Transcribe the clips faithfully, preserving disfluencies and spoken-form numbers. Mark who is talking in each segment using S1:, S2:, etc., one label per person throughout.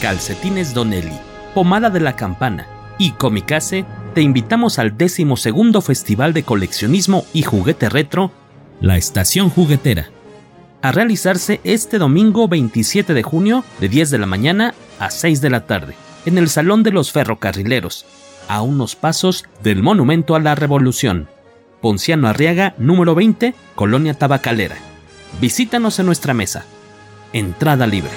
S1: Calcetines Donelli, Pomada de la Campana y Comicase, te invitamos al décimo segundo Festival de Coleccionismo y Juguete Retro, La Estación Juguetera, a realizarse este domingo veintisiete de junio de diez de la mañana a seis de la tarde, en el Salón de los Ferrocarrileros, a unos pasos del Monumento a la Revolución. Ponciano Arriaga, número veinte, Colonia Tabacalera. Visítanos en nuestra mesa. Entrada libre.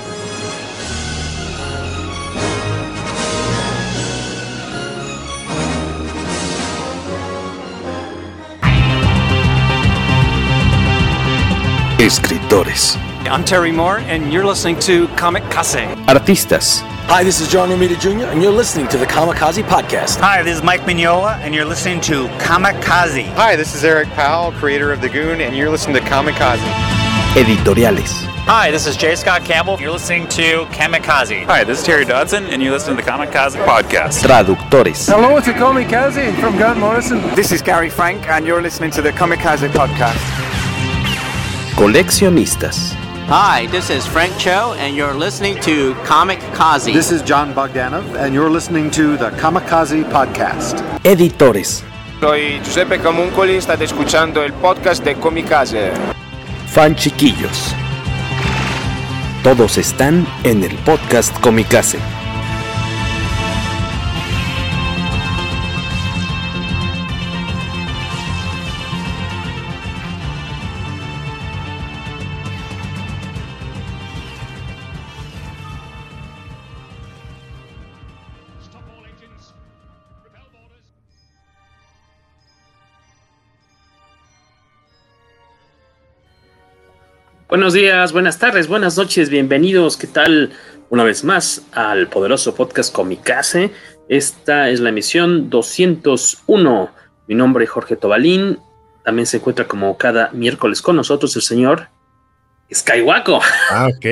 S2: Escritores.
S3: I'm Terry Moore, and you're listening to Comicase.
S2: Artistas.
S4: Hi, this is John Romita Junior, and you're listening to the Kamikaze Podcast.
S5: Hi, this is Mike Mignola, and you're listening to Kamikaze.
S6: Hi, this is Eric Powell, creator of The Goon, and you're listening to Kamikaze.
S2: Editoriales.
S7: Hi, this is J. Scott Campbell. You're listening to Kamikaze.
S8: Hi, this is Terry Dodson, and you're listening to the Kamikaze Podcast.
S2: Traductores.
S9: Hello, it's Kamikaze from Grant Morrison.
S10: This is Gary Frank, and you're listening to the Kamikaze Podcast.
S2: Coleccionistas.
S11: Hi, this is Frank Cho, and you're listening to Comicase.
S12: This is John Bogdanov, and you're listening to the Kamikaze Podcast.
S2: Editores.
S13: Soy Giuseppe Camuncoli, estate escuchando el podcast de Comicase.
S2: Fan chiquillos. Todos están en el podcast Comicase.
S1: Buenos días, buenas tardes, buenas noches, bienvenidos, ¿qué tal? Una vez más al poderoso podcast Comicase. Esta es la emisión doscientos uno. Mi nombre es Jorge Tobalín. También se encuentra como cada miércoles con nosotros el señor Skywaco.
S14: Ah, ok.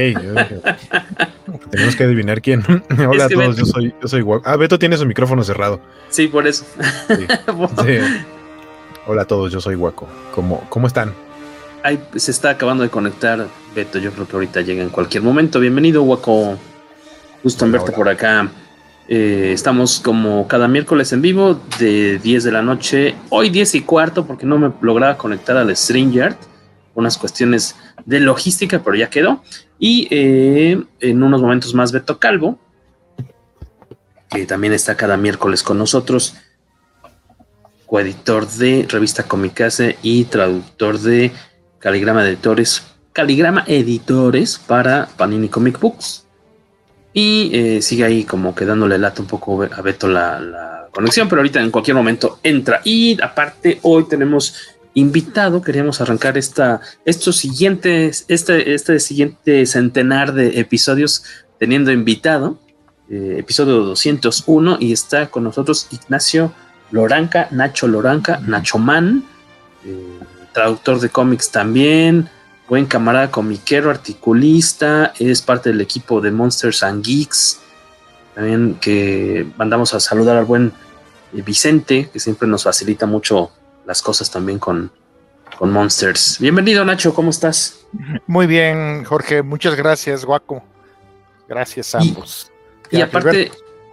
S14: Tenemos que adivinar quién. Hola es a todos, Beto. yo soy, yo soy Waco. Ah, Beto tiene su micrófono cerrado.
S1: Sí, por eso.
S14: Sí. Sí. Hola a todos, yo soy Waco. ¿Cómo, cómo están?
S1: Ay, se está acabando de conectar Beto, yo creo que ahorita llega en cualquier momento. Bienvenido, Waco. Gusto en verte por acá. Eh, estamos como cada miércoles en vivo de diez de la noche. Hoy diez y cuarto porque no me lograba conectar al StreamYard. Unas cuestiones de logística, pero ya quedó. Y eh, en unos momentos más Beto Calvo, que también está cada miércoles con nosotros. Coeditor de Revista Comicase y traductor de Caligrama Editores, Caligrama Editores para Panini Comic Books. Y eh, sigue ahí como que dándole lata un poco a Beto la, la conexión, pero ahorita en cualquier momento entra. Y aparte hoy tenemos invitado, queríamos arrancar esta, estos siguientes, este, este siguiente centenar de episodios teniendo invitado, eh, episodio doscientos uno, y está con nosotros Ignacio Loranca, Nacho Loranca, Nacho Man, eh, traductor de cómics también, buen camarada comiquero, articulista, es parte del equipo de Monsters and Geeks, también que mandamos a saludar al buen eh, Vicente, que siempre nos facilita mucho las cosas también con, con Monsters. Bienvenido, Nacho, ¿cómo estás?
S15: Muy bien, Jorge, muchas gracias, Guaco. Gracias a ambos.
S1: Y, y aparte...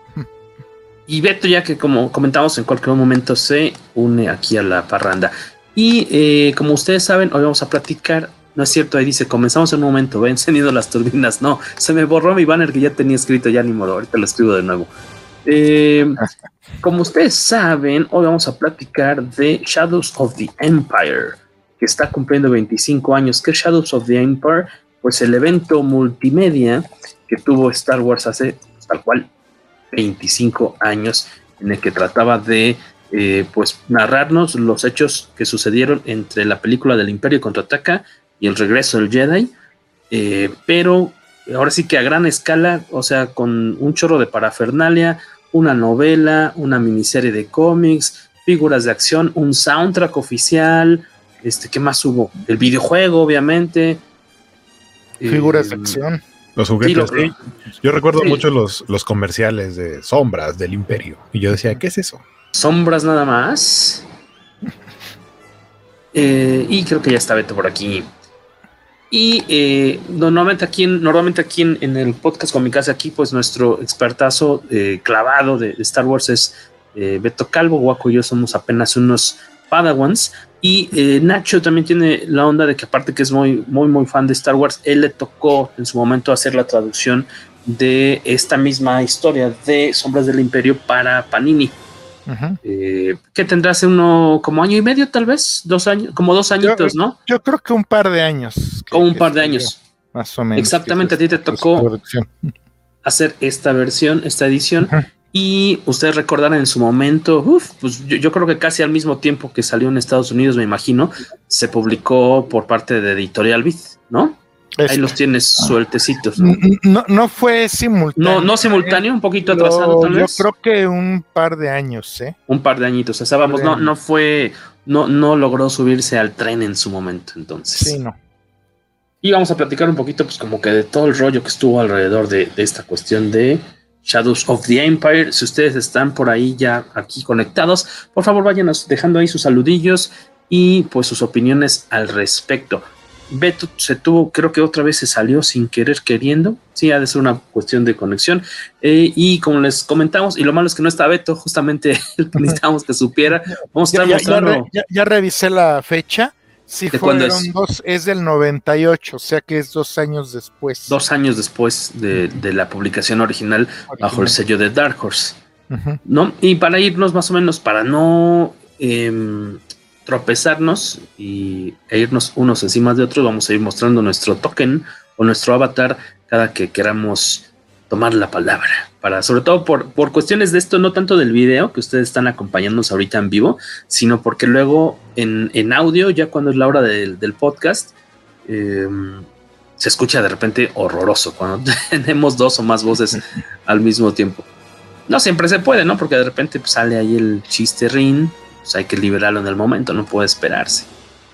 S1: Y Beto, ya que como comentamos en cualquier momento, se une aquí a la parranda. Y eh, como ustedes saben, hoy vamos a platicar. No es cierto, ahí dice, comenzamos en un momento, ve encendido las turbinas. No, se me borró mi banner que ya tenía escrito, ya ni modo, ahorita lo escribo de nuevo. Eh, como ustedes saben, hoy vamos a platicar de Shadows of the Empire, que está cumpliendo veinticinco años. ¿Qué es Shadows of the Empire? Pues el evento multimedia que tuvo Star Wars hace, pues, tal cual, veinticinco años, en el que trataba de eh, pues narrarnos los hechos que sucedieron entre la película del Imperio Contraataca y el regreso del Jedi, eh, pero ahora sí que a gran escala, o sea, con un chorro de parafernalia, una novela, una miniserie de cómics, figuras de acción, un soundtrack oficial, este, ¿qué más hubo? El videojuego, obviamente.
S15: Figuras
S1: eh,
S15: de acción.
S14: Los juguetes,
S1: sí,
S14: sí. Yo recuerdo
S1: sí.
S14: mucho los, los comerciales de sombras del Imperio. Y yo decía, ¿qué es eso?
S1: Sombras nada más. Eh, y creo que ya está Beto por aquí. Y eh, normalmente aquí, en, normalmente aquí en, en el podcast Comicase, aquí pues nuestro expertazo eh, clavado de, de Star Wars es eh, Beto Calvo. Guaco y yo somos apenas unos Padawans. Y eh, Nacho también tiene la onda de que aparte que es muy, muy, muy fan de Star Wars, él le tocó en su momento hacer la traducción de esta misma historia de Sombras del Imperio para Panini. Uh-huh. Eh, que tendrá hace uno como año y medio, tal vez, dos años, como dos añitos,
S15: yo,
S1: ¿no?
S15: Yo creo que un par de años.
S1: Que, como un par de años.
S15: Más o menos.
S1: Exactamente, a ti te tocó hacer esta versión, esta edición. Uh-huh. Y ustedes recordarán en su momento, uf, pues yo, yo creo que casi al mismo tiempo que salió en Estados Unidos, me imagino, se publicó por parte de Editorial Vid, ¿no? Este. Ahí los tienes sueltecitos, ¿no?
S15: No, no fue simultáneo.
S1: No, no simultáneo, un poquito atrasado, tal vez.
S15: Yo creo que un par de años, ¿eh?
S1: Un par de añitos, o sea, vamos, no, no fue, no, no logró subirse al tren en su momento, entonces.
S15: Sí, no.
S1: Y vamos a platicar un poquito, pues, como que de todo el rollo que estuvo alrededor de, de esta cuestión de Shadows of the Empire. Si ustedes están por ahí ya aquí conectados, por favor vayan dejando ahí sus saludillos y pues sus opiniones al respecto. Beto se tuvo, creo que otra vez se salió sin querer queriendo, sí, ha de ser una cuestión de conexión, eh, y como les comentamos, y lo malo es que no está Beto, justamente el que necesitábamos que supiera, vamos a estar
S15: ya,
S1: mostrando.
S15: Ya, ya, ya revisé la fecha, sí,
S1: ¿De
S15: fueron
S1: cuándo es?
S15: dos, es del noventa y ocho, o sea que es dos años después.
S1: Dos años después de, de la publicación original, original bajo el sello de Dark Horse, uh-huh. ¿no? Y para irnos más o menos, para no eh, tropezarnos y, e irnos unos encima de otros, vamos a ir mostrando nuestro token o nuestro avatar cada que queramos tomar la palabra, para sobre todo por, por cuestiones de esto, no tanto del video que ustedes están acompañándonos ahorita en vivo, sino porque luego en, en audio, ya cuando es la hora de, del podcast, eh, se escucha de repente horroroso cuando tenemos dos o más voces al mismo tiempo. No siempre se puede, ¿no? Porque de repente pues, sale ahí el chiste rin, pues hay que liberarlo en el momento, no puede esperarse.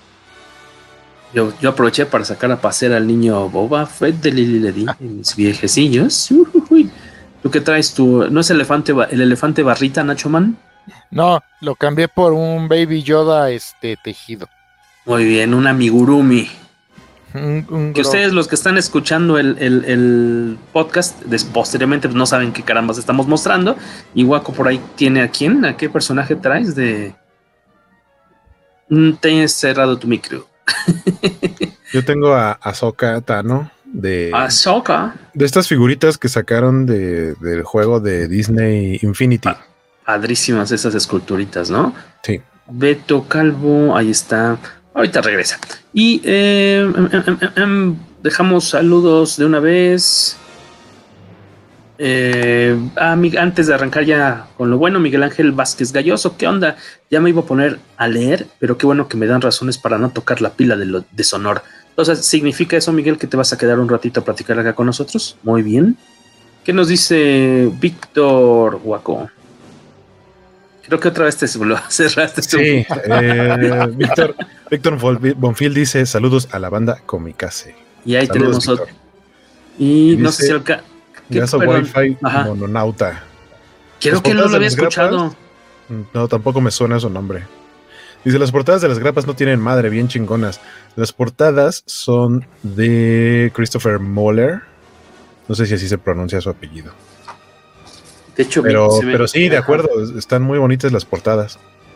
S1: Yo, yo aproveché para sacar a pasear al niño Boba Fett de Lili Ledi, mis viejecillos. Uy, ¿tú qué traes tú? ¿No es elefante, el elefante barrita, Nacho Man?
S15: No, lo cambié por un Baby Yoda este tejido.
S1: Muy bien, un amigurumi.
S15: Un, un
S1: que ustedes, los que están escuchando el, el, el podcast, des, posteriormente pues no saben qué carambas estamos mostrando. Y Guaco por ahí tiene a quién, a qué personaje traes de... Te has cerrado tu micro.
S14: Yo tengo a Ahsoka Tano de
S1: Ahsoka
S14: de estas figuritas que sacaron de, del juego de Disney Infinity.
S1: Pa- padrísimas esas esculturitas, ¿no?
S14: Sí.
S1: Beto Calvo, ahí está. Ahorita regresa. Y eh, em, em, em, dejamos saludos de una vez. Eh, ah, antes de arrancar ya con lo bueno, Miguel Ángel Vázquez Galloso, ¿qué onda? Ya me iba a poner a leer, pero qué bueno que me dan razones para no tocar la pila de, lo, de Sonor. Entonces, ¿significa eso, Miguel, que te vas a quedar un ratito a platicar acá con nosotros? Muy bien. ¿Qué nos dice Víctor Guaco? Creo que otra vez te cerraste.
S14: Sí, eh, Víctor, Víctor Bonfil dice saludos a la banda Comicase.
S1: Y ahí
S14: saludos,
S1: tenemos otro. Y, y no sé si el... Ca-
S14: Gaso Wi-Fi Mononauta.
S1: Creo que no lo había escuchado.
S14: Grapas, no, tampoco me suena su nombre. Dice, las portadas de las grapas no tienen madre, bien chingonas. Las portadas son de Christopher Moller. No sé si así se pronuncia su apellido.
S1: De hecho,
S14: pero,
S1: me...
S14: pero sí, de acuerdo, están muy bonitas las portadas.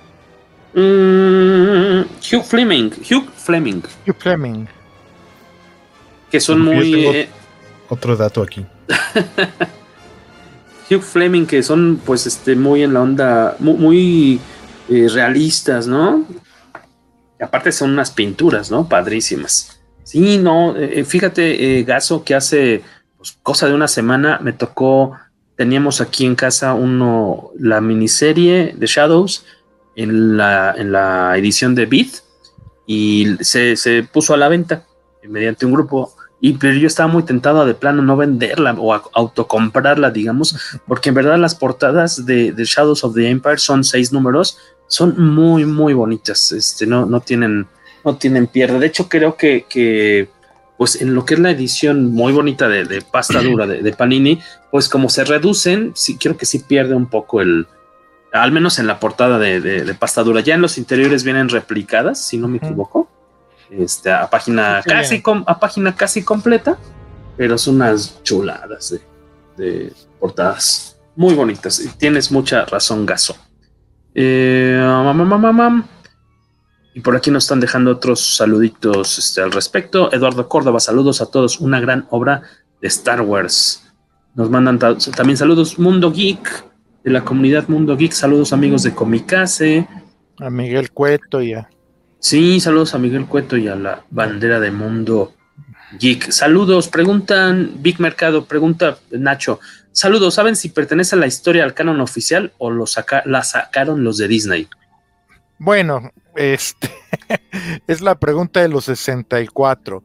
S1: Mm, Hugh Fleming. Hugh Fleming.
S15: Hugh Fleming.
S1: Que son
S14: Porque
S1: muy...
S14: Eh... Otro dato aquí.
S1: Hugh Fleming, que son pues este muy en la onda, muy, muy eh, realistas, ¿no? Y aparte son unas pinturas, ¿no? Padrísimas. Sí, no, eh, fíjate, eh, Gaso, que hace pues, cosa de una semana me tocó, teníamos aquí en casa uno, la miniserie de Shadows en la, en la edición de Vid y se, se puso a la venta mediante un grupo. Y pero yo estaba muy tentado de plano no venderla o a, autocomprarla, digamos, porque en verdad las portadas de, de Shadows of the Empire son seis números, son muy, muy bonitas, este, no, no tienen, no tienen pierde. De hecho, creo que, que pues en lo que es la edición muy bonita de, de pasta dura de, de Panini, pues como se reducen, sí, creo que sí pierde un poco el, al menos en la portada de, de, de pasta dura. Ya en los interiores vienen replicadas, si no me equivoco. este, a página sí, casi com, a página casi completa, pero son unas chuladas de, de portadas muy bonitas. Y tienes mucha razón, Gaso. Eh, mam, mam, mam, mam. Y por aquí nos están dejando otros saluditos este, al respecto. Eduardo Córdoba, saludos a todos. Una gran obra de Star Wars. Nos mandan ta- también saludos Mundo Geek, de la comunidad Mundo Geek. Saludos amigos de Comicase.
S15: A Miguel Cueto y a...
S1: Sí, saludos a Miguel Cueto y a la bandera de Mundo Geek. Saludos, preguntan Big Mercado, pregunta Nacho. Saludos, ¿saben si pertenece a la historia al canon oficial o lo saca- la sacaron los de Disney?
S15: Bueno, este es la pregunta de los sesenta y cuatro.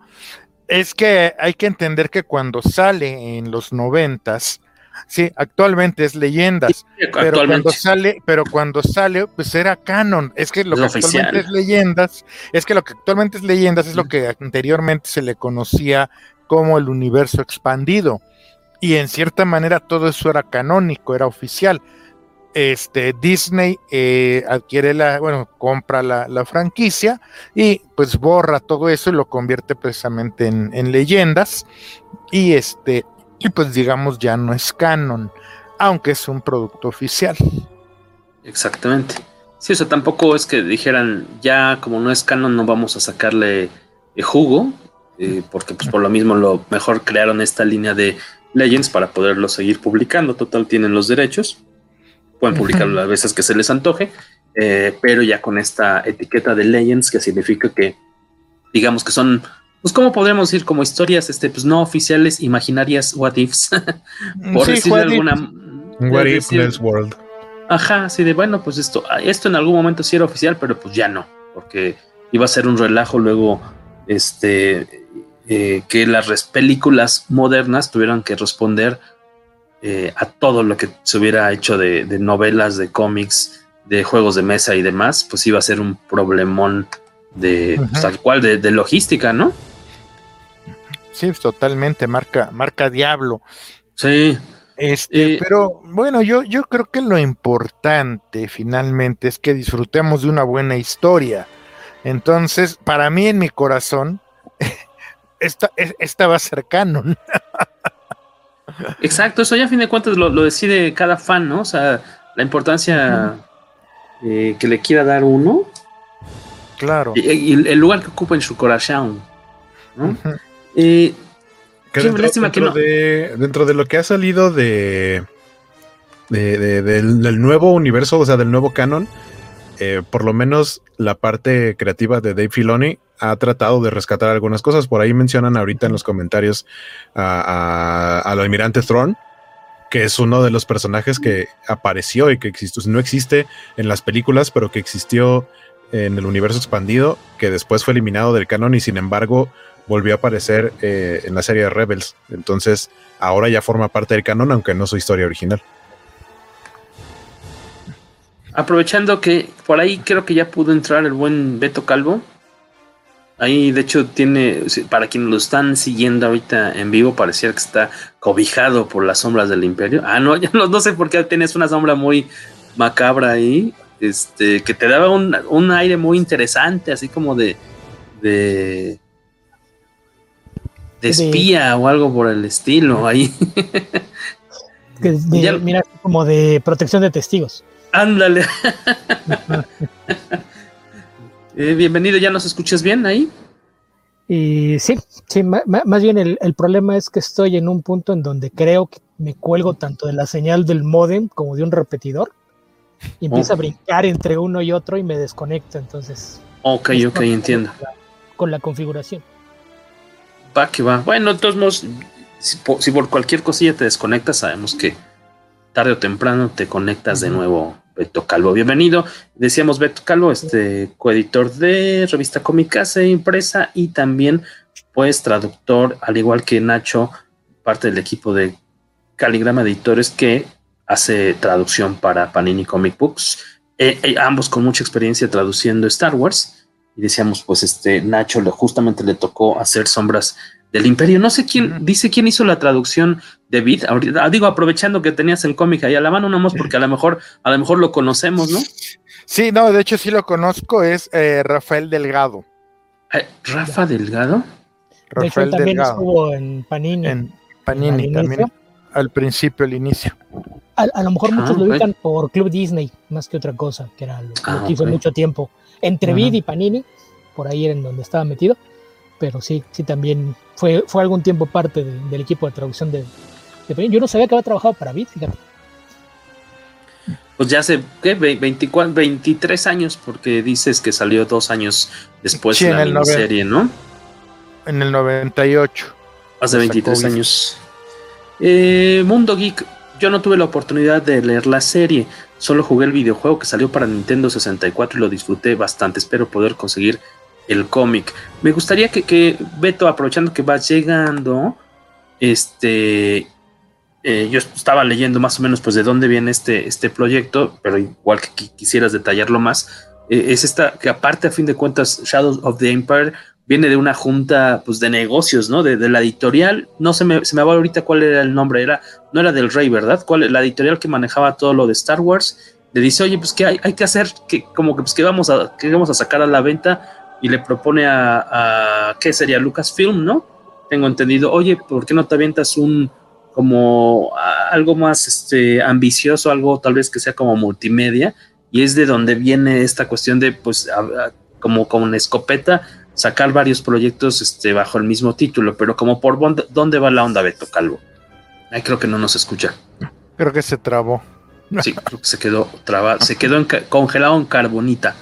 S15: Es que hay que entender que cuando sale en los noventas, sí, actualmente es Leyendas, sí, pero cuando sale, pero cuando sale, pues era canon. Es que lo que oficial. actualmente es Leyendas, es que lo que actualmente es Leyendas es lo que anteriormente se le conocía como el universo expandido. Y en cierta manera todo eso era canónico, era oficial. Este Disney eh, adquiere la, bueno, compra la, la franquicia y pues borra todo eso y lo convierte precisamente en, en Leyendas y este y pues digamos ya no es canon, aunque es un producto oficial.
S1: Exactamente. Sí, o sea, tampoco es que dijeran ya como no es canon no vamos a sacarle eh, jugo, eh, porque pues por lo mismo lo mejor crearon esta línea de Legends para poderlo seguir publicando. Total tienen los derechos. Pueden publicarlo las veces que se les antoje, eh, pero ya con esta etiqueta de Legends, que significa que, digamos que son, pues, ¿cómo podríamos decir? Como historias, este, pues, no oficiales, imaginarias, what ifs, por sí, decir alguna.
S14: What if this world.
S1: Ajá, así de, bueno, pues esto, esto en algún momento sí era oficial, pero pues ya no, porque iba a ser un relajo luego, este, eh, que las res- películas modernas tuvieran que responder Eh, a todo lo que se hubiera hecho de, de novelas, de cómics, de juegos de mesa y demás, pues iba a ser un problemón de uh-huh. pues, tal cual de, de logística, ¿no?
S15: Sí, totalmente, marca, marca Diablo.
S1: Sí.
S15: Este, eh, pero bueno, yo, yo creo que lo importante finalmente es que disfrutemos de una buena historia. Entonces, para mí en mi corazón, esta, esta va a ser canon.
S1: Exacto, eso ya a fin de cuentas lo, lo decide cada fan, ¿no? O sea, la importancia uh-huh. eh, que le quiera dar uno.
S15: Claro.
S1: Y, y el lugar que ocupa en su corazón, ¿no? Uh-huh. Eh,
S14: que dentro, dentro, que no. de, dentro de lo que ha salido de, de, de del, del nuevo universo, o sea, del nuevo canon, eh, por lo menos la parte creativa de Dave Filoni ha tratado de rescatar algunas cosas. Por ahí mencionan ahorita en los comentarios a, a, al almirante Thrawn, que es uno de los personajes que apareció y que existió, no existe en las películas, pero que existió en el universo expandido, que después fue eliminado del canon y sin embargo volvió a aparecer eh, en la serie de Rebels. Entonces ahora ya forma parte del canon, aunque no su historia original.
S1: Aprovechando que por ahí creo que ya pudo entrar el buen Beto Calvo. Ahí, de hecho, tiene, para quienes lo están siguiendo ahorita en vivo, pareciera que está cobijado por las sombras del Imperio. Ah, no, ya no, no sé por qué tienes una sombra muy macabra ahí, este, que te daba un, un aire muy interesante, así como de de, de espía de, o algo por el estilo ahí.
S16: De, de, ya, mira, como de protección de testigos.
S1: Ándale. Eh, bienvenido, ¿ya nos escuchas bien ahí?
S16: Y sí, sí, ma, ma, más bien el, el problema es que estoy en un punto en donde creo que me cuelgo tanto de la señal del módem como de un repetidor y empiezo oh. a brincar entre uno y otro y me desconecto, entonces...
S1: Ok, ok, entiendo.
S16: Con la, con la configuración.
S1: Va que va. Bueno, de todos modos, si por, si por cualquier cosilla te desconectas, sabemos que tarde o temprano te conectas uh-huh. de nuevo. Beto Calvo, bienvenido. Decíamos Beto Calvo, este coeditor de revista Comicase impresa y también pues traductor, al igual que Nacho, parte del equipo de Caligrama Editores que hace traducción para Panini Comic Books, eh, eh, ambos con mucha experiencia traduciendo Star Wars. Y decíamos, pues este Nacho le, justamente le tocó hacer Sombras del Imperio. No sé quién, uh-huh. dice quién hizo la traducción de Vid. Ahorita, digo, aprovechando que tenías el cómic ahí a la mano, nada más porque a lo mejor, a lo mejor lo conocemos, ¿no?
S15: Sí, no, de hecho sí lo conozco, es eh, Rafael Delgado.
S1: Eh, Rafa Delgado.
S16: De hecho, él también Delgado. Estuvo en Panini.
S15: En Panini al también, al principio, al inicio.
S16: A, a lo mejor muchos ah, lo ubican okay. por Club Disney, más que otra cosa, que era lo, ah, lo que hizo okay. mucho tiempo. Entre uh-huh. Vid y Panini, por ahí era en donde estaba metido, pero sí, sí también fue, fue algún tiempo parte de, del equipo de traducción de, de Panini. Yo no sabía que había trabajado para Vid, fíjate.
S1: Pues ya hace, ¿qué? veinticuatro, veintitrés años, porque dices que salió dos años después
S15: sí,
S1: de la miniserie, ¿no?
S15: En el noventa y ocho.
S1: Hace veintitrés años. Eh, Mundo Geek, yo no tuve la oportunidad de leer la serie, solo jugué el videojuego que salió para Nintendo sesenta y cuatro y lo disfruté bastante. Espero poder conseguir el cómic. Me gustaría que, que Beto, aprovechando que vas llegando, este... Eh, yo estaba leyendo más o menos pues de dónde viene este, este proyecto, pero igual que qu- quisieras detallarlo más, eh, es esta que aparte a fin de cuentas Shadows of the Empire viene de una junta pues de negocios, ¿no? De, de la editorial, no se me, se me va ahorita cuál era el nombre, era, no era del Rey, ¿verdad? ¿Cuál, la editorial que manejaba todo lo de Star Wars, le dice, oye, pues qué hay, hay que hacer, que como que pues que vamos a, que vamos a sacar a la venta, y le propone a, a ¿qué sería? Lucasfilm, ¿no? Tengo entendido, oye, ¿por qué no te avientas un como algo más este ambicioso, algo tal vez que sea como multimedia? Y es de donde viene esta cuestión de pues a, a, como con escopeta sacar varios proyectos este bajo el mismo título, pero como por dónde va la onda, Beto Calvo. Ay, creo que no nos escucha.
S15: Creo que se trabó.
S1: Sí, creo que se quedó trabado, se quedó en, congelado en carbonita.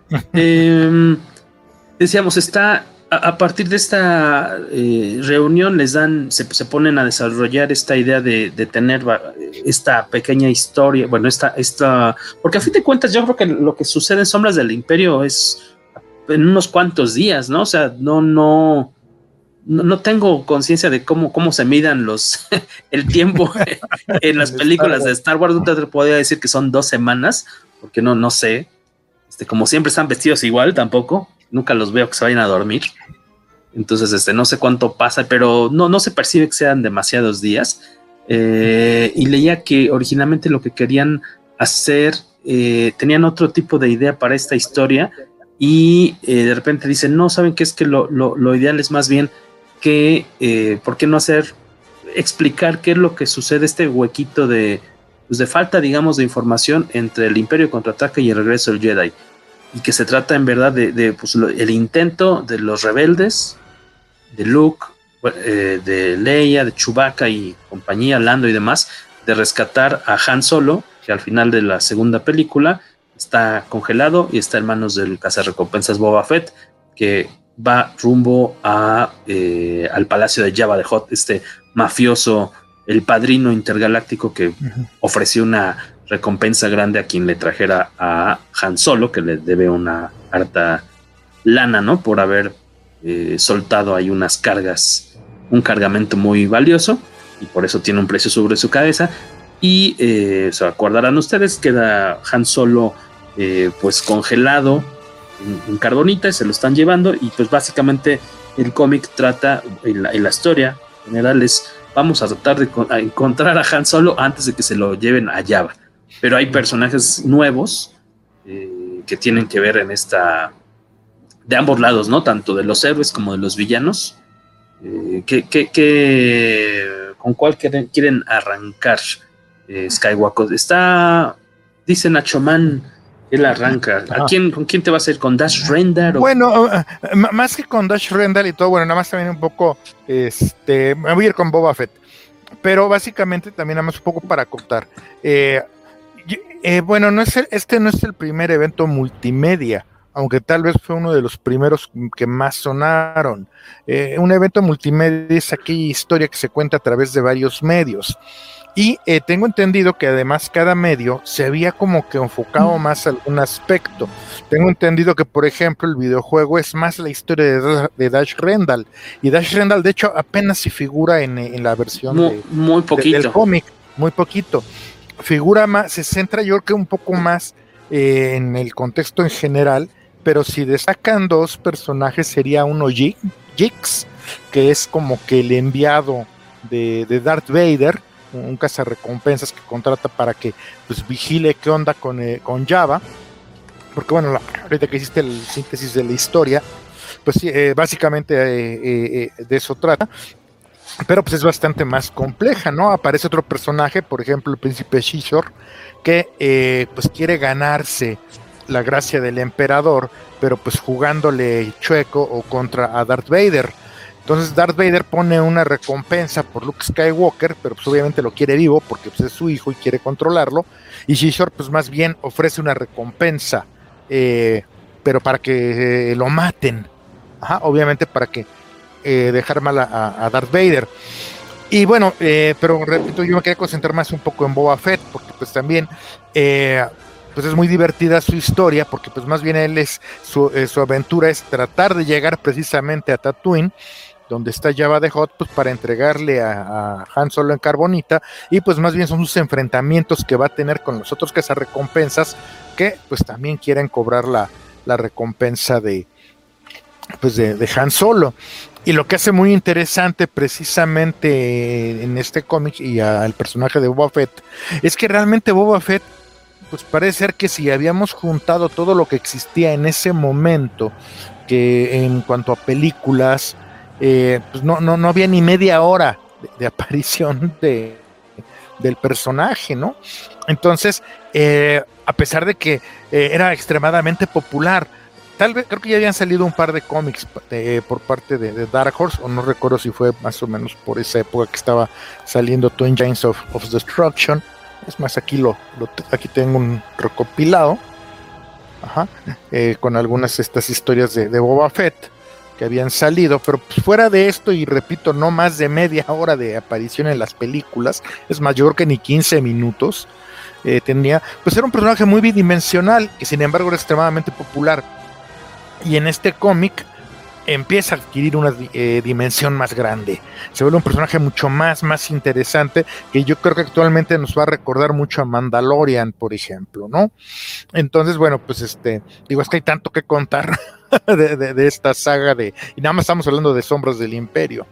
S1: eh, decíamos, está a partir de esta eh, reunión les dan, se, se ponen a desarrollar esta idea de, de tener esta pequeña historia, bueno, esta, esta, porque a fin de cuentas yo creo que lo que sucede en Sombras del Imperio es en unos cuantos días, ¿no? O sea, no, no, no, no tengo conciencia de cómo, cómo se midan los, el tiempo en las películas de Star Wars. No te podría decir que son dos semanas, porque no, no sé, este, como siempre están vestidos igual, tampoco. Nunca los veo que se vayan a dormir. Entonces, este, no sé cuánto pasa, pero no, no se percibe que sean demasiados días. Eh, y leía que originalmente lo que querían hacer, eh, tenían otro tipo de idea para esta historia, y eh, de repente dicen, no, ¿saben qué? Es que lo, lo, lo ideal es más bien que, eh, ¿por qué no hacer, explicar qué es lo que sucede, este huequito de, pues de falta, digamos, de información entre el Imperio Contraataca y el regreso del Jedi? Y que se trata en verdad de, de pues, lo, el intento de los rebeldes, de Luke, eh, de Leia, de Chewbacca y compañía, Lando y demás, de rescatar a Han Solo, que al final de la segunda película está congelado y está en manos del cazarrecompensas Boba Fett, que va rumbo a, eh, al palacio de Jabba the Hutt, este mafioso, el padrino intergaláctico que uh-huh. ofreció una recompensa grande a quien le trajera a Han Solo, que le debe una harta lana, ¿no? Por haber eh, soltado ahí unas cargas, un cargamento muy valioso, y por eso tiene un precio sobre su cabeza. Y eh, se acordarán ustedes, queda Han Solo eh, pues congelado en, en carbonita, y se lo están llevando, y pues básicamente el cómic trata, y la, y la historia en general es, vamos a tratar de a encontrar a Han Solo antes de que se lo lleven a Jabba. Pero hay personajes nuevos eh, que tienen que ver en esta, de ambos lados, ¿no? Tanto de los héroes como de los villanos. Eh, que, que, que, ¿Con cuál quieren, quieren arrancar eh, Skywalker? Está, dice Nacho Man, él arranca. ¿A quién, ¿Con quién te vas a ir? ¿Con Dash Rendar?
S15: Bueno, uh, más que con Dash Rendar y todo, bueno, nada más también un poco, este, me voy a ir con Boba Fett. Pero básicamente también nada más un poco para contar. Eh, Eh, bueno, no es el, este no es el primer evento multimedia, aunque tal vez fue uno de los primeros que más sonaron. Eh, un evento multimedia es aquella historia que se cuenta a través de varios medios. Y eh, tengo entendido que además cada medio se había como que enfocado más a algún aspecto. Tengo entendido que, por ejemplo, el videojuego es más la historia de, de Dash Rendar. Y Dash Rendar, de hecho, apenas se figura en, en la versión
S1: muy,
S15: de,
S1: muy poquito.
S15: de, del cómic, muy poquito. Figura más, se centra yo creo que un poco más eh, en el contexto en general, pero si destacan dos personajes sería uno Jix, que es como que el enviado de, de Darth Vader, un cazarrecompensas que contrata para que pues vigile qué onda con, eh, con Jabba, porque bueno, la, ahorita que hiciste el síntesis de la historia, pues sí, eh, básicamente eh, eh, de eso trata. Pero pues es bastante más compleja, ¿no? Aparece otro personaje, por ejemplo, el príncipe Shishor, que eh, pues quiere ganarse la gracia del emperador, pero pues jugándole chueco o contra a Darth Vader. Entonces Darth Vader pone una recompensa por Luke Skywalker, pero pues obviamente lo quiere vivo porque pues, es su hijo y quiere controlarlo. Y Shishor pues más bien ofrece una recompensa, eh, pero para que eh, lo maten. Ajá, obviamente para que Eh, dejar mal a, a Darth Vader. Y bueno, eh, pero repito, yo me quería concentrar más un poco en Boba Fett, porque pues también eh, pues es muy divertida su historia, porque pues más bien él es su, eh, su aventura es tratar de llegar precisamente a Tatooine, donde está Jabba the Hutt, pues para entregarle a, a Han Solo en carbonita, y pues más bien son sus enfrentamientos que va a tener con los otros cazarrecompensas, que pues también quieren cobrar la, la recompensa de pues de, de Han Solo. Y lo que hace muy interesante precisamente en este cómic y al personaje de Boba Fett es que realmente Boba Fett pues parece ser que si habíamos juntado todo lo que existía en ese momento, que en cuanto a películas eh, pues no, no, no había ni media hora de, de aparición de, del personaje, ¿no? Entonces eh, a pesar de que eh, era extremadamente popular, tal vez, creo que ya habían salido un par de cómics de, por parte de, de Dark Horse, o no recuerdo si fue más o menos por esa época que estaba saliendo Twin Giants of, of Destruction. Es más, aquí lo, lo aquí tengo un recopilado, ajá, eh, con algunas de estas historias de, de Boba Fett que habían salido, pero pues fuera de esto, y repito, no más de media hora de aparición en las películas, es más, yo creo que ni quince minutos eh, tenía, pues era un personaje muy bidimensional, que sin embargo era extremadamente popular. Y en este cómic empieza a adquirir una eh, dimensión más grande. Se vuelve un personaje mucho más, más interesante, que yo creo que actualmente nos va a recordar mucho a Mandalorian, por ejemplo, ¿no? Entonces, bueno, pues este, digo, es que hay tanto que contar de, de, de esta saga de, y nada más estamos hablando de Sombras del Imperio.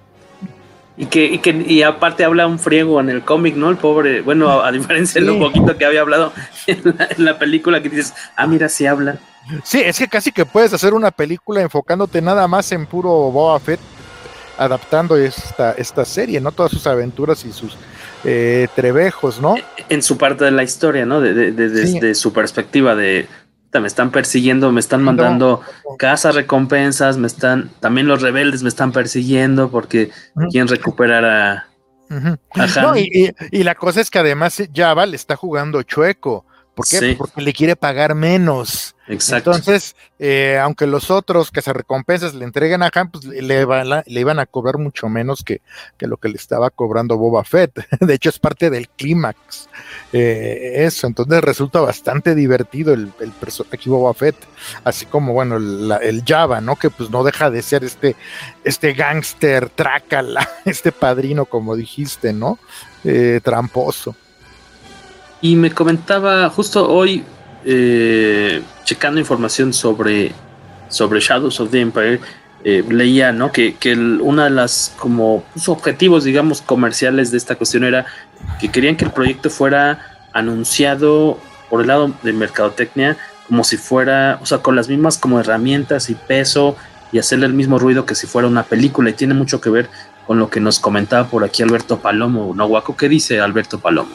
S1: Y que, y que y aparte habla un friego en el cómic, ¿no? El pobre, bueno, a, a diferencia sí. de lo poquito que había hablado en la, en la película, que dices, ah, mira, sí habla.
S15: Sí, es que casi que puedes hacer una película enfocándote nada más en puro Boba Fett, adaptando esta, esta serie, ¿no? Todas sus aventuras y sus eh, trebejos, ¿no?
S1: En su parte de la historia, ¿no? De, de, de, de, sí. de su perspectiva de, me están persiguiendo, me están mandando no. cazas recompensas, me están, también los rebeldes me están persiguiendo porque uh-huh. quieren recuperar a, uh-huh. a Han.
S15: No, y, y, y la cosa es que además Jabba le está jugando chueco. ¿Por qué? Sí. Porque le quiere pagar menos.
S1: Exacto.
S15: Entonces, eh, aunque los otros cazarrecompensas le entreguen a Han, pues le, va, la, le iban a cobrar mucho menos que, que lo que le estaba cobrando Boba Fett. De hecho, es parte del clímax. Eh, eso, entonces resulta bastante divertido el, el personaje Boba Fett. Así como, bueno, el, el Jabba, ¿no? Que pues no deja de ser este, este gángster trácala, este padrino, como dijiste, ¿no? Eh, tramposo.
S1: Y me comentaba justo hoy, eh, checando información sobre, sobre Shadows of the Empire, eh, leía, ¿no? que, que el, una de las como pues, objetivos, digamos, comerciales de esta cuestión era que querían que el proyecto fuera anunciado por el lado de mercadotecnia como si fuera, o sea, con las mismas como herramientas y peso y hacerle el mismo ruido que si fuera una película, y tiene mucho que ver con lo que nos comentaba por aquí Alberto Palomo, ¿no, Guaco? ¿Qué dice Alberto Palomo?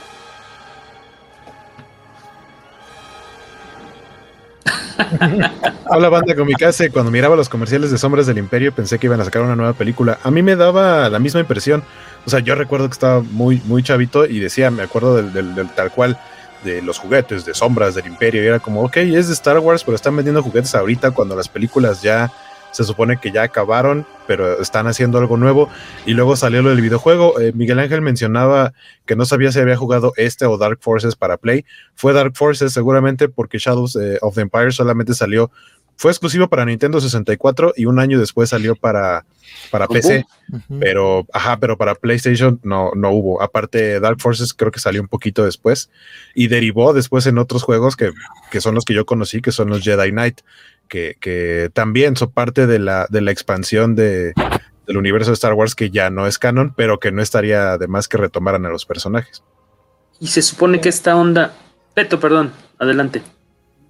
S14: Hola, banda Comicase. Cuando miraba los comerciales de Sombras del Imperio pensé que iban a sacar una nueva película. A mí me daba la misma impresión. O sea, yo recuerdo que estaba muy, muy chavito y decía, me acuerdo del, del, del tal cual de los juguetes de Sombras del Imperio, y era como, ok, es de Star Wars, pero están vendiendo juguetes ahorita cuando las películas ya se supone que ya acabaron, pero están haciendo algo nuevo. Y luego salió lo del videojuego. eh, Miguel Ángel mencionaba que no sabía si había jugado este o Dark Forces para Play. Fue Dark Forces seguramente, porque Shadows eh, of the Empire solamente salió, fue exclusivo para Nintendo sesenta y cuatro y un año después salió para, para P C, uh-huh. pero ajá, pero para PlayStation no, no hubo. Aparte, Dark Forces creo que salió un poquito después y derivó después en otros juegos que, que son los que yo conocí, que son los Jedi Knight, que, que también son parte de la, de la expansión de, del universo de Star Wars, que ya no es canon, pero que no estaría de más que retomaran a los personajes.
S1: Y se supone que esta onda... Beto, perdón, adelante.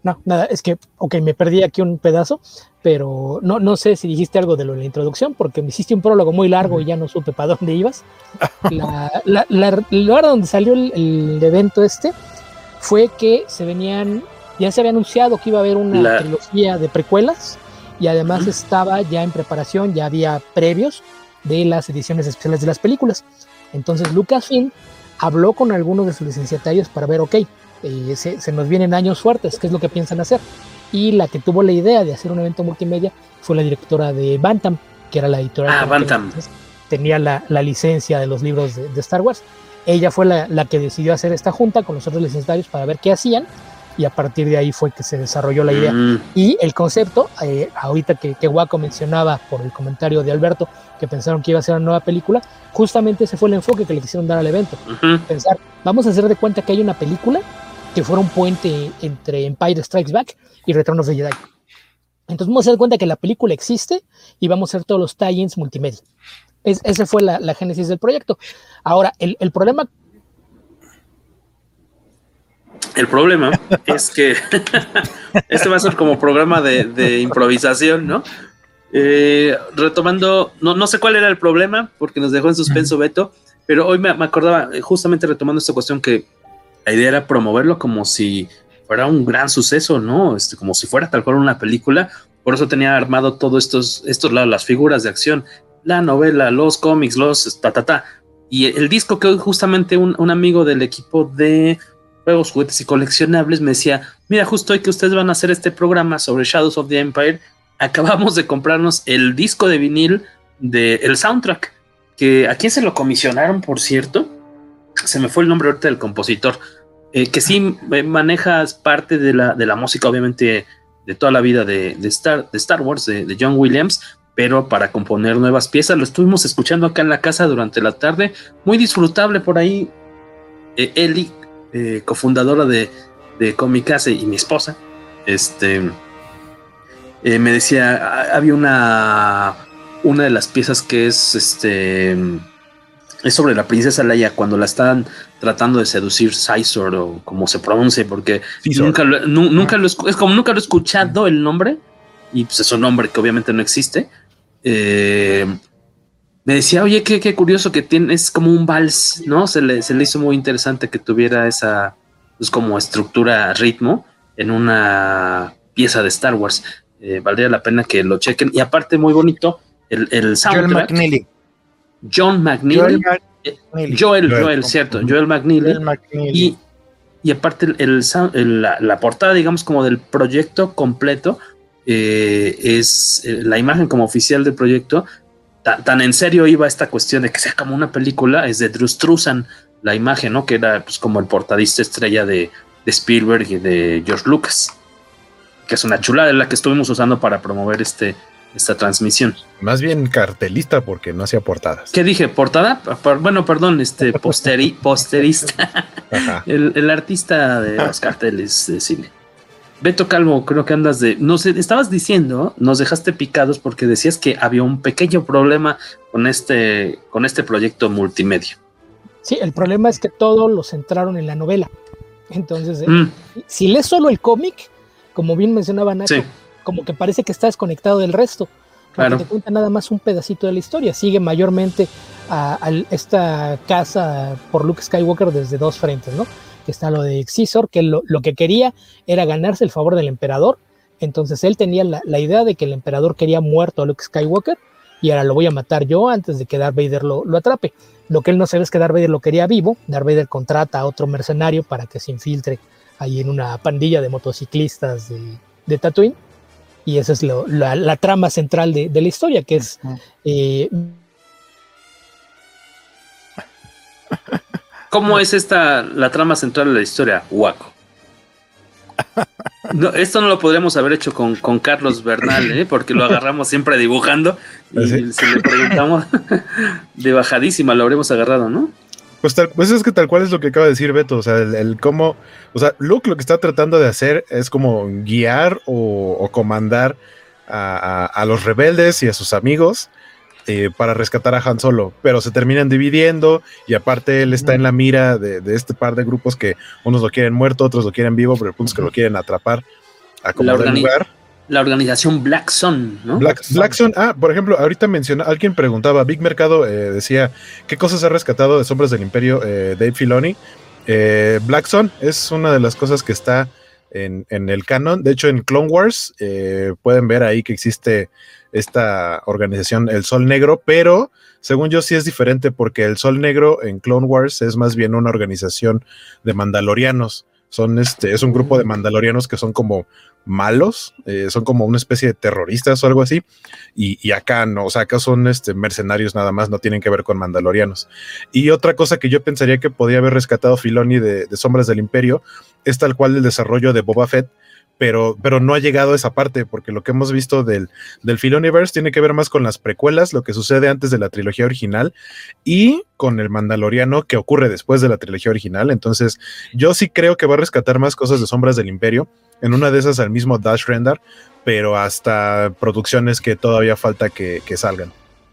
S16: no, nada, es que, ok, me perdí aquí un pedazo, pero no, no sé si dijiste algo de lo de la introducción, porque me hiciste un prólogo muy largo y ya no supe para dónde ibas. La, la, la, el lugar donde salió el, el evento este fue que se venían, ya se había anunciado que iba a haber una la... trilogía de precuelas, y además uh-huh. estaba ya en preparación, ya había previos de las ediciones especiales de las películas. Entonces Lucasfilm habló con algunos de sus licenciatarios para ver, ok, eh, se, se nos vienen años fuertes, ¿qué es lo que piensan hacer? Y la que tuvo la idea de hacer un evento multimedia fue la directora de Bantam, que era la editorial
S1: ah,
S16: que
S1: Bantam.
S16: tenía la, la licencia de los libros de, de Star Wars. Ella fue la, la que decidió hacer esta junta con los otros licenciatarios para ver qué hacían, y a partir de ahí fue que se desarrolló la idea. Mm. Y el concepto, eh, ahorita que, que Waco mencionaba por el comentario de Alberto, que pensaron que iba a ser una nueva película, justamente ese fue el enfoque que le quisieron dar al evento. Uh-huh. Pensar, vamos a hacer de cuenta que hay una película que fuera un puente entre Empire Strikes Back y Return of the Jedi. Entonces vamos a hacer de cuenta que la película existe y vamos a hacer todos los tie-ins multimedia. Es, esa fue la, la génesis del proyecto. Ahora, el, el problema...
S1: El problema es que este va a ser como programa de, de improvisación, ¿no? Eh, retomando, no, no sé cuál era el problema, porque nos dejó en suspenso Beto, pero hoy me, me acordaba, justamente retomando esta cuestión, que la idea era promoverlo como si fuera un gran suceso, ¿no? Este, como si fuera tal cual una película. Por eso tenía armado todo estos, estos las figuras de acción, la novela, los cómics, los ta, ta, ta. Y el disco que hoy justamente un, un amigo del equipo de juegos, juguetes y coleccionables me decía, mira, justo hoy que ustedes van a hacer este programa sobre Shadows of the Empire, acabamos de comprarnos el disco de vinil del soundtrack, que a quién se lo comisionaron, por cierto, se me fue el nombre ahorita del compositor, eh, que sí eh, manejas parte de la, de la música, obviamente, de toda la vida de, de, Star, de Star Wars, de, de John Williams, pero para componer nuevas piezas. Lo estuvimos escuchando acá en la casa durante la tarde, muy disfrutable por ahí. eh, Eli, eh, cofundadora de, de Comicase, y mi esposa, este... Eh, me decía, había una una de las piezas que es este es sobre la princesa Leia cuando la están tratando de seducir Sizor, o como se pronuncie, porque Sizor. nunca lo, nu, nunca lo es como nunca lo he escuchado el nombre, y pues es un nombre que obviamente no existe. Eh, me decía, oye, qué, qué curioso que tiene, es como un vals, ¿no? Se le, se le hizo muy interesante que tuviera esa, pues, como estructura, ritmo en una pieza de Star Wars. Eh, valdría la pena que lo chequen. Y aparte, muy bonito, el, el soundtrack.
S15: Joel McNeely.
S1: John McNeely. Joel, McNeely. Joel, Joel, Joel, cierto. Joel McNeely. Joel McNeely. Y, y aparte, el, el, el, la, la portada, digamos, como del proyecto completo, eh, es eh, la imagen como oficial del proyecto. Tan, tan en serio iba esta cuestión de que sea como una película, es de Drew Struzan, la imagen, ¿no? Que era pues como el portadista estrella de, de Spielberg y de George Lucas, que es una chulada, es la que estuvimos usando para promover este, esta transmisión.
S14: Más bien cartelista, porque no hacía portadas.
S1: ¿Qué dije? ¿Portada? Bueno, perdón, este posteri, posterista. el, el artista de los carteles de cine. Beto Calvo, creo que andas de... No sé, estabas diciendo, nos dejaste picados porque decías que había un pequeño problema con este, con este proyecto multimedia.
S16: Sí, el problema es que todo lo centraron en la novela. Entonces, eh, mm. si lees solo el cómic, como bien mencionaba Nacho, sí, como que parece que está desconectado del resto. Claro. Te cuenta nada más un pedacito de la historia. Sigue mayormente a, a esta casa por Luke Skywalker desde dos frentes, ¿no? Que está lo de Xizor, que lo, lo que quería era ganarse el favor del emperador. Entonces él tenía la, la idea de que el emperador quería muerto a Luke Skywalker, y ahora lo voy a matar yo antes de que Darth Vader lo, lo atrape. Lo que él no sabe es que Darth Vader lo quería vivo. Darth Vader contrata a otro mercenario para que se infiltre ahí en una pandilla de motociclistas de, de Tatooine, y esa es lo, la, la trama central de, de la historia, que es eh,
S1: ¿cómo es esta la trama central de la historia, Waco? No, esto no lo podríamos haber hecho con, con Carlos Bernal, ¿eh? Porque lo agarramos siempre dibujando, y ¿sí? Si le preguntamos de bajadísima lo habríamos agarrado, ¿no?
S14: Pues, tal, pues es que tal cual es lo que acaba de decir Beto, o sea, el, el cómo, o sea, Luke lo que está tratando de hacer es como guiar o, o comandar a, a, a los rebeldes y a sus amigos eh, para rescatar a Han Solo, pero se terminan dividiendo, y aparte él está en la mira de, de este par de grupos que unos lo quieren muerto, otros lo quieren vivo, pero el punto es que lo quieren atrapar. acomoda
S1: la
S14: el lugar.
S1: La organización Black Sun, ¿no?
S14: Black, Black Sun, ah, por ejemplo, ahorita menciona, alguien preguntaba, Big Mercado eh, decía, ¿qué cosas ha rescatado de Sombras del Imperio eh, Dave Filoni? Eh, Black Sun es una de las cosas que está en, en el canon. De hecho, en Clone Wars eh, pueden ver ahí que existe esta organización, el Sol Negro, pero según yo sí es diferente porque el Sol Negro en Clone Wars es más bien una organización de mandalorianos. Son este, es un grupo de mandalorianos que son como malos, eh, son como una especie de terroristas o algo así, y, y acá no, o sea, acá son este, mercenarios nada más, no tienen que ver con mandalorianos. Y otra cosa que yo pensaría que podía haber rescatado Filoni de, de Sombras del Imperio es tal cual el desarrollo de Boba Fett, pero, pero no ha llegado a esa parte, porque lo que hemos visto del, del Filoniverse tiene que ver más con las precuelas, lo que sucede antes de la trilogía original, y con el Mandaloriano que ocurre después de la trilogía original. Entonces, yo sí creo que va a rescatar más cosas de Sombras del Imperio, en una de esas al mismo Dash Rendar, pero hasta producciones que todavía falta que, que salgan.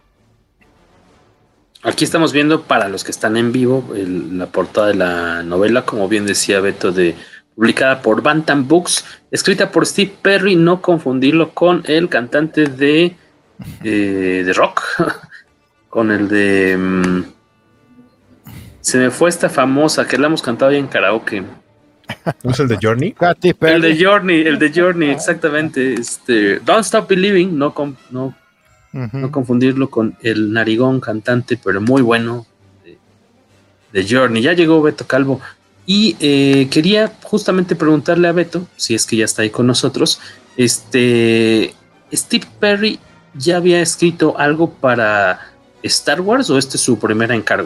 S1: Aquí estamos viendo, para los que están en vivo, el, la portada de la novela, como bien decía Beto, de publicada por Bantam Books, escrita por Steve Perry, no confundirlo con el cantante de, eh, de rock, con el de... Um, se me fue esta famosa, que la hemos cantado ya en karaoke.
S14: ¿No es el de Journey?
S1: El de Journey, el de Journey, exactamente. Este, Don't Stop Believing, no, com, no, uh-huh. no confundirlo con el narigón cantante, pero muy bueno, de, de Journey. Ya llegó Beto Calvo. Y eh, quería justamente preguntarle a Beto, si es que ya está ahí con nosotros, este, ¿Steve Perry ya había escrito algo para Star Wars o este es su primer encargo?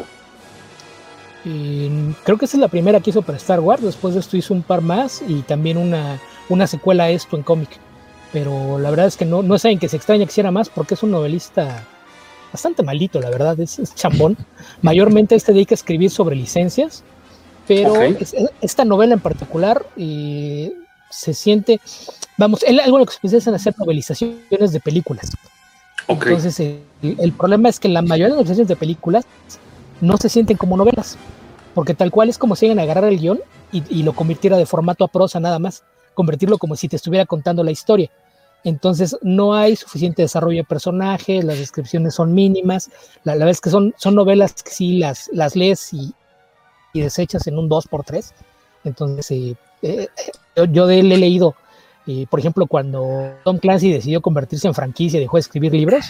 S16: Eh, creo que esta es la primera que hizo para Star Wars. Después de esto hizo un par más y también una, una secuela a esto en cómic. Pero la verdad es que no, no es alguien que se extraña que hiciera más, porque es un novelista bastante maldito, la verdad, es, es chambón. Mayormente él se dedica a escribir sobre licencias, pero okay. es, esta novela en particular eh, se siente, vamos, él algo lo que se especializa en hacer novelizaciones de películas. Okay. Entonces eh, el, el problema es que la mayoría de las novelizaciones de películas no se sienten como novelas, porque tal cual es como si alguien agarrara el guión y, y lo convirtiera de formato a prosa nada más, convertirlo como si te estuviera contando la historia. Entonces no hay suficiente desarrollo de personajes, las descripciones son mínimas, la, la verdad es que son, son novelas que sí las, las lees y, y desechas en un dos por tres. Entonces eh, eh, yo, yo de él he leído, eh, por ejemplo, cuando Tom Clancy decidió convertirse en franquicia y dejó de escribir libros,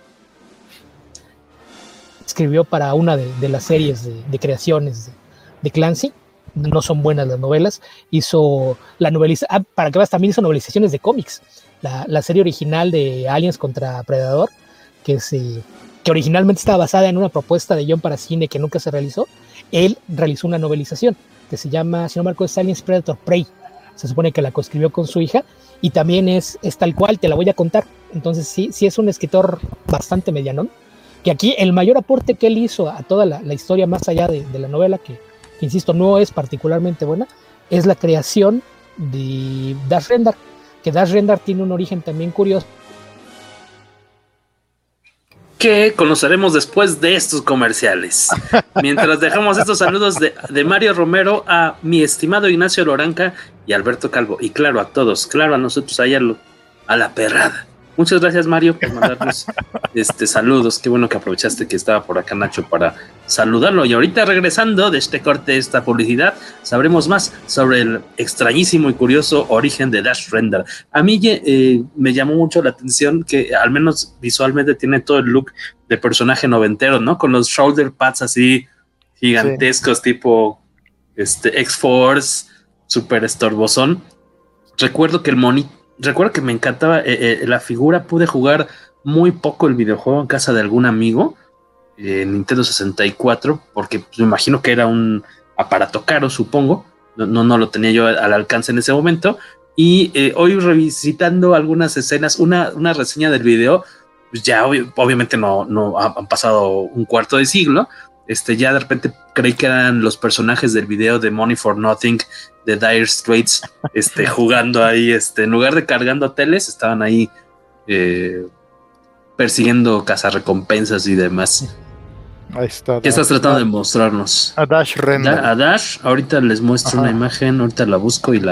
S16: escribió para una de, de las series de, de creaciones de, de Clancy. No son buenas las novelas. Hizo la novelización, ah, para que veas, también hizo novelizaciones de cómics. La, la serie original de Aliens contra Predator, que, es, eh, que originalmente estaba basada en una propuesta de guión para cine que nunca se realizó. Él realizó una novelización que se llama, si no me acuerdo, es Aliens Predator Prey. Se supone que la coescribió con su hija y también es, es tal cual, te la voy a contar. Entonces sí, sí es un escritor bastante medianón, que aquí el mayor aporte que él hizo a toda la, la historia, más allá de, de la novela, que, que insisto, no es particularmente buena, es la creación de Dash Rendar, que Dash Rendar tiene un origen también curioso,
S1: que conoceremos después de estos comerciales. Mientras dejamos estos saludos de, de Mario Romero a mi estimado Ignacio Loranca y Alberto Calvo, y claro a todos, claro a nosotros, allá lo, a la perrada. Muchas gracias, Mario, por mandarnos este, saludos. Qué bueno que aprovechaste que estaba por acá Nacho para saludarlo. Y ahorita, regresando de este corte, esta publicidad, sabremos más sobre el extrañísimo y curioso origen de Dash Rendar. A mí eh, me llamó mucho la atención que al menos visualmente tiene todo el look de personaje noventero, ¿no? Con los shoulder pads así gigantescos, sí. Tipo este, X-Force, súper estorbosón. Recuerdo que el monito Recuerdo que me encantaba eh, eh, la figura. Pude jugar muy poco el videojuego en casa de algún amigo en eh, Nintendo sesenta y cuatro, porque pues, me imagino que era un aparato caro, supongo. No, no, no lo tenía yo al alcance en ese momento. Y eh, hoy revisitando algunas escenas, una, una reseña del video, pues ya ob- obviamente no, no han pasado un cuarto de siglo. Este, ya de repente creí que eran los personajes del video de Money for Nothing de Dire Straits, este, jugando ahí, este, en lugar de cargando teles, estaban ahí eh, persiguiendo cazarrecompensas y demás.
S15: Ahí está.
S1: ¿Qué estás tratando Dash, de mostrarnos?
S15: A Dash Rendar.
S1: Da, a Dash, ahorita les muestro Ajá. una imagen, ahorita la busco y la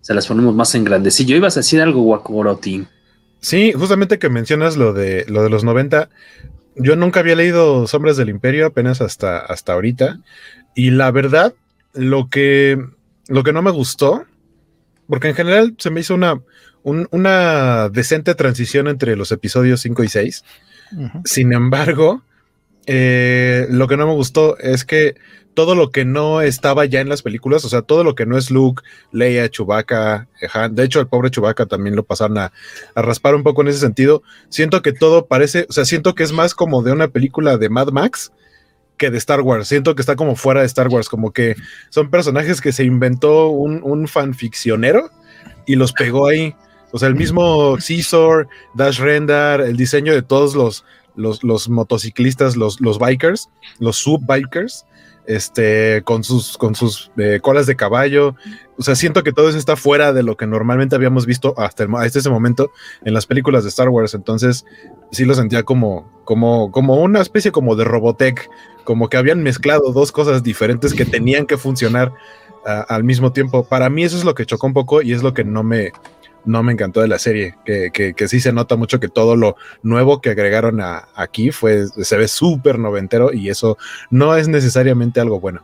S1: se las ponemos más en grandecillo. ¿Ibas a decir algo, Guacoroti?
S14: Sí, justamente que mencionas lo de lo de los noventa, yo nunca había leído Sombras del Imperio, apenas hasta, hasta ahorita, y la verdad, lo que, lo que no me gustó, porque en general se me hizo una, un, una decente transición entre los episodios cinco y seis, uh-huh. Sin embargo, eh, lo que no me gustó es que todo lo que no estaba ya en las películas, o sea, todo lo que no es Luke, Leia, Chewbacca, Han, de hecho el pobre Chewbacca también lo pasaron a, a raspar un poco en ese sentido, siento que todo parece, o sea, siento que es más como de una película de Mad Max que de Star Wars, siento que está como fuera de Star Wars, como que son personajes que se inventó un, un fanficcionero y los pegó ahí, o sea, el mismo Caesar, Dash Rendar, el diseño de todos los, los, los motociclistas, los, los bikers, los sub-bikers, Este, con sus, con sus eh, colas de caballo, o sea, siento que todo eso está fuera de lo que normalmente habíamos visto hasta, el, hasta ese momento en las películas de Star Wars, entonces sí lo sentía como, como, como una especie como de Robotech, como que habían mezclado dos cosas diferentes que tenían que funcionar uh, al mismo tiempo. Para mí eso es lo que chocó un poco y es lo que no me, no me encantó de la serie, que, que, que sí se nota mucho que todo lo nuevo que agregaron a, aquí fue, se ve súper noventero y eso no es necesariamente algo bueno.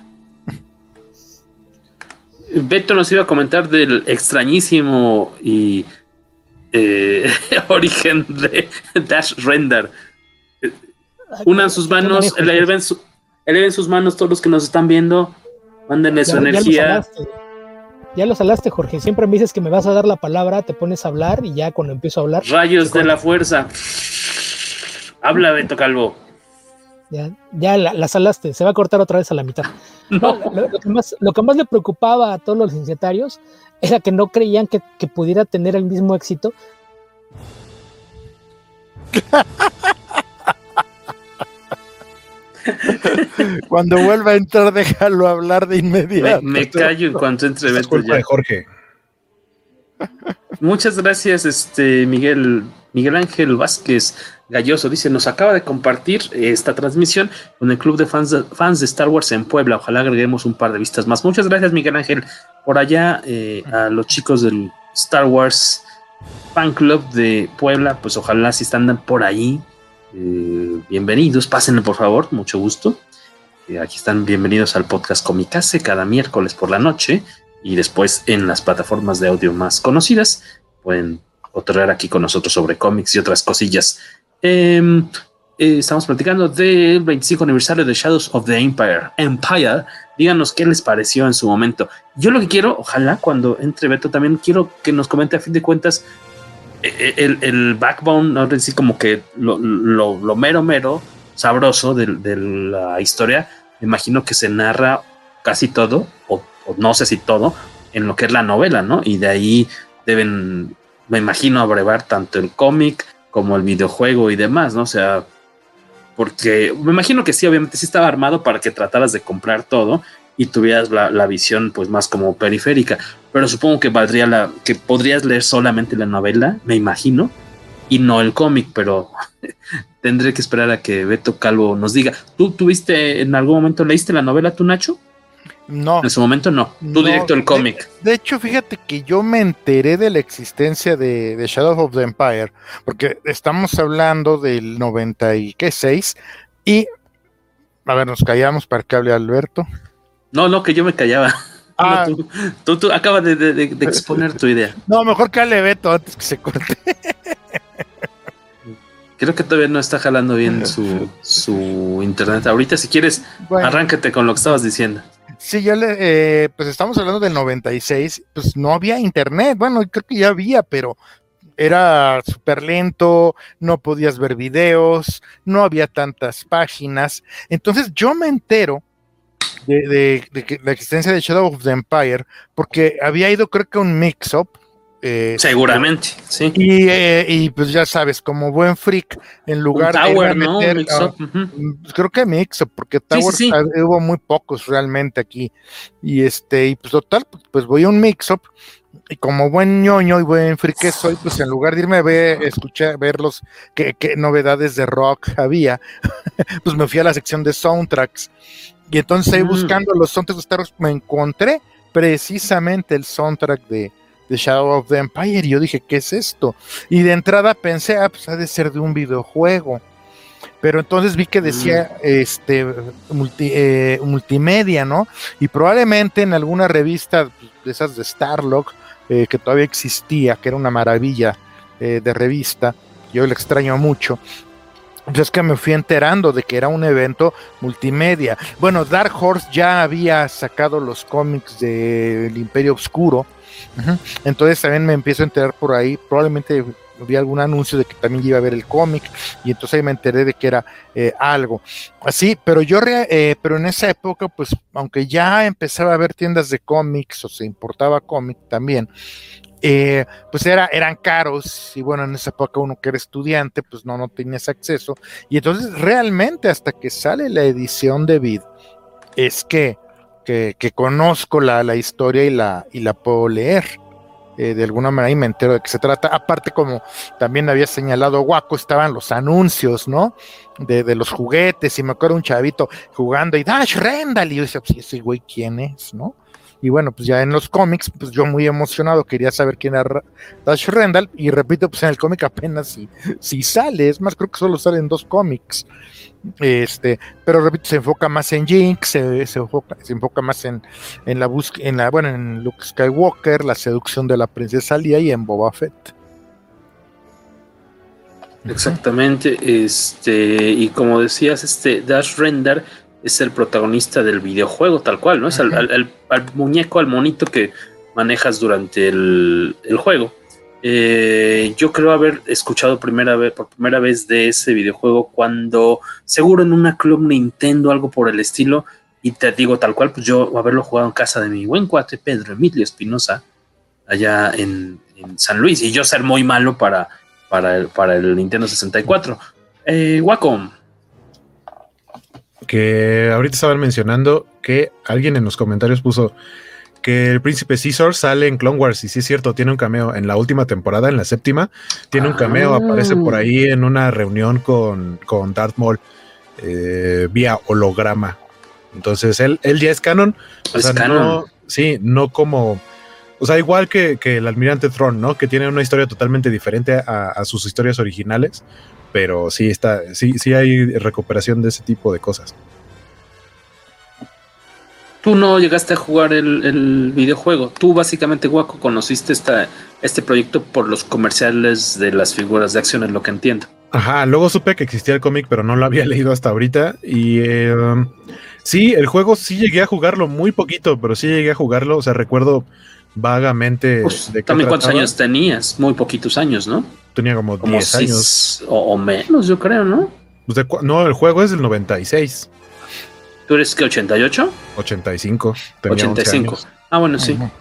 S1: Beto nos iba a comentar del extrañísimo y eh, origen de Dash Rendar. Unan sus manos, eleven, su, eleven sus manos todos los que nos están viendo, mándenle su ya, energía.
S16: Ya Ya lo salaste, Jorge. Siempre me dices que me vas a dar la palabra, te pones a hablar y ya cuando empiezo a hablar...
S1: Rayos de la fuerza. Habla, Beto Calvo.
S16: Ya, ya la, la salaste. Se va a cortar otra vez a la mitad. No. No, lo, lo, que más, lo que más le preocupaba a todos los licenciatarios era que no creían que, que pudiera tener el mismo éxito.
S15: Cuando vuelva a entrar, déjalo hablar de inmediato.
S1: Me, me callo en cuanto entre Beto ya.
S14: De Jorge.
S1: Muchas gracias, este Miguel Miguel Ángel Vázquez Galloso. Dice, nos acaba de compartir esta transmisión con el club de fans de, fans de Star Wars en Puebla. Ojalá agreguemos un par de vistas más. Muchas gracias, Miguel Ángel. Por allá, eh, a los chicos del Star Wars Fan Club de Puebla, pues ojalá si están por ahí. Eh, bienvenidos, pásenle por favor, mucho gusto. Eh, aquí están bienvenidos al podcast Comicase cada miércoles por la noche y después en las plataformas de audio más conocidas pueden otorgar aquí con nosotros sobre cómics y otras cosillas. Eh, eh, estamos platicando del veinticinco aniversario de Shadows of the Empire. Empire. Díganos qué les pareció en su momento. Yo lo que quiero, ojalá cuando entre Beto también quiero que nos comente a fin de cuentas El, el backbone, ahora sí como que lo, lo, lo mero mero sabroso de, de la historia, me imagino que se narra casi todo, o, o no sé si todo, en lo que es la novela, ¿no? Y de ahí deben, me imagino, abrevar tanto el cómic como el videojuego y demás, ¿no? O sea, porque me imagino que sí, obviamente sí estaba armado para que trataras de comprar todo y tuvieras la, la visión pues más como periférica, pero supongo que valdría la, que podrías leer solamente la novela, me imagino, y no el cómic, pero tendré que esperar a que Beto Calvo nos diga. ¿Tú tuviste en algún momento, leíste la novela tú, Nacho?
S15: No.
S1: En su momento no, tú no, directo el cómic.
S15: De, de hecho, fíjate que yo me enteré de la existencia de, de Shadows of the Empire, porque estamos hablando del noventa y seis, y a ver, nos callamos para que hable Alberto.
S1: No, no, que yo me callaba. Ah, no, tú, tú, tú acabas de, de, de exponer tu idea.
S15: No, mejor que hable Beto antes que se corte.
S1: Creo que todavía no está jalando bien su, su internet. Ahorita, si quieres, bueno, arráncate con lo que estabas diciendo.
S15: Sí, ya le, eh, pues estamos hablando del noventa y seis, pues no había internet. Bueno, creo que ya había, pero era súper lento, no podías ver videos, no había tantas páginas. Entonces yo me entero De, de, de que la existencia de Shadow of the Empire, porque había ido creo que un mix-up.
S1: Eh, Seguramente, sí.
S15: Y, eh, y pues ya sabes, como buen freak, en lugar
S1: un Tower,
S15: de
S1: ¿no?
S15: meter,
S1: Mix-up,
S15: uh,
S1: uh-huh.
S15: creo que mix-up, porque Tower sí, sí, sí. hubo muy pocos realmente aquí. Y este, y pues total, pues, pues voy a un mix-up. Y como buen ñoño y buen freak que soy, pues en lugar de irme a ver, escuchar, ver los qué, qué novedades de rock había, pues me fui a la sección de soundtracks. Y entonces ahí mm. buscando los soundtracks de Star Wars me encontré precisamente el soundtrack de, de Shadow of the Empire, y yo dije, ¿qué es esto? Y de entrada pensé, ah, pues ha de ser de un videojuego, pero entonces vi que decía mm. este multi, eh, multimedia, ¿no? Y probablemente en alguna revista de esas de Starlog, eh, que todavía existía, que era una maravilla eh, de revista, yo la extraño mucho. Entonces que me fui enterando de que era un evento multimedia. Bueno, Dark Horse ya había sacado los cómics del Imperio Oscuro, uh-huh. Entonces también me empiezo a enterar por ahí, probablemente vi algún anuncio de que también iba a ver el cómic, y entonces ahí me enteré de que era eh, algo así, pero yo re, eh, pero en esa época, pues aunque ya empezaba a haber tiendas de cómics o se importaba cómic también, Eh, pues era, eran caros, y bueno, en esa época uno que era estudiante, pues no, no tenías acceso, y entonces realmente hasta que sale la edición de Vid, es que, que, que conozco la, la historia y la, y la puedo leer, eh, de alguna manera, y me entero de qué se trata. Aparte, como también había señalado Waco, estaban los anuncios, ¿no? De, de los juguetes, y me acuerdo un chavito jugando, y Dash Rendall, y yo decía, pues ese güey, ¿quién es, no? Y bueno, pues ya en los cómics, pues yo muy emocionado quería saber quién era Dash Rendall, y repito, pues en el cómic apenas si, si sale, es más, creo que solo salen dos cómics, este, pero repito, se enfoca más en Jinx, se, se, enfoca, se enfoca más en, en la búsqueda, en la, bueno, en Luke Skywalker, la seducción de la princesa Leia, y en Boba Fett.
S1: Exactamente, este, y como decías, este Dash Rendall es el protagonista del videojuego, tal cual, ¿no? Es al, al, al muñeco, al monito que manejas durante el, el juego. Eh, yo creo haber escuchado primera vez, por primera vez de ese videojuego cuando, seguro en una Club Nintendo, algo por el estilo, y te digo tal cual, pues yo haberlo jugado en casa de mi buen cuate Pedro Emilio Espinosa, allá en, en San Luis, y yo ser muy malo para, para, el, para el Nintendo sesenta y cuatro. Eh, Wacom.
S14: Que ahorita estaban mencionando que alguien en los comentarios puso que el príncipe Caesar sale en Clone Wars, y sí es cierto, tiene un cameo en la última temporada, en la séptima, tiene ah. un cameo, aparece por ahí en una reunión con, con Darth Maul, eh, vía holograma. Entonces él, él ya es canon, o sea, canon. No, sí, no como, o sea, igual que, que el almirante Thrawn, ¿no? Que tiene una historia totalmente diferente a, a sus historias originales. Pero sí está, sí, sí hay recuperación de ese tipo de cosas.
S1: Tú no llegaste a jugar el, el videojuego. Tú básicamente, Waco, conociste esta, este proyecto por los comerciales de las figuras de acción, es lo que entiendo.
S14: Ajá, luego supe que existía el cómic, pero no lo había leído hasta ahorita. Y eh, um, sí, el juego sí llegué a jugarlo muy poquito, pero sí llegué a jugarlo. O sea, recuerdo vagamente.
S1: Pues, de qué también trataba. ¿Cuántos años tenías? Muy poquitos años, ¿no?
S14: Tenía como, como diez seis, años.
S1: O, o menos, yo creo, ¿no?
S14: Pues de, no, el juego es del noventa y seis.
S1: ¿Tú eres qué, ochenta y ocho?
S14: ochenta y cinco.
S1: ochenta y cinco. Ah, bueno, sí. Uh-huh.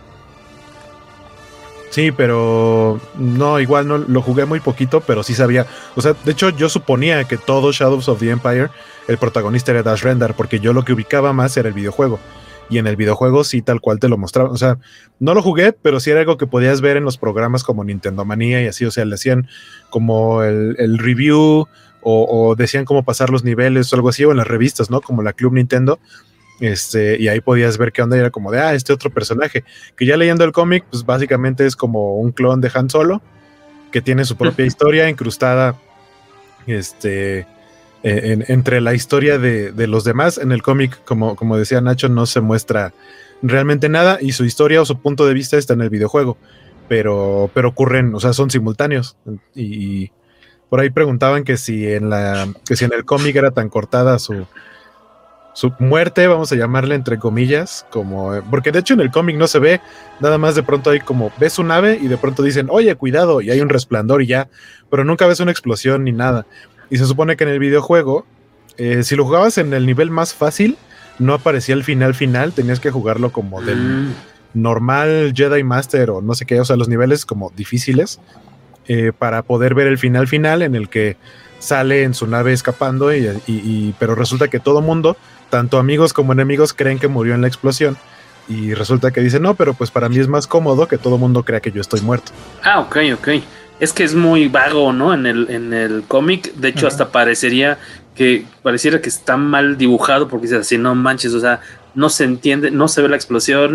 S14: Sí, pero no, igual no lo jugué muy poquito, pero sí sabía. O sea, de hecho, yo suponía que todo Shadows of the Empire, el protagonista era Dash Rendall, porque yo lo que ubicaba más era el videojuego. Y en el videojuego sí tal cual te lo mostraban, o sea, no lo jugué, pero sí era algo que podías ver en los programas como Nintendo Manía y así, o sea, le hacían como el, el review o, o decían cómo pasar los niveles o algo así, o en las revistas, ¿no? Como la Club Nintendo, este, y ahí podías ver qué onda, y era como de, ah, este otro personaje, que ya leyendo el cómic, pues básicamente es como un clon de Han Solo, que tiene su propia historia incrustada, este... En, entre la historia de, de los demás. En el cómic, como, como decía Nacho, no se muestra realmente nada, y su historia o su punto de vista está en el videojuego, pero, pero ocurren, o sea, son simultáneos, y, y por ahí preguntaban que si en la que si en el cómic era tan cortada su su muerte, vamos a llamarle entre comillas, como porque de hecho en el cómic no se ve, nada más de pronto hay como, ves su nave y de pronto dicen, oye, cuidado, y hay un resplandor y ya, pero nunca ves una explosión ni nada. Y se supone que en el videojuego, eh, si lo jugabas en el nivel más fácil, no aparecía el final final, tenías que jugarlo como del mm. normal Jedi Master o no sé qué, o sea, los niveles como difíciles, eh, para poder ver el final final en el que sale en su nave escapando, y, y, y, pero resulta que todo mundo, tanto amigos como enemigos, creen que murió en la explosión, y resulta que dice, no, pero pues para mí es más cómodo que todo mundo crea que yo estoy muerto.
S1: Ah, ok, ok. Es que es muy vago, ¿no? En el, en el cómic, de hecho, uh-huh. hasta parecería que pareciera que está mal dibujado, porque dice así, no manches, o sea, no se entiende, no se ve la explosión,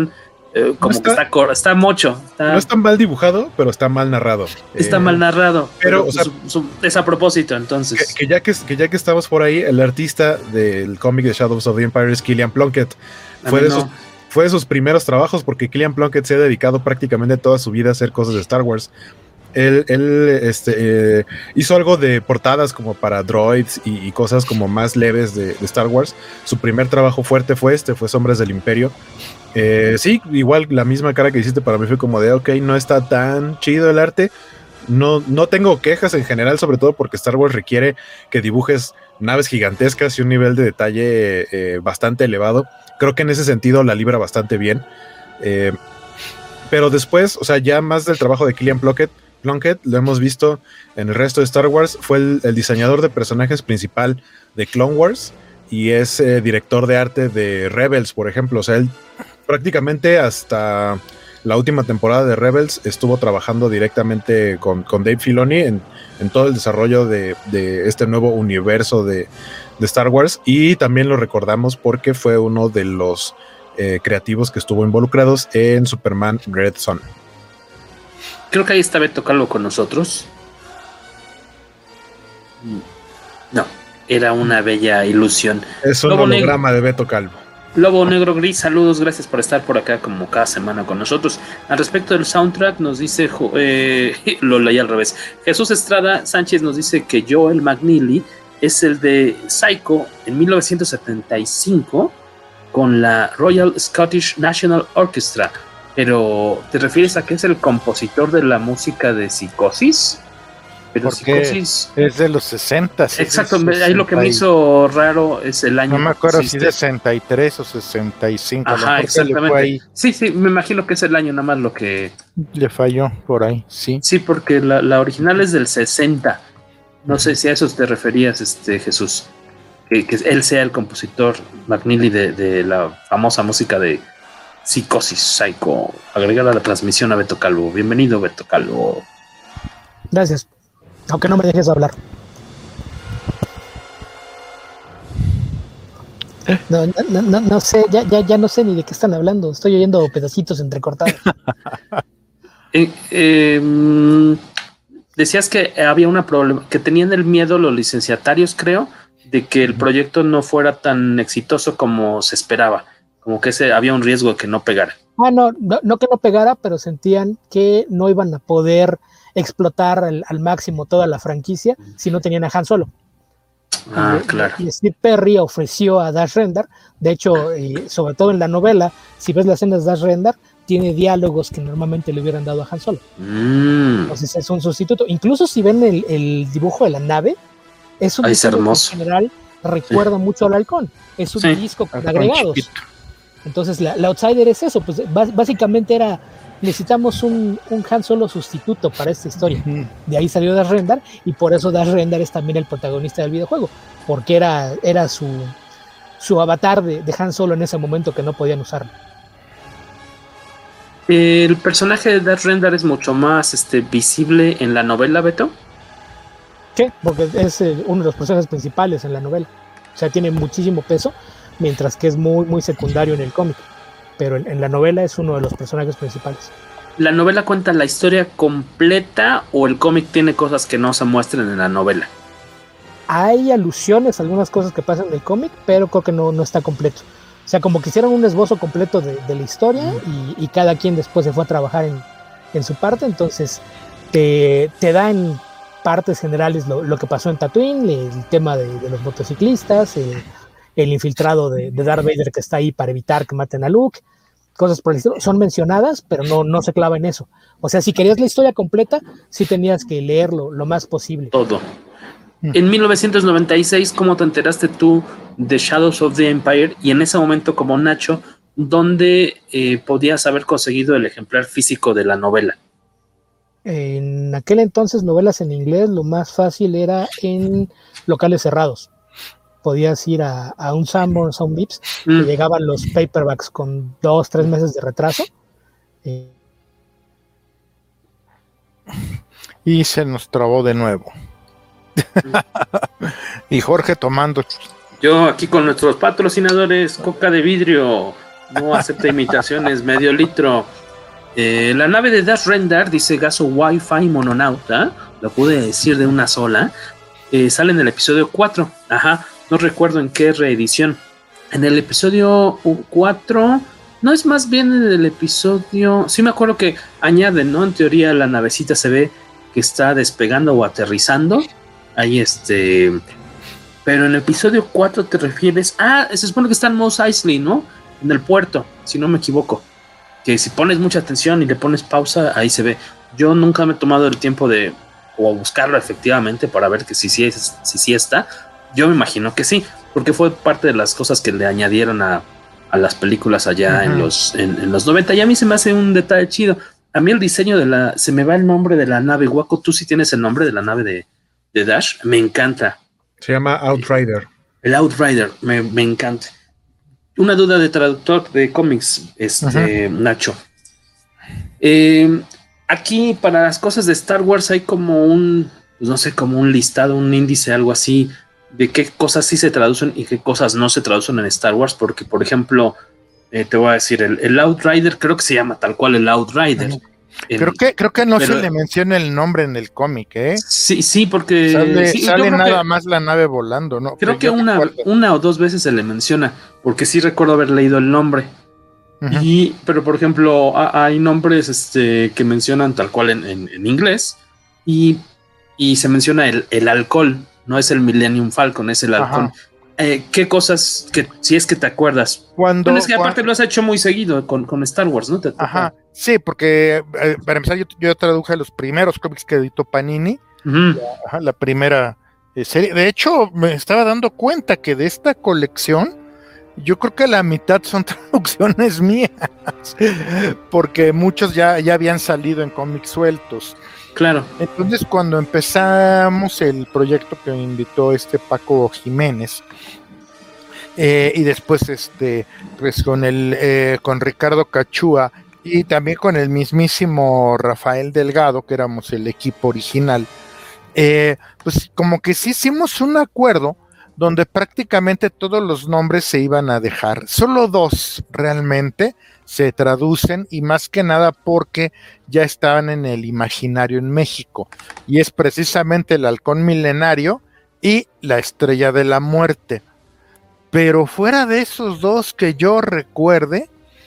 S1: eh, como
S14: no está,
S1: que está, está mocho. Está,
S14: no está mal dibujado, pero está mal narrado.
S1: Está eh, mal narrado, pero, pero o sea, su, su, es a propósito, entonces.
S14: Que, que, ya que, que ya que estamos por ahí, el artista del cómic de Shadows of the Empire es Killian Plunkett. Fue de, no. sus, fue de sus primeros trabajos, porque Killian Plunkett se ha dedicado prácticamente toda su vida a hacer cosas de Star Wars. Él, él este, eh, hizo algo de portadas como para droids y, y cosas como más leves de, de Star Wars. Su primer trabajo fuerte fue este, fue Sombras del Imperio. Eh, sí, igual la misma cara que hiciste para mí fue como de, ok, no está tan chido el arte. No, no tengo quejas en general, sobre todo porque Star Wars requiere que dibujes naves gigantescas y un nivel de detalle eh, bastante elevado. Creo que en ese sentido la libra bastante bien. Eh, pero después, o sea, ya más del trabajo de Killian Plunkett, Plunkett, lo hemos visto en el resto de Star Wars. Fue el, el diseñador de personajes principal de Clone Wars y es eh, director de arte de Rebels, por ejemplo. O sea, él prácticamente hasta la última temporada de Rebels estuvo trabajando directamente con, con Dave Filoni en, en todo el desarrollo de, de este nuevo universo de, de Star Wars, y también lo recordamos porque fue uno de los eh, creativos que estuvo involucrados en Superman Red Son.
S1: Creo que ahí está Beto Calvo con nosotros. No, era una bella ilusión.
S14: Es un Lobo holograma negro. de Beto Calvo.
S1: Lobo Negro Gris, saludos, gracias por estar por acá como cada semana con nosotros. Al respecto del soundtrack nos dice, eh, lo leí al revés, Jesús Estrada Sánchez nos dice que Joel McNeely es el de Psycho en mil novecientos setenta y cinco con la Royal Scottish National Orchestra. Pero, ¿te refieres a que es el compositor de la música de Psicosis? Pero
S15: porque
S1: Psicosis
S15: es de los sesenta.
S1: Exacto, ahí lo que me hizo raro es el año.
S15: No me acuerdo si de sesenta y tres o sesenta y cinco.
S1: Ajá, exactamente. Sí, sí, me imagino que es el año nada más lo que...
S15: Le falló por ahí, sí.
S1: Sí, porque la, la original es del sesenta. No sé si a eso te referías, este Jesús. Que, que él sea el compositor, McNeely, de, de la famosa música de Psicosis, Psycho. Agregar a la transmisión a Beto Calvo. Bienvenido, Beto Calvo.
S16: Gracias. Aunque no me dejes hablar. No, no, no, no sé, ya, ya, ya no sé ni de qué están hablando. Estoy oyendo pedacitos entrecortados.
S1: eh, eh, decías que había una problema, que tenían el miedo los licenciatarios, creo, de que el proyecto no fuera tan exitoso como se esperaba. Como que ese, había un riesgo de que no pegara.
S16: Ah, no, no, no que no pegara, pero sentían que no iban a poder explotar al, al máximo toda la franquicia si no tenían a Han Solo.
S1: Ah,
S16: y,
S1: claro.
S16: Y Steve Perry ofreció a Dash Rendar, de hecho, y sobre todo en la novela, si ves las escenas de Dash Rendar, tiene diálogos que normalmente le hubieran dado a Han Solo.
S1: Mm.
S16: Entonces es un sustituto. Incluso si ven el, el dibujo de la nave, es un
S1: Ay,
S16: dibujo
S1: es hermoso.
S16: que en general recuerda sí. mucho al halcón. Es un sí. disco con agregados. Chiquito. Entonces la, la Outsider es eso, pues básicamente era, necesitamos un, un Han Solo sustituto para esta historia. Uh-huh. De ahí salió Dash Rendar, y por eso Dash Rendar es también el protagonista del videojuego, porque era, era su, su avatar de, de Han Solo en ese momento que no podían usarlo.
S1: El personaje de Dash Rendar es mucho más este, visible en la novela, Beto.
S16: Sí, porque es eh, uno de los personajes principales en la novela. O sea, tiene muchísimo peso, mientras que es muy, muy secundario en el cómic. Pero en, en la novela es uno de los personajes principales.
S1: ¿La novela cuenta la historia completa o el cómic tiene cosas que no se muestran en la novela?
S16: Hay alusiones a algunas cosas que pasan en el cómic, pero creo que no, no está completo. O sea, como que hicieron un esbozo completo de, de la historia y, y cada quien después se fue a trabajar en, en su parte. Entonces te, te dan partes generales lo, lo que pasó en Tatooine, el tema de, de los motociclistas, el, el infiltrado de, de Darth Vader que está ahí para evitar que maten a Luke, cosas por el estilo, son mencionadas, pero no, no se clava en eso. O sea, si querías la historia completa, sí tenías que leerlo lo más posible.
S1: Todo. En mil novecientos noventa y seis, ¿cómo te enteraste tú de Shadows of the Empire? Y en ese momento, como Nacho, ¿dónde eh, podías haber conseguido el ejemplar físico de la novela?
S16: En aquel entonces, novelas en inglés, lo más fácil era en locales cerrados. Podías ir a, a un Sanborns, a un Vips, mm. y llegaban los paperbacks con dos, tres meses de retraso. Eh.
S15: Y se nos trabó de nuevo. Y Jorge tomando.
S1: Yo aquí con nuestros patrocinadores, Coca de Vidrio, No acepta imitaciones, medio litro. Eh, la nave de Dash Rendar, dice Gaso Wi-Fi Mononauta, lo pude decir de una sola. Eh, sale en el episodio cuatro. Ajá, no recuerdo en qué reedición. En el episodio cuatro, no es más bien en el episodio. Sí, me acuerdo que añaden, ¿no? En teoría, la navecita se ve que está despegando o aterrizando. Ahí este. Pero en el episodio cuatro te refieres. Ah, se supone que está en Mos Eisley, ¿no? En el puerto, si no me equivoco. Que si pones mucha atención y le pones pausa, ahí se ve. Yo nunca me he tomado el tiempo de o buscarlo efectivamente para ver que si sí si, si, si está. Yo me imagino que sí, porque fue parte de las cosas que le añadieron a, a las películas allá uh-huh. en los en, en los noventa. Y a mí se me hace un detalle chido. A mí el diseño de la... Se me va el nombre de la nave. Guaco, tú sí tienes el nombre de la nave de, de Dash. Me encanta.
S14: Se llama Outrider.
S1: El Outrider, me, me encanta. Una duda de traductor de cómics, este, uh-huh. Nacho. Eh, aquí para las cosas de Star Wars hay como un, pues no sé, como un listado, un índice, algo así, de qué cosas sí se traducen y qué cosas no se traducen en Star Wars, porque por ejemplo, eh, te voy a decir, el, el Outrider creo que se llama tal cual el Outrider. Uh-huh. En,
S15: creo que creo que no pero, se le menciona el nombre en el cómic, ¿eh?
S1: Sí, sí, porque
S15: sale,
S1: sí,
S15: sale nada más la nave volando, ¿no?
S1: Creo que una, una o dos veces se le menciona, porque sí recuerdo haber leído el nombre. Uh-huh. Y, pero por ejemplo, a, hay nombres este, que mencionan tal cual en, en, en inglés, y, y se menciona el, el alcohol, no es el Millennium Falcon, es el halcón. Eh, ¿Qué cosas, que si es que te acuerdas?
S15: Cuando,
S1: bueno, es que aparte
S15: cuando,
S1: lo has hecho muy seguido con, con Star Wars, ¿no? Te,
S15: ajá, sí, porque eh, para empezar yo, yo traduje los primeros cómics que editó Panini, uh-huh. la, ajá, la primera eh, serie. De hecho, me estaba dando cuenta que de esta colección, yo creo que la mitad son traducciones mías, porque muchos ya, ya habían salido en cómics sueltos.
S1: Claro.
S15: Entonces, cuando empezamos el proyecto que me invitó este Paco Jiménez, eh, y después este, pues con el eh, con Ricardo Cachúa y también con el mismísimo Rafael Delgado, que éramos el equipo original, eh, pues como que sí hicimos un acuerdo donde prácticamente todos los nombres se iban a dejar. Solo dos realmente se traducen, y más que nada porque ya estaban en el imaginario en México, y es precisamente el halcón milenario y la estrella de la muerte. Pero fuera de esos dos que yo recuerde,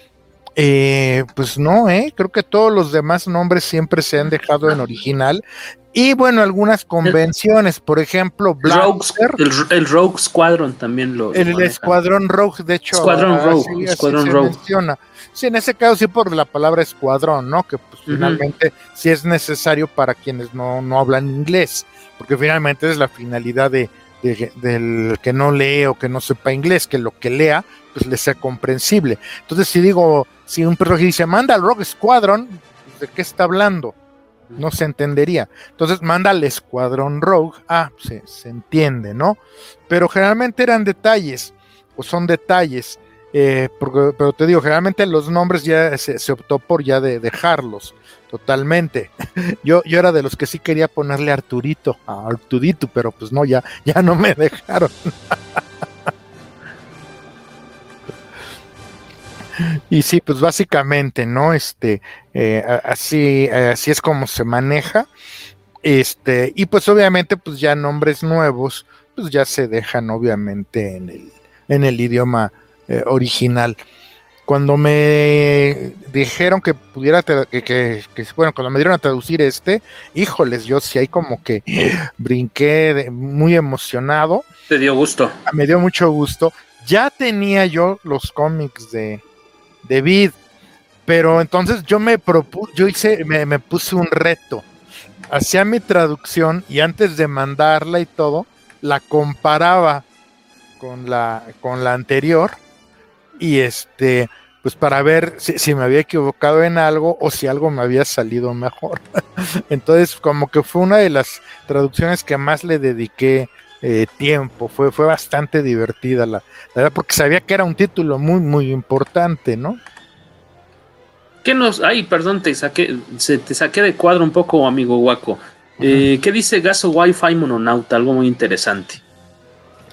S15: eh, pues no, eh, creo que todos los demás nombres siempre se han dejado en original. Y bueno, algunas convenciones, por ejemplo,
S1: Rogues, el, el Rogue Squadron también lo.
S15: El maneja. Escuadrón Rogue, de hecho.
S1: Escuadrón ah, Rogue.
S15: Sí,
S1: Escuadrón
S15: se
S1: Rogue.
S15: menciona. Sí, en ese caso sí por la palabra escuadrón, ¿no? Que pues uh-huh. finalmente sí es necesario para quienes no, no hablan inglés, porque finalmente es la finalidad de, de, del que no lee o que no sepa inglés, que lo que lea pues le sea comprensible. Entonces si digo, si un personaje dice, manda al Rogue Squadron, ¿de qué está hablando? No se entendería. Entonces manda al Escuadrón Rogue, ah, se, se entiende, ¿no? Pero generalmente eran detalles, o son detalles, eh, porque, pero te digo, generalmente los nombres ya se, se optó por ya de dejarlos totalmente. Yo, yo era de los que sí quería ponerle Arturito, a Arturito, pero pues no, ya, ya no me dejaron. Y sí, pues básicamente, ¿no? Este, eh, así, así es como se maneja. Este, y pues obviamente, pues ya nombres nuevos, pues ya se dejan obviamente en el, en el idioma eh, original. Cuando me dijeron que pudiera, que, que, que, bueno, cuando me dieron a traducir este, híjoles, yo sí ahí como que brinqué de, muy emocionado.
S1: Te dio gusto.
S15: Me dio mucho gusto. Ya tenía yo los cómics de de Vid, pero entonces yo me propuse, yo hice, me, me puse un reto, hacía mi traducción y antes de mandarla y todo, la comparaba con la, con la anterior, y este, pues para ver si, si me había equivocado en algo o si algo me había salido mejor. Entonces como que fue una de las traducciones que más le dediqué Eh, tiempo, fue, fue bastante divertida la, la verdad, porque sabía que era un título muy, muy importante, ¿no?
S1: ¿Qué nos, ay, perdón, te saqué, se, te saqué de cuadro un poco, amigo Guaco. Uh-huh. Eh, ¿Qué dice Gaso Wi-Fi Mononauta? Algo muy interesante.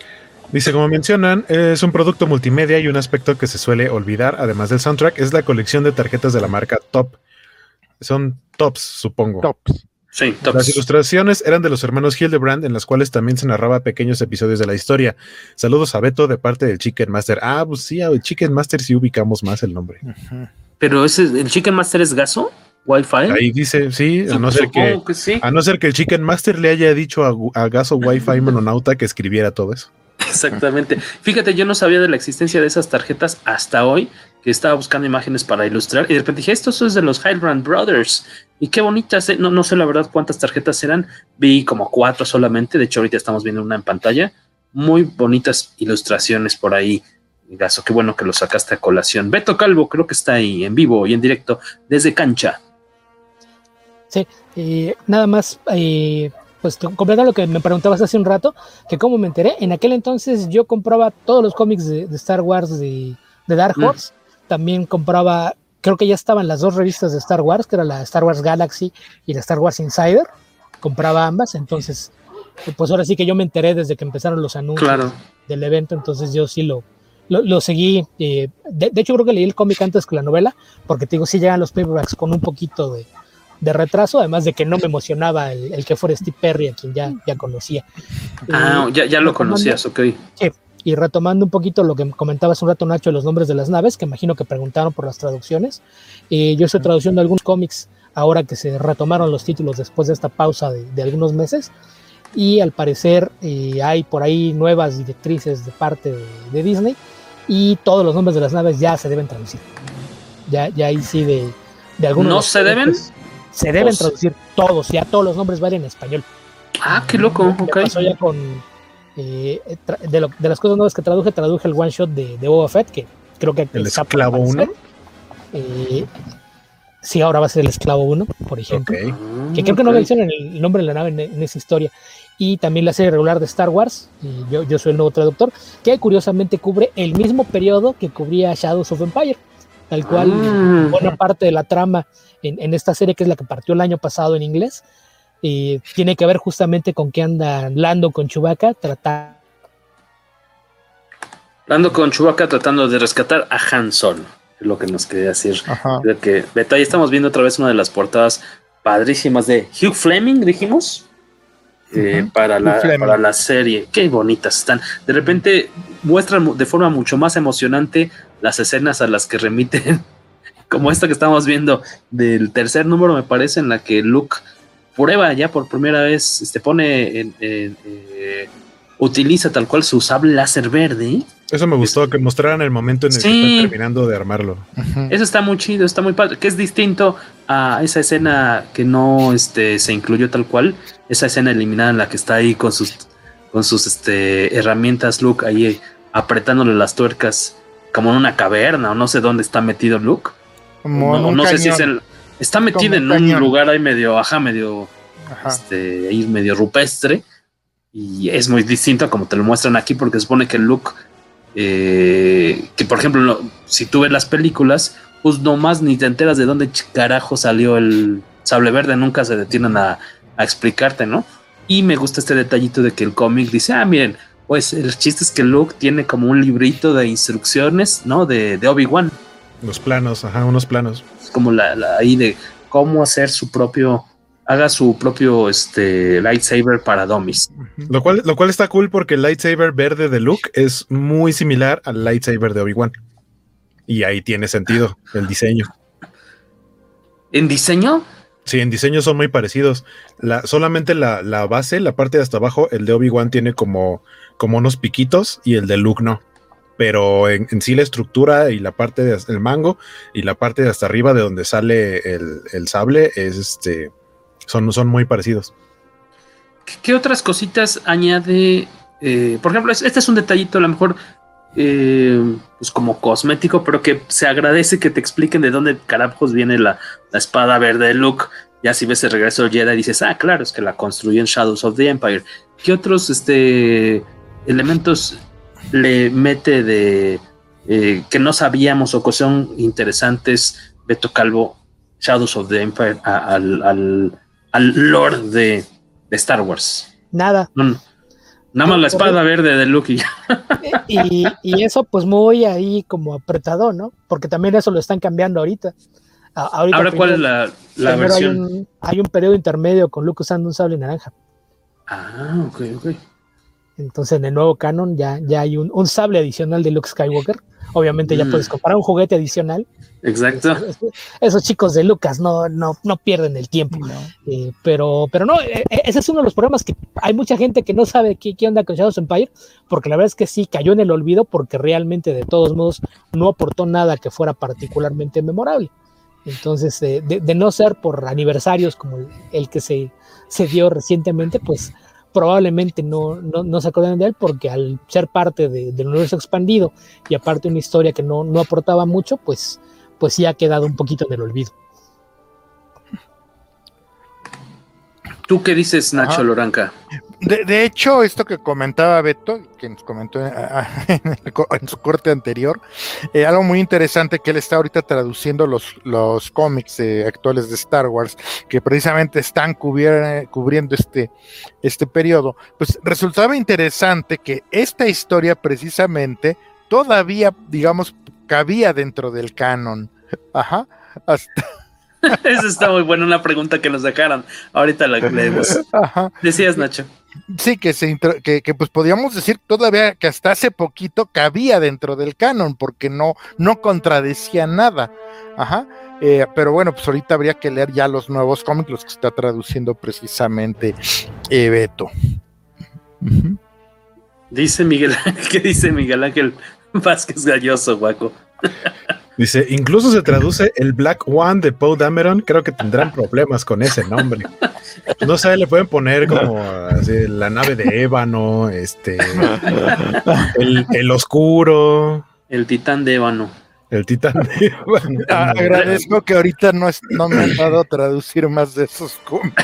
S14: Dice, como mencionan, es un producto multimedia y un aspecto que se suele olvidar, además del soundtrack, es la colección de tarjetas de la marca Top. Son tops, supongo.
S15: Tops.
S1: Sí, tops.
S14: Las ilustraciones eran de los hermanos Hildebrand, en las cuales también se narraba pequeños episodios de la historia. Saludos a Beto de parte del Chicken Master. Ah, pues sí, el Chicken Master sí ubicamos más el nombre.
S15: Uh-huh.
S1: Pero ese, ¿el Chicken Master es Gaso? ¿Wi-Fi?
S14: Ahí dice, sí, a no, ser que,
S1: que sí.
S14: a no ser que el Chicken Master le haya dicho a, a Gaso Wi-Fi Mononauta que escribiera todo eso.
S1: Exactamente. Fíjate, yo no sabía de la existencia de esas tarjetas hasta hoy, que estaba buscando imágenes para ilustrar y de repente dije, esto es de los Hildebrand Brothers y qué bonitas, eh? no, no sé la verdad cuántas tarjetas eran, vi como cuatro solamente, de hecho ahorita estamos viendo una en pantalla, muy bonitas ilustraciones por ahí, Gaso, qué bueno que lo sacaste a colación. Beto Calvo creo que está ahí en vivo y en directo desde cancha.
S16: Sí, eh, nada más eh, pues completando lo que me preguntabas hace un rato, que cómo me enteré, en aquel entonces yo compraba todos los cómics de, de Star Wars de, de Dark Horse, mm. también compraba, creo que ya estaban las dos revistas de Star Wars, que era la Star Wars Galaxy y la Star Wars Insider, compraba ambas, entonces pues ahora sí que yo me enteré desde que empezaron los anuncios claro. del evento, entonces yo sí lo, lo, lo seguí, eh, de, de hecho creo que leí el cómic antes que la novela, porque te digo, sí llegan los paperbacks con un poquito de de retraso, además de que no me emocionaba el, el que fuera Steve Perry, a quien ya, ya conocía.
S1: Ah, y, ya, ya lo conocías, ok.
S16: Sí, y retomando un poquito lo que comentabas un rato, Nacho, de los nombres de las naves, que imagino que preguntaron por las traducciones. Eh, yo estoy traduciendo algunos cómics ahora que se retomaron los títulos después de esta pausa de, de algunos meses, y al parecer eh, hay por ahí nuevas directrices de parte de, de Disney, y todos los nombres de las naves ya se deben traducir. Ya, ya ahí sí de, de algunos...
S1: ¿No se deben?
S16: Se deben traducir todos, ya todos los nombres van en español.
S1: Ah, qué loco, ok.
S16: Me pasó ya con, eh, de, lo, de las cosas nuevas que traduje, traduje el one shot de, de Boba Fett, que creo que...
S14: ¿El Esclavo uno?
S16: Eh, sí, ahora va a ser el Esclavo uno, por ejemplo.
S14: Okay.
S16: Que creo que no mencionan el nombre de la nave en, en esa historia. Y también la serie regular de Star Wars, y yo, yo soy el nuevo traductor, que curiosamente cubre el mismo periodo que cubría Shadows of Empire, tal cual ah. buena parte de la trama en, en esta serie, que es la que partió el año pasado en inglés, eh, tiene que ver justamente con que anda Lando con Chewbacca tratando
S1: Lando con Chewbacca tratando de rescatar a Han Solo, es lo que nos quería decir. Creo que Beto, ahí estamos viendo otra vez una de las portadas padrísimas de Hugh Fleming, dijimos, eh, uh-huh. para, la, para la serie. Qué bonitas están. De repente muestran de forma mucho más emocionante las escenas a las que remiten, como esta que estamos viendo del tercer número, me parece, en la que Luke prueba ya por primera vez, este, pone, en, en, eh, utiliza tal cual su sable láser verde.
S14: Eso me gustó, que mostraran el momento en el sí. que están terminando de armarlo.
S1: Uh-huh. Eso está muy chido, está muy padre, que es distinto a esa escena que no este, se incluyó tal cual, esa escena eliminada en la que está ahí con sus, con sus este, herramientas Luke ahí apretándole las tuercas como en una caverna, o no sé dónde está metido Luke.
S15: Como
S1: no no sé si es el, está metido en un cañón. lugar ahí medio, ajá, medio, ajá. este, ahí medio rupestre, y es muy distinto a como te lo muestran aquí, porque se supone que Luke, eh, que por ejemplo, no, si tú ves las películas, pues nomás ni te enteras de dónde carajo salió el sable verde, nunca se detienen a, a explicarte, ¿no? Y me gusta este detallito de que el cómic dice, ah, miren, pues el chiste es que Luke tiene como un librito de instrucciones, ¿no? De, de Obi-Wan.
S14: Los planos, ajá, unos planos.
S1: Es como la, la ahí de cómo hacer su propio, haga su propio este lightsaber para dummies.
S14: Lo cual, lo cual está cool porque el lightsaber verde de Luke es muy similar al lightsaber de Obi-Wan. Y ahí tiene sentido el diseño.
S1: ¿En diseño?
S14: Sí, en diseño son muy parecidos. La, solamente la, la base, la parte de hasta abajo, el de Obi-Wan tiene como, como unos piquitos y el de Luke no. Pero en, en sí la estructura y la parte del mango y la parte de hasta arriba de donde sale el, el sable es este son, son muy parecidos.
S1: ¿Qué, qué otras cositas añade? Eh, por ejemplo, este es un detallito a lo mejor eh, pues como cosmético, pero que se agradece que te expliquen de dónde carajos viene la, la espada verde de Luke. Ya si ves el regreso del Jedi dices, ah, claro, es que la construyó en Shadows of the Empire. ¿Qué otros este, elementos le mete de eh, que no sabíamos o que son interesantes, Beto Calvo, Shadows of the Empire a, al, al, al lore de, de Star Wars?
S16: Nada.
S1: No, Nada más la espada verde de Luke y ya.
S16: Y, y eso pues muy ahí como apretado, ¿no? Porque también eso lo están cambiando ahorita. A, ahorita
S1: Ahora,
S16: primero,
S1: ¿cuál es la, la versión?
S16: Hay un, hay un periodo intermedio con Luke usando un sable naranja.
S1: Ah, ok, ok.
S16: Entonces en el nuevo canon ya, ya hay un, un sable adicional de Luke Skywalker. Obviamente mm. ya puedes comprar un juguete adicional.
S1: Exacto.
S16: Esos, esos chicos de Lucas no, no, no pierden el tiempo. No. Eh, pero, pero no, eh, ese es uno de los problemas, que hay mucha gente que no sabe qué, qué onda con Shadows Empire, porque la verdad es que sí cayó en el olvido, porque realmente de todos modos no aportó nada que fuera particularmente memorable. Entonces, eh, de, de no ser por aniversarios como el, el que se, se dio recientemente, pues probablemente no, no, no se acordaron de él, porque al ser parte de, del universo expandido y aparte una historia que no, no aportaba mucho, pues pues sí ha quedado un poquito en el olvido.
S1: ¿Tú qué dices, Nacho Ajá. Loranca?
S15: De, de hecho, esto que comentaba Beto, que nos comentó en, en su corte anterior, eh, algo muy interesante, que él está ahorita traduciendo los, los cómics eh, actuales de Star Wars, que precisamente están cubier, cubriendo este, este periodo. Pues resultaba interesante que esta historia precisamente todavía, digamos, cabía dentro del canon. Ajá. Hasta...
S1: Eso está muy buena, una pregunta que nos dejaron. Ahorita la leemos. Ajá. Decías, Nacho.
S15: Sí, que, se intro... que, que pues podríamos decir todavía que hasta hace poquito cabía dentro del canon, porque no, no contradecía nada. Ajá. Eh, pero bueno, pues ahorita habría que leer ya los nuevos cómics, los que está traduciendo precisamente eh, Beto.
S1: Uh-huh. Dice Miguel, ¿qué dice Miguel Ángel Vázquez Galloso, guaco?
S14: Dice, incluso se traduce el Black One de Poe Dameron. Creo que tendrán problemas con ese nombre. No sé, le pueden poner como así, la nave de ébano, este, el, el oscuro,
S1: el titán de ébano.
S14: El titán de ébano.
S15: Ah, agradezco que ahorita no, es, no me han dado a traducir más de esos cómics.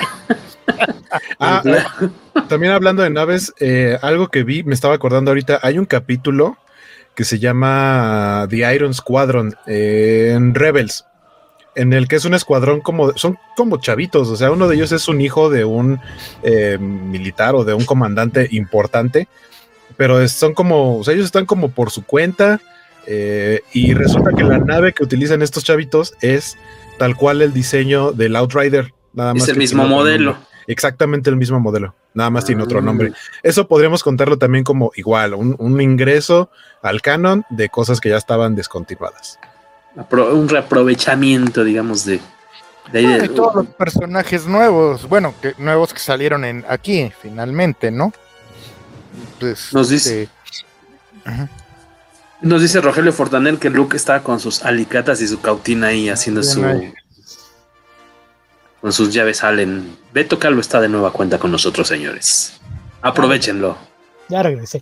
S14: Ah, también hablando de naves, eh, algo que vi, me estaba acordando ahorita, hay un capítulo que se llama The Iron Squadron eh, en Rebels, en el que es un escuadrón como, son como chavitos, o sea, uno de ellos es un hijo de un eh, militar o de un comandante importante, pero es, son como, o sea, ellos están como por su cuenta, eh, y resulta que la nave que utilizan estos chavitos es tal cual el diseño del Outrider, nada más.
S1: Es el mismo modelo.
S14: Nombre. Exactamente el mismo modelo, nada más ah. tiene otro nombre. Eso podríamos contarlo también como igual, un, un ingreso al canon de cosas que ya estaban descontinuadas.
S1: Un reaprovechamiento, digamos, de... de,
S15: de, de todos los personajes nuevos, bueno, que nuevos que salieron en aquí, finalmente, ¿no?
S1: Pues, nos dice... Eh, uh-huh. Nos dice Rogelio Fortanel que Luke estaba con sus alicatas y su cautina ahí haciendo Bien, su... Ahí. Con sus llaves Allen. Beto Calvo está de nueva cuenta con nosotros, señores. Aprovechenlo.
S16: Ya regresé.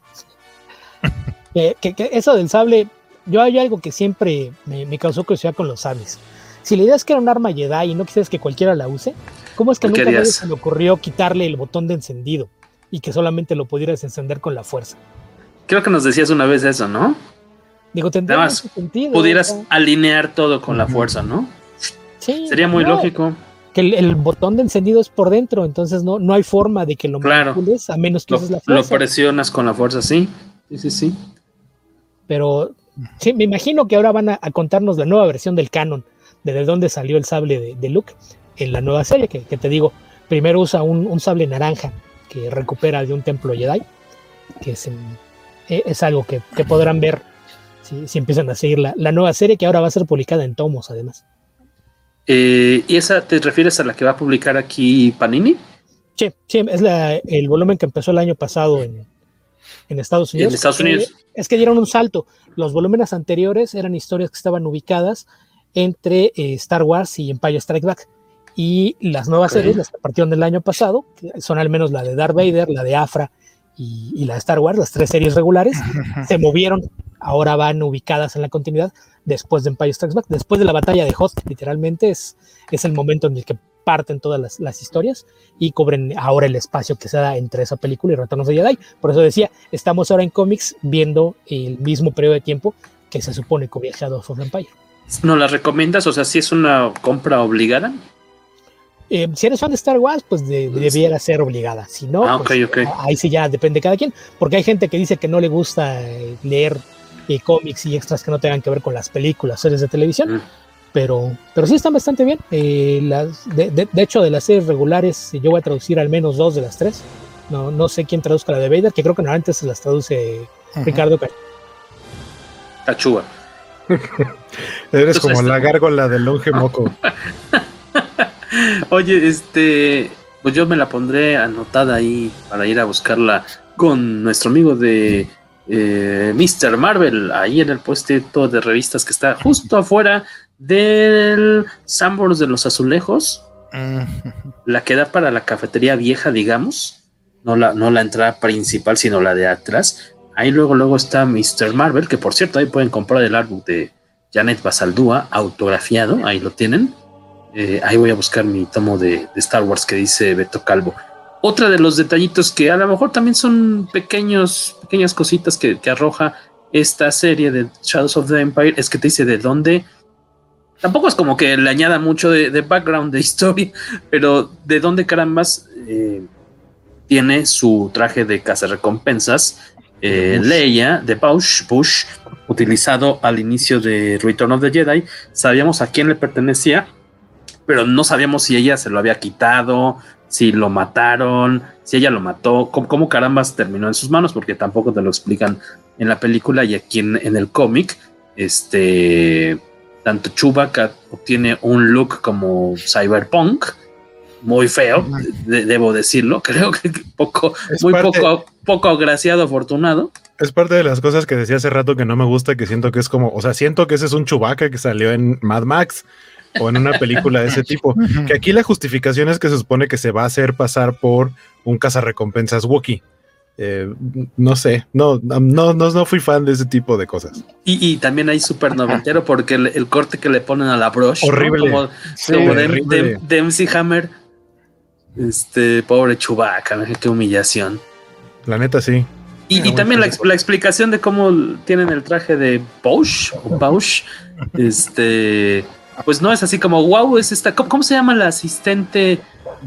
S16: que, que, que eso del sable, yo hay algo que siempre me, me causó curiosidad con los sables. Si la idea es que era un arma Jedi y no quisieras que cualquiera la use, ¿cómo es que nunca nadie se le ocurrió quitarle el botón de encendido y que solamente lo pudieras encender con la fuerza?
S1: Creo que nos decías una vez eso, ¿no?
S16: Digo, tendría más sentido.
S1: Pudieras ¿no? alinear todo con uh-huh. la fuerza, ¿no?
S16: Sí.
S1: Sería muy no. lógico.
S16: Que el, el botón de encendido es por dentro, entonces no, no hay forma de que lo
S1: claro.
S16: manipules a menos que
S1: lo,
S16: uses la fuerza.
S1: Lo presionas con la fuerza, sí. Sí, sí, sí.
S16: Pero sí, me imagino que ahora van a, a contarnos la nueva versión del canon, de, de dónde salió el sable de, de Luke en la nueva serie, que, que te digo, primero usa un, un sable naranja que recupera de un templo Jedi, que es, es algo que, que podrán ver si, si empiezan a seguir la, la nueva serie, que ahora va a ser publicada en tomos, además.
S1: Eh, ¿Y esa te refieres a la que va a publicar aquí Panini?
S16: Sí, sí, es la, el volumen que empezó el año pasado en, en Estados Unidos.
S1: En Estados Unidos.
S16: Eh, es que dieron un salto. Los volúmenes anteriores eran historias que estaban ubicadas entre eh, Star Wars y Empire Strikes Back. Y las nuevas okay. series, las que partieron del año pasado, que son al menos la de Darth Vader, la de Afra y, y la de Star Wars, las tres series regulares, se movieron. Ahora van ubicadas en la continuidad después de Empire Strikes Back, después de la batalla de Hoth, literalmente es, es el momento en el que parten todas las, las historias y cubren ahora el espacio que se da entre esa película y Retornos de Jedi. Por eso decía, estamos ahora en cómics viendo el mismo periodo de tiempo que se supone cubría Shadows of the Empire.
S1: ¿No la recomiendas? O sea, ¿si es una compra obligada?
S16: Eh, si eres fan de Star Wars, pues de, debiera ser obligada. Si no,
S1: ah, okay,
S16: pues,
S1: okay.
S16: ahí sí ya depende de cada quien. Porque hay gente que dice que no le gusta eh, leer eh, cómics y extras que no tengan que ver con las películas, series de televisión. Mm. Pero, pero sí están bastante bien. Eh, las, de, de, de hecho, de las series regulares, yo voy a traducir al menos dos de las tres. No, no sé quién traduzca la de Vader, que creo que normalmente se las traduce uh-huh. Ricardo Cañón.
S1: Tachuga.
S14: Eres Entonces, como la gárgola del longe moco.
S1: Oye, este, pues yo me la pondré anotada ahí para ir a buscarla con nuestro amigo de eh, mister Marvel, ahí en el puesto de revistas que está justo afuera del Sanborns de los Azulejos, uh-huh. la que da para la cafetería vieja, digamos, no la, no la entrada principal, sino la de atrás. Ahí luego, luego está mister Marvel, que por cierto, ahí pueden comprar el artbook de Janet Basaldúa, autografiado, ahí lo tienen. Eh, ahí voy a buscar mi tomo de, de Star Wars que dice Beto Calvo. Otra de los detallitos que a lo mejor también son pequeños, pequeñas cositas que, que arroja esta serie de Shadows of the Empire es que te dice de dónde. Tampoco es como que le añada mucho de, de background, de historia, pero de dónde carambas eh, tiene su traje de cazarrecompensas eh, Leia de Bush, Bush, utilizado al inicio de Return of the Jedi. Sabíamos a quién le pertenecía, pero no sabíamos si ella se lo había quitado, si lo mataron, si ella lo mató, cómo, cómo carambas terminó en sus manos, porque tampoco te lo explican en la película y aquí en, en el cómic. Este, tanto Chewbacca obtiene un look como cyberpunk, muy feo, de, debo decirlo, creo que poco, es muy parte, poco, poco agraciado, afortunado.
S14: Es parte de las cosas que decía hace rato que no me gusta, que siento que es como, o sea, siento que ese es un Chewbacca que salió en Mad Max o en una película de ese tipo, que aquí la justificación es que se supone que se va a hacer pasar por un cazarrecompensas Wookiee. Eh, no sé, no, no, no, no fui fan de ese tipo de cosas.
S1: Y, y también hay súper noventero porque el, el corte que le ponen a la broche,
S14: horrible,
S1: ¿no? Como,
S14: sí,
S1: como de,
S14: horrible.
S1: de, de M C Hammer. Este, pobre Chewbacca, qué humillación.
S14: La neta sí.
S1: Y, y también la, la explicación de cómo tienen el traje de Bouch o Bouch, este, pues no es así como wow, es esta. ¿Cómo, cómo se llama la asistente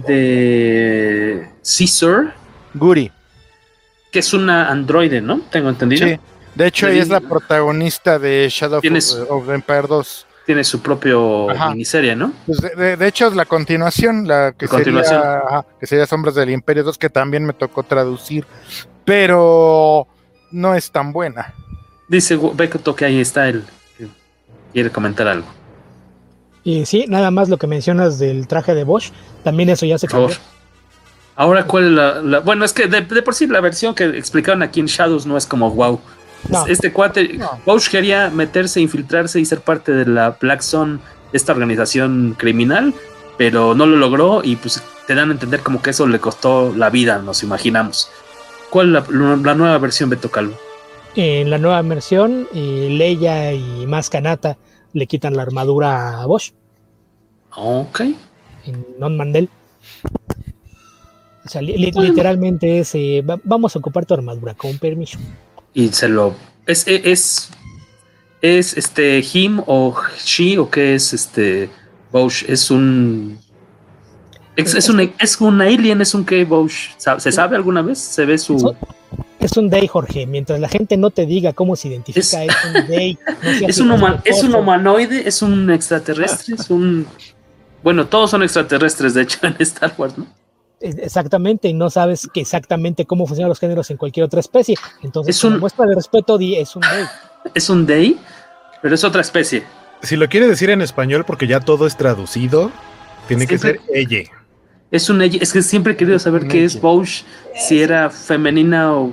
S1: de Caesar?
S15: Guri.
S1: Que es una androide, ¿no? Tengo entendido.
S15: Sí. De hecho, ella es la protagonista de Shadow
S1: of,
S15: of the Empire dos.
S1: Tiene su propio ajá. miniserie, ¿no?
S15: Pues de, de, de hecho es la continuación, la que,
S1: continuación.
S15: Sería, ajá, que sería Sombras del Imperio dos, que también me tocó traducir, pero no es tan buena.
S1: Dice Beto que ahí está él. Quiere comentar algo.
S16: Y sí, nada más lo que mencionas del traje de Bosch, también eso ya se cambió.
S1: Ahora, ¿cuál es la, la...? Bueno, es que de, de por sí la versión que explicaron aquí en Shadows no es como wow. No. Este cuate, no. Bosch quería meterse, infiltrarse y ser parte de la Black Zone, esta organización criminal, pero no lo logró y pues te dan a entender como que eso le costó la vida, nos imaginamos. ¿Cuál es la, la nueva versión, Beto Calvo?
S16: En la nueva versión, eh, Leia y Maz Kanata le quitan la armadura a Bosch.
S1: Ok.
S16: En Non Mandel. O sea, li- li- literalmente es, eh, va- vamos a ocupar tu armadura, con permiso.
S1: Y se lo... ¿Es, es, es, es este him o she o qué es este Bosch? Es un... Es, es, un, es un alien, es un qué, Bosch. ¿Se sabe alguna vez? ¿Se ve su...?
S16: Es un day, Jorge. Mientras la gente no te diga cómo se identifica, es, es un day. No
S1: es, un human, es un humanoide, es un extraterrestre, es un... Bueno, todos son extraterrestres, de hecho, en Star Wars, ¿no?
S16: Exactamente, y no sabes que exactamente cómo funcionan los géneros en cualquier otra especie. Entonces,
S1: es un,
S16: muestra de respeto, es un day.
S1: Es un day, pero es otra especie.
S14: Si lo quiere decir en español, porque ya todo es traducido, tiene siempre, que ser ella.
S1: Es un ella. Es que siempre he querido saber un qué ella. Es Bosch, si era femenina o...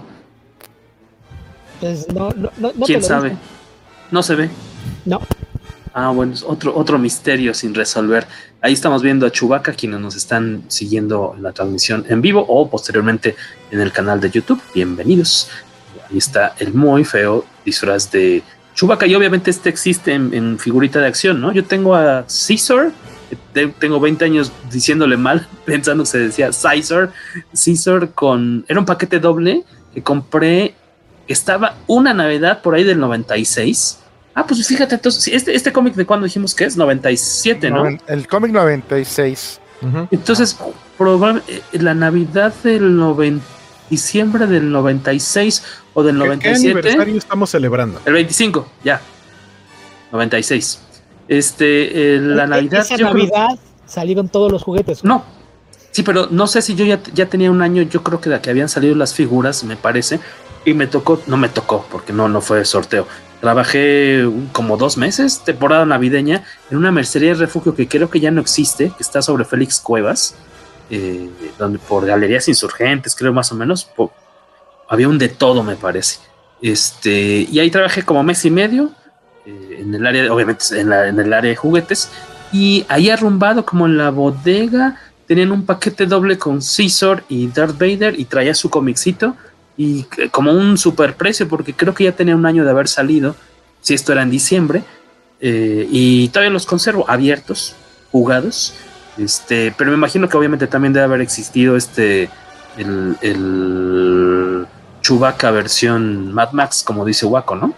S16: Pues no, no, no, no
S1: ¿quién sabe? Dice. No se ve.
S16: No.
S1: Ah, bueno, es otro, otro misterio sin resolver. Ahí estamos viendo a Chewbacca, quienes nos están siguiendo en la transmisión en vivo o posteriormente en el canal de YouTube. Bienvenidos. Ahí está el muy feo disfraz de Chewbacca y obviamente este existe en, en figurita de acción, ¿no? Yo tengo a Caesar, tengo veinte años diciéndole mal, pensando que se decía Caesar, Caesar con... Era un paquete doble que compré, estaba una Navidad por ahí del noventa y seis. Ah, pues fíjate, entonces, este, este cómic de cuando dijimos que es noventa y siete, ¿no?
S15: El cómic noventa y seis.
S1: Uh-huh. Entonces, probablemente la Navidad del noventa, diciembre del noventa y seis o del noventa y siete.
S14: ¿Qué aniversario estamos celebrando?
S1: El veinticinco, ya. noventa y seis. Este, eh, la Navidad.
S16: Esa Navidad creo... salieron todos los juguetes.
S1: No. Sí, pero no sé si yo ya, ya tenía un año, yo creo que de que habían salido las figuras, me parece, y me tocó, no me tocó, porque no, no fue sorteo. Trabajé como dos meses, temporada navideña, en una mercería de refugio que creo que ya no existe, que está sobre Félix Cuevas, eh, donde por Galerías Insurgentes, creo más o menos, por, había un de todo, me parece. Este, y ahí trabajé como mes y medio, eh, en el área, obviamente en, la, en el área de juguetes, y ahí arrumbado como en la bodega, tenían un paquete doble con Caesar y Darth Vader y traía su comicito y como un super precio porque creo que ya tenía un año de haber salido, si esto era en diciembre, eh, y todavía los conservo abiertos, jugados, este, pero me imagino que obviamente también debe haber existido este el, el Chewbacca versión Mad Max, como dice Waco, ¿no?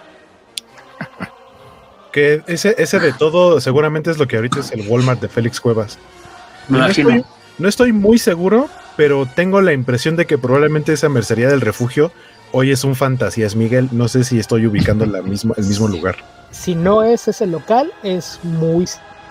S14: Que ese, ese de todo seguramente es lo que ahorita es el Walmart de Félix Cuevas.
S1: Me
S14: no
S1: imagino.
S14: Estoy, no estoy muy seguro, pero tengo la impresión de que probablemente esa mercería del refugio hoy es un Fantasías Miguel. No sé si estoy ubicando la misma, el mismo lugar.
S16: Si no es ese local, es muy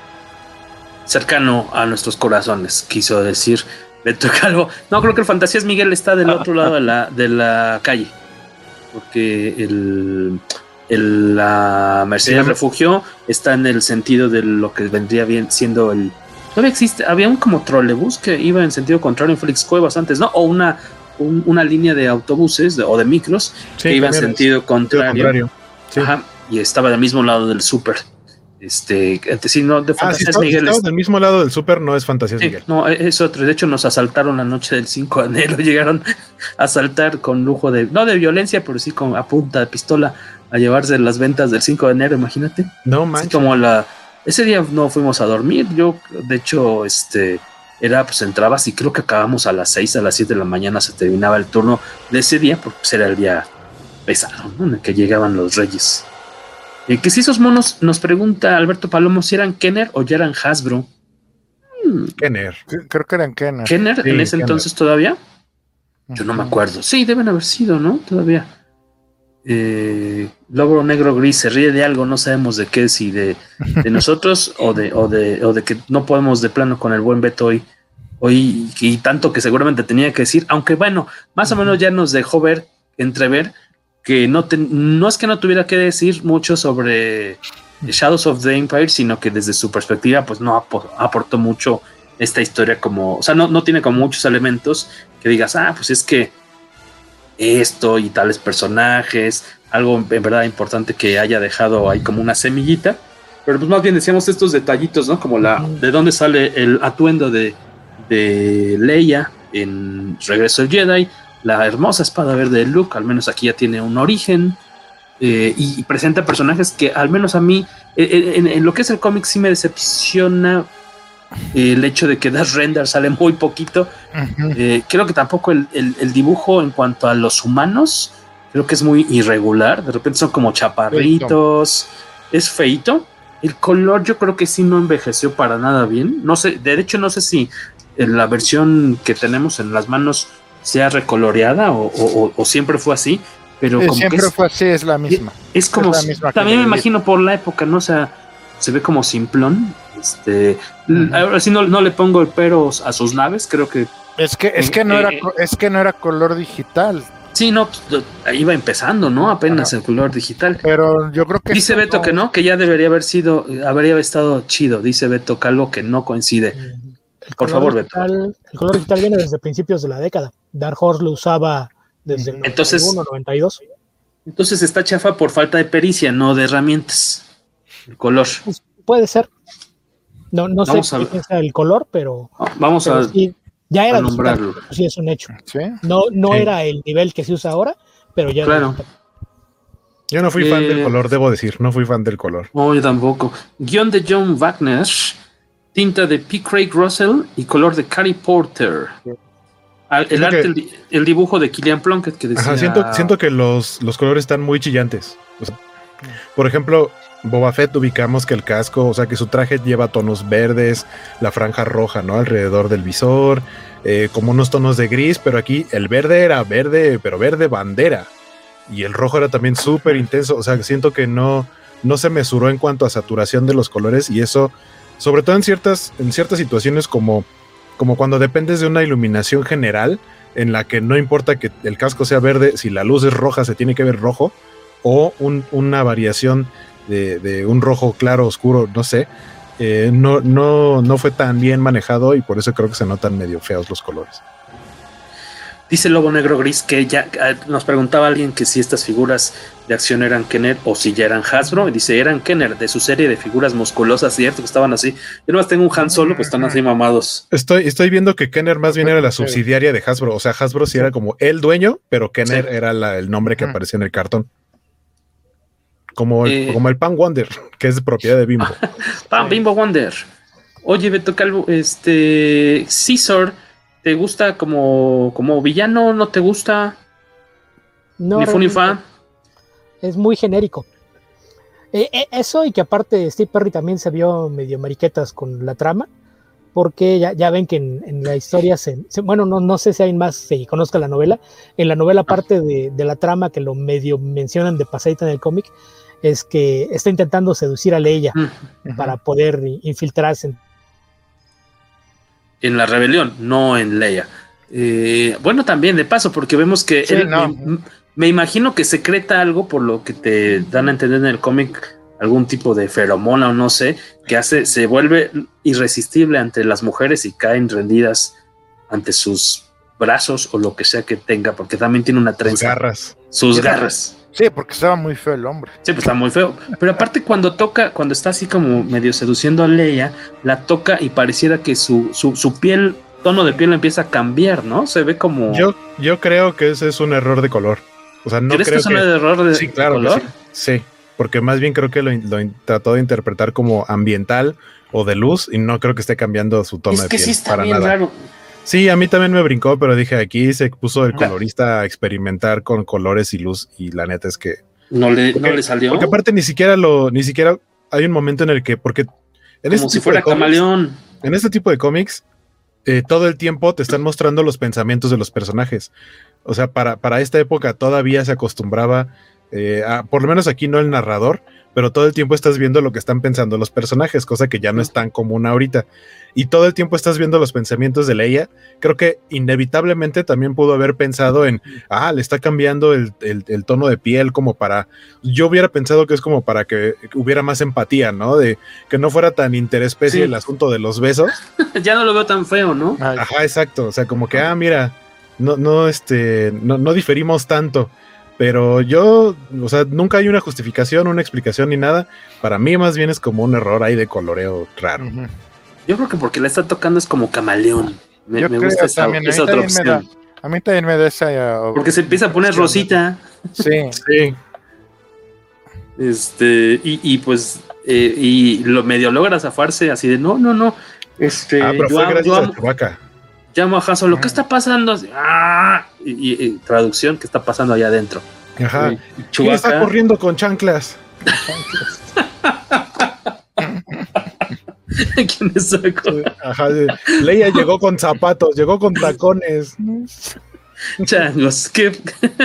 S1: cercano a nuestros corazones, quiso decir Beto Calvo. No, creo que el Fantasías Miguel está del otro lado de la, de la calle, porque el, el la mercería del refugio está en el sentido de lo que vendría bien siendo el... Todavía existe, había un como trolebús que iba en sentido contrario en Félix Cuevas antes, ¿no? O una, un, una línea de autobuses de, o de micros sí, que iba en sentido contrario. contrario. Sí. Ajá, y estaba del mismo lado del súper. Este, sí, no, de Fantasías ah, si Miguel.
S14: Si del mismo lado del súper, no es Fantasías sí, Miguel.
S1: No, es otro. De hecho, nos asaltaron la noche del cinco de enero. Llegaron a asaltar con lujo de, no de violencia, pero sí con a punta de pistola a llevarse las ventas del cinco de enero, imagínate.
S14: No manches.
S1: Como la. Ese día no fuimos a dormir, yo de hecho este era pues entrabas y creo que acabamos a las seis, a las siete de la mañana se terminaba el turno de ese día porque pues, era el día pesado, ¿no? En el que llegaban los reyes. Eh, que si esos monos, nos pregunta Alberto Palomo, si eran Kenner o ya eran Hasbro.
S14: Hmm. Kenner.
S15: Creo que eran Kenner.
S1: ¿Kenner sí, en ese
S14: Kenner.
S1: Entonces todavía? Yo no me acuerdo. Sí, deben haber sido, ¿no? Todavía. Eh, Lobo Negro Gris se ríe de algo, no sabemos de qué, si de, de nosotros o de, o de o de que no podemos de plano con el buen Beto hoy, hoy y tanto que seguramente tenía que decir, aunque bueno, más o menos ya nos dejó ver, entrever que no, te, no es que no tuviera que decir mucho sobre Shadows of the Empire, sino que desde su perspectiva pues no ap- aportó mucho esta historia como, o sea, no, no tiene como muchos elementos que digas, ah, pues es que esto y tales personajes, algo en verdad importante que haya dejado ahí como una semillita, pero pues más bien decíamos estos detallitos, ¿no? Como la de dónde sale el atuendo de, de Leia en Regreso del Jedi, la hermosa espada verde de Luke, al menos aquí ya tiene un origen, eh, y, y presenta personajes que al menos a mí, eh, en, en lo que es el cómic sí me decepciona el hecho de que Dash Render sale muy poquito. Uh-huh. Eh, creo que tampoco el, el, el dibujo en cuanto a los humanos creo que es muy irregular, de repente son como chaparritos, feito. Es feito. El color yo creo que sí no envejeció para nada bien, no sé, de hecho no sé si la versión que tenemos en las manos sea recoloreada o, o, o siempre fue así, pero
S15: sí,
S1: como
S15: siempre
S1: que es,
S15: fue así, es la misma
S1: es, es como
S15: es
S1: si,
S15: misma
S1: también me imagino por la época, no, o sea, se ve como simplón. Este, uh-huh. Ahora sí no, no le pongo el pero a sus naves, creo que
S15: es que es que no eh, era es que no era color digital.
S1: Sí, no, pues, iba empezando, ¿no? Apenas uh-huh. el color digital.
S15: Pero yo creo que
S1: dice Beto no... que no, que ya debería haber sido, habría estado chido. Dice Beto Calvo que no coincide.
S16: El
S1: Por favor,
S16: digital,
S1: Beto.
S16: El color digital viene desde principios de la década. Dark Horse lo usaba desde el
S1: entonces,
S16: noventa y uno, noventa y dos.
S1: Entonces está chafa por falta de pericia, no de herramientas. El color.
S16: Pues puede ser. No, no vamos sé qué piensa el color, pero
S1: vamos
S16: pero
S1: a,
S16: sí, ya era
S1: a nombrarlo.
S16: Digital, sí, es un hecho.
S15: ¿Sí?
S16: No, no
S14: sí.
S16: era el nivel que se usa ahora, pero ya
S1: claro.
S16: Era
S14: yo no fui eh, fan del color, debo decir, no fui fan del color.
S1: No, yo tampoco. Guión de John Wagner, tinta de P. Craig Russell y color de Cary Porter. El, el arte, que, el, el dibujo de Killian Plunkett que decía.
S14: Ajá, siento, siento que los, los colores están muy chillantes. O sea, Por ejemplo, Boba Fett ubicamos que el casco, o sea que su traje lleva tonos verdes, la franja roja, ¿no? Alrededor del visor, eh, como unos tonos de gris, pero aquí el verde era verde, pero verde bandera. Y el rojo era también súper intenso, o sea, siento que no, no se mesuró en cuanto a saturación de los colores y eso, sobre todo en ciertas, en ciertas situaciones como, como cuando dependes de una iluminación general, en la que no importa que el casco sea verde, si la luz es roja se tiene que ver rojo, o un, una variación de, de un rojo claro, oscuro, no sé, eh, no, no, no fue tan bien manejado y por eso creo que se notan medio feos los colores.
S1: Dice Lobo Negro Gris que ya nos preguntaba alguien que si estas figuras de acción eran Kenner o si ya eran Hasbro, y dice eran Kenner de su serie de figuras musculosas, cierto que estaban así. Yo nomás tengo un Han Solo, pues están así mamados.
S14: Estoy, estoy viendo que Kenner más bien era la subsidiaria de Hasbro, o sea, Hasbro sí era como el dueño, pero Kenner sí era la, el nombre que aparecía en el cartón. Como el, eh, como el Pan Wonder, que es de propiedad de Bimbo.
S1: Pan Bimbo Wonder. Oye, Beto Calvo, este Caesar, ¿te gusta como, como villano? ¿No te gusta?
S16: No,
S1: ni fu ni fa.
S16: Es muy genérico. Eh, eh, eso y que aparte Steve Perry también se vio medio mariquetas con la trama, porque ya, ya ven que en, en la historia, se, se, bueno, no, no sé si hay más, si conozca la novela, en la novela parte de, de la trama que lo medio mencionan de pasadita en el cómic, es que está intentando seducir a Leia uh-huh. para poder infiltrarse en
S1: En la rebelión, no en Leia. Eh, bueno, también de paso, porque vemos que
S15: sí,
S1: él,
S15: no.
S1: me, me imagino que secreta algo por lo que te dan a entender en el cómic, algún tipo de feromona o no sé, que hace, se vuelve irresistible ante las mujeres y caen rendidas ante sus brazos o lo que sea que tenga, porque también tiene una trenza.
S14: Sus garras.
S1: Sus garras.
S15: Sí, porque estaba muy feo el hombre.
S1: Sí, pues está muy feo. Pero aparte cuando toca, cuando está así como medio seduciendo a Leia, la toca y pareciera que su, su, su piel, tono de piel empieza a cambiar, ¿no? Se ve como...
S14: Yo, yo creo que ese es un error de color. O sea, no
S1: ¿Crees
S14: creo
S1: que es un error de,
S14: sí, claro,
S1: de color?
S14: Sí, sí, porque más bien creo que lo, lo trató de interpretar como ambiental o de luz y no creo que esté cambiando su tono
S1: es
S14: de
S1: que
S14: piel.
S1: Sí está
S14: para
S1: bien
S14: nada. Raro. Sí, a mí también me brincó, pero dije, aquí se puso el colorista a experimentar con colores y luz y la neta es que
S1: no le,
S14: porque,
S1: no le salió.
S14: Porque aparte ni siquiera lo, ni siquiera hay un momento en el que, porque en
S1: como
S14: este
S1: si
S14: tipo
S1: fuera
S14: de cómics,
S1: camaleón.
S14: En este tipo de cómics, eh, todo el tiempo te están mostrando los pensamientos de los personajes. O sea, para, para esta época todavía se acostumbraba, eh, a, por lo menos aquí no el narrador, pero todo el tiempo estás viendo lo que están pensando los personajes, cosa que ya no es tan común ahorita. Y todo el tiempo estás viendo los pensamientos de Leia. Creo que inevitablemente también pudo haber pensado en, ah, le está cambiando el, el, el tono de piel como para... Yo hubiera pensado que es como para que hubiera más empatía, ¿no? De que no fuera tan interespecie sí. el asunto de los besos.
S1: Ya no lo veo tan feo, ¿no?
S14: Ajá, exacto. O sea, como que, ah, mira, no, no, este, no, no diferimos tanto. Pero yo, o sea, nunca hay una justificación, una explicación ni nada. Para mí más bien es como un error ahí de coloreo raro.
S1: Uh-huh. Yo creo que porque la está tocando es como camaleón. Me,
S15: yo
S1: me
S15: creo
S1: gusta esa,
S15: también,
S1: esa otra opción.
S15: Da, a mí también me da esa... Uh,
S1: porque se empieza a poner opción. Rosita.
S15: Sí.
S14: Sí.
S1: Este, y, y pues, eh, y lo medio logra zafarse así de, no, no, no. Este,
S14: ah, pero
S1: yo
S14: fue
S1: amo,
S14: gracias
S1: yo
S14: a
S1: amo,
S14: Chewbacca.
S1: Llamo a Han Solo, ¿qué está pasando? Así, ¡ah! Y, y, y traducción, ¿qué está pasando allá adentro?
S14: Ajá. Y, y ¿quién está corriendo con chanclas?
S1: ¿Quién es
S14: Ajá. Leia llegó con zapatos, llegó con tacones.
S1: Changos, ¿qué?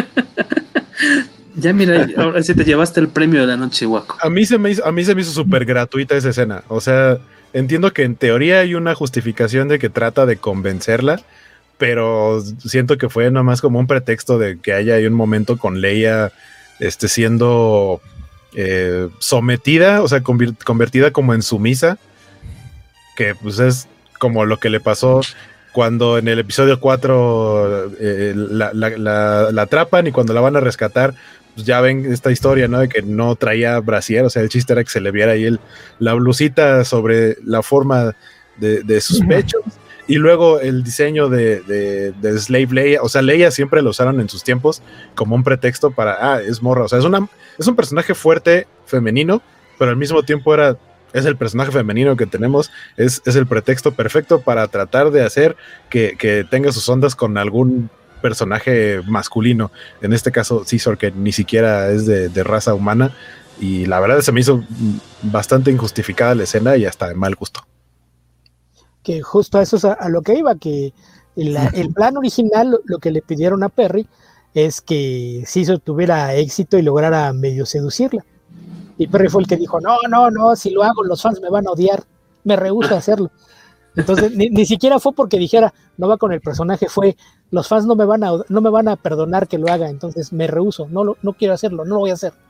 S1: Ya mira, ahora sí te llevaste el premio de la noche, guaco.
S14: A mí se me hizo, a mí se me hizo súper gratuita esa escena. O sea, entiendo que en teoría hay una justificación de que trata de convencerla, pero siento que fue nomás como un pretexto de que haya ahí un momento con Leia este, siendo eh, sometida, o sea, convir- convertida como en sumisa, que pues es como lo que le pasó cuando en el episodio cuatro eh, la, la, la, la atrapan y cuando la van a rescatar, pues ya ven esta historia, ¿no? De que no traía brasier, o sea, el chiste era que se le viera ahí el, la blusita sobre la forma de, de sus pechos. Y luego el diseño de, de, de Slave Leia, o sea, Leia siempre lo usaron en sus tiempos como un pretexto para, ah, es morra, o sea, es, una, es un personaje fuerte, femenino, pero al mismo tiempo era, es el personaje femenino que tenemos, es, es el pretexto perfecto para tratar de hacer que, que tenga sus ondas con algún personaje masculino, en este caso Caesar, que ni siquiera es de, de raza humana, y la verdad se me hizo bastante injustificada la escena y hasta de mal gusto.
S16: Que justo a eso es a, a lo que iba, que el, el plan original, lo que le pidieron a Perry es que Caesar tuviera éxito y lograra medio seducirla. Y Perry fue el que dijo, no, no, no, si lo hago los fans me van a odiar, me rehúso a hacerlo. Entonces ni, ni siquiera fue porque dijera, no va con el personaje, fue, los fans no me van a no me van a perdonar que lo haga, entonces me rehúso, no, no quiero hacerlo, no lo voy a hacer.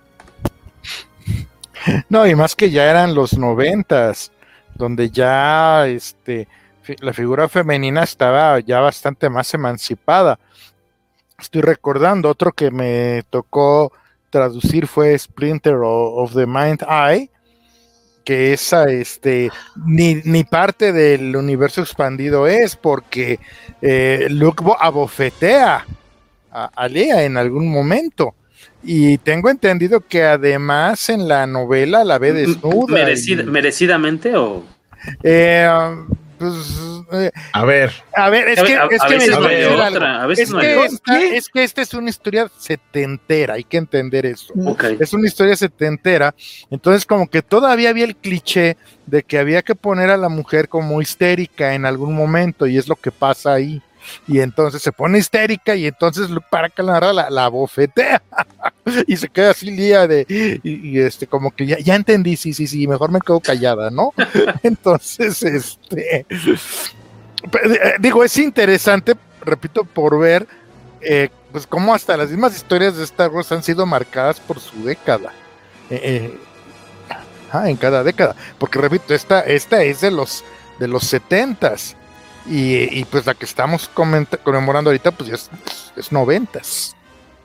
S15: No, y más que ya eran los noventas, donde ya este, la figura femenina estaba ya bastante más emancipada. Estoy recordando, otro que me tocó traducir fue Splinter of the Mind Eye, que esa este, ni, ni parte del universo expandido es, porque eh, Luke abofetea a, a Leia en algún momento. Y tengo entendido que además en la novela la ve desnuda.
S1: ¿Merecida, y, ¿Merecidamente o...?
S15: Eh, pues, eh,
S14: a ver.
S15: A ver, es que,
S1: a,
S15: es
S1: a
S15: que,
S1: veces
S15: me
S1: no hay otra, a veces
S15: es,
S1: no
S15: que
S1: hay
S15: esta, es que esta es una historia setentera, hay que entender eso.
S1: Okay.
S15: Es una historia setentera, entonces como que todavía había el cliché de que había que poner a la mujer como histérica en algún momento, y es lo que pasa ahí. Y entonces se pone histérica y entonces para que la, la, la bofetea y se queda así lía de y, y este como que ya, ya entendí, sí, sí, sí, mejor me quedo callada, ¿no? Entonces, este digo, es interesante, repito, por ver eh, pues cómo hasta las mismas historias de Star Wars han sido marcadas por su década, eh, eh, ah, en cada década, porque repito, esta, esta es de los de los setentas. Y, y pues la que estamos comenta, conmemorando ahorita pues ya es, es noventas.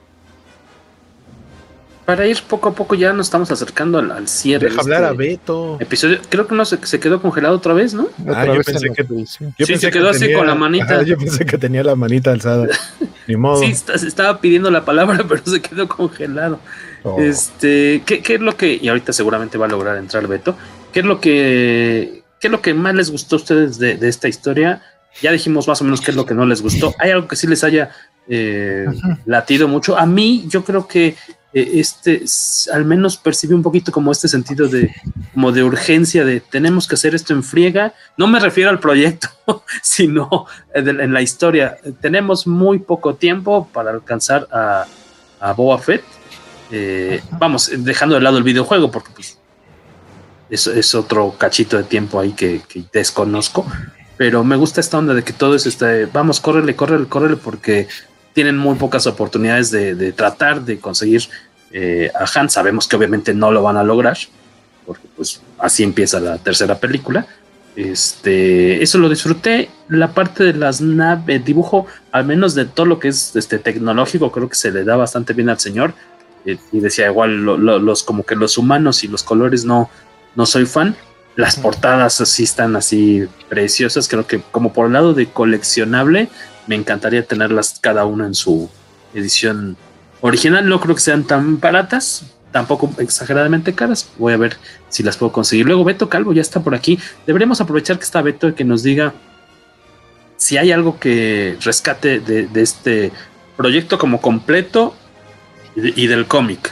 S1: Para ir poco a poco ya nos estamos acercando al, al cierre.
S14: Deja de hablar este a Beto.
S1: Episodio, creo que no se, se quedó congelado otra vez, ¿no?
S14: Ah,
S15: otra
S14: yo
S15: vez
S14: pensé que, yo
S1: sí,
S14: pensé
S1: se quedó
S14: que
S1: así
S14: tenía,
S1: con la manita.
S14: Ajá, yo pensé que tenía la manita alzada. Ni modo.
S1: Sí, está, se estaba pidiendo la palabra, pero se quedó congelado. Oh. Este, ¿qué, ¿qué es lo que, y ahorita seguramente va a lograr entrar Beto, qué es lo que, qué es lo que más les gustó a ustedes de, de esta historia? Ya dijimos más o menos qué es lo que no les gustó. ¿Hay algo que sí les haya eh, latido mucho? A mí, yo creo que eh, este, al menos percibí un poquito como este sentido de, como de urgencia, de tenemos que hacer esto en friega. No me refiero al proyecto, sino en la historia. Tenemos muy poco tiempo para alcanzar a, a Boba Fett. Eh, vamos, dejando de lado el videojuego, porque pues, es, es otro cachito de tiempo ahí que, que desconozco. Pero me gusta esta onda de que todo es este, vamos, córrele, córrele, córrele, porque tienen muy pocas oportunidades de, de tratar de conseguir eh, a Han. Sabemos que obviamente no lo van a lograr, porque pues así empieza la tercera película. Este, eso lo disfruté. La parte de las naves, dibujo, al menos de todo lo que es este tecnológico, creo que se le da bastante bien al señor. Eh, y decía igual, lo, lo, los como que los humanos y los colores no, no soy fan. Las portadas así están así preciosas. Creo que como por el lado de coleccionable, me encantaría tenerlas cada una en su edición original. No creo que sean tan baratas, tampoco exageradamente caras. Voy a ver si las puedo conseguir. Luego Beto Calvo ya está por aquí. Deberíamos aprovechar que está Beto y que nos diga si hay algo que rescate de, de este proyecto como completo y, de, y del cómic.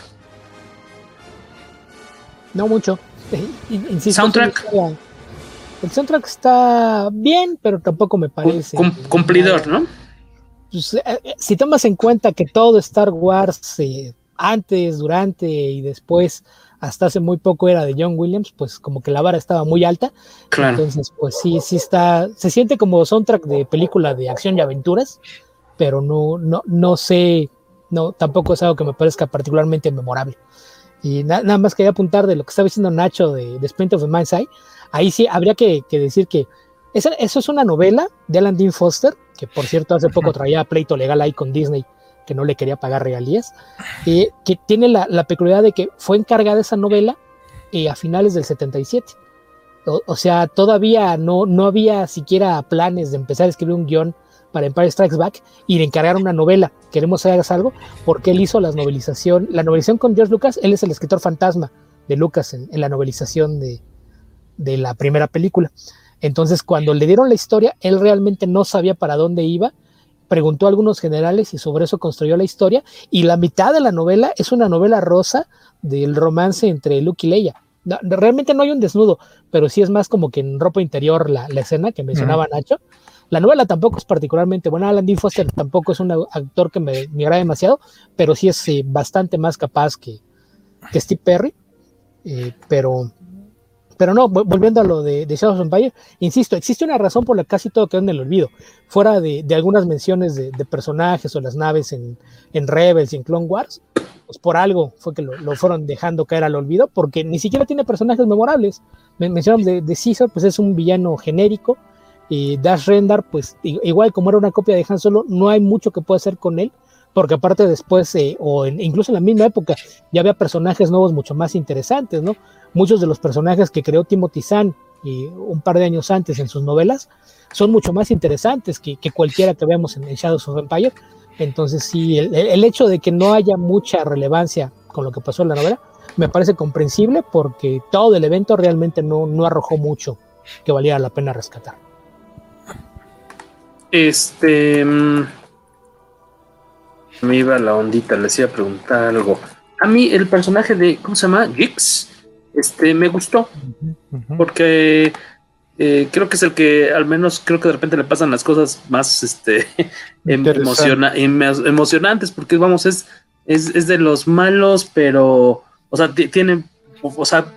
S16: No mucho. Insisto,
S1: soundtrack.
S16: El soundtrack está bien, pero tampoco me parece.
S1: Cum, cumplidor, ¿no?
S16: Pues, eh, si tomas en cuenta que todo Star Wars eh, antes, durante y después, hasta hace muy poco era de John Williams, pues como que la vara estaba muy alta.
S1: Claro.
S16: Entonces, pues sí, sí está, se siente como soundtrack de película de acción y aventuras, pero no, no, no sé, no, tampoco es algo que me parezca particularmente memorable. Y na- nada más quería apuntar de lo que estaba diciendo Nacho de, de Splinter of the Mind's Eye. Ahí sí habría que, que decir que esa, eso es una novela de Alan Dean Foster, que por cierto hace poco traía pleito legal ahí con Disney, que no le quería pagar regalías, eh, que tiene la, la peculiaridad de que fue encargada esa novela eh, a finales del setenta y siete. O, o sea, todavía no, no había siquiera planes de empezar a escribir un guión para Empire Strikes Back y le encargaron una novela. Queremos que hagas algo, porque él hizo las novelización, la novelización con George Lucas. Él es el escritor fantasma de Lucas en, en la novelización de, de la primera película. Entonces, cuando le dieron la historia, él realmente no sabía para dónde iba, preguntó a algunos generales y sobre eso construyó la historia, y la mitad de la novela es una novela rosa del romance entre Luke y Leia. No, realmente no hay un desnudo, pero sí es más como que en ropa interior la, la escena que mencionaba uh-huh. Nacho. La novela tampoco es particularmente buena. Alan Dean Foster tampoco es un actor que me, me agrada demasiado, pero sí es eh, bastante más capaz que, que Steve Perry. Eh, pero, pero no, volviendo a lo de, de Shadows of Empire, insisto, existe una razón por la que casi todo quedó en el olvido. Fuera de, de algunas menciones de, de personajes o las naves en, en Rebels y en Clone Wars, pues por algo fue que lo, lo fueron dejando caer al olvido, porque ni siquiera tiene personajes memorables. Men- mencionamos de, de Caesar, pues es un villano genérico. Y Dash Rendar, pues igual como era una copia de Han Solo, no hay mucho que pueda hacer con él, porque aparte después, eh, o en, incluso en la misma época, ya había personajes nuevos mucho más interesantes, ¿no? Muchos de los personajes que creó Timothy Zahn y un par de años antes en sus novelas son mucho más interesantes que, que cualquiera que veamos en, en Shadows of Empire. Entonces sí, el, el hecho de que no haya mucha relevancia con lo que pasó en la novela me parece comprensible, porque todo el evento realmente no, no arrojó mucho que valiera la pena rescatar.
S1: Este me iba la ondita, les iba a preguntar algo. A mí el personaje de, ¿cómo se llama? Gix, este, me gustó, uh-huh. porque eh, creo que es el que, al menos creo que de repente le pasan las cosas más este emociona, emo, emocionantes, porque vamos, es, es, es de los malos, pero, o sea, t- tiene, o sea,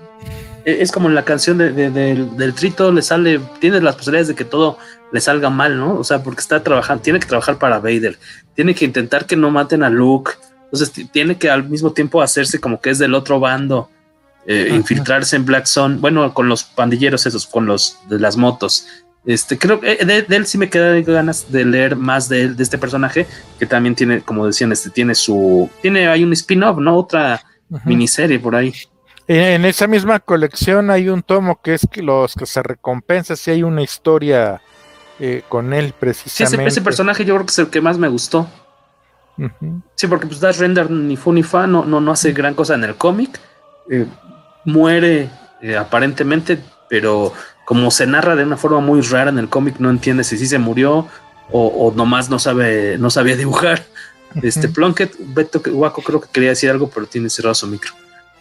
S1: es como en la canción de, de, de, del Trito, le sale, tiene las posibilidades de que todo le salga mal, ¿no? O sea, porque está trabajando, tiene que trabajar para Vader, tiene que intentar que no maten a Luke, entonces t- tiene que al mismo tiempo hacerse como que es del otro bando, eh, infiltrarse en Black Sun, bueno, con los pandilleros esos, con los de las motos. Este, creo que de, de él sí me quedan ganas de leer más de él, de este personaje, que también tiene, como decían, este, tiene su, tiene, hay un spin-off, ¿no? Otra uh-huh. miniserie por ahí.
S15: En esa misma colección hay un tomo que es que los que se recompensa, si hay una historia eh, con él precisamente.
S1: Sí, ese, ese personaje yo creo que es el que más me gustó. Uh-huh. Sí, porque pues Dash Rendar ni fu ni fa, no, no, no hace gran cosa en el cómic. Eh, muere eh, aparentemente, pero como se narra de una forma muy rara en el cómic, no entiendes si sí se murió o, o nomás no sabe, no sabía dibujar. Uh-huh. Este Plunkett, Beto Guaco creo que quería decir algo, pero tiene cerrado su micro.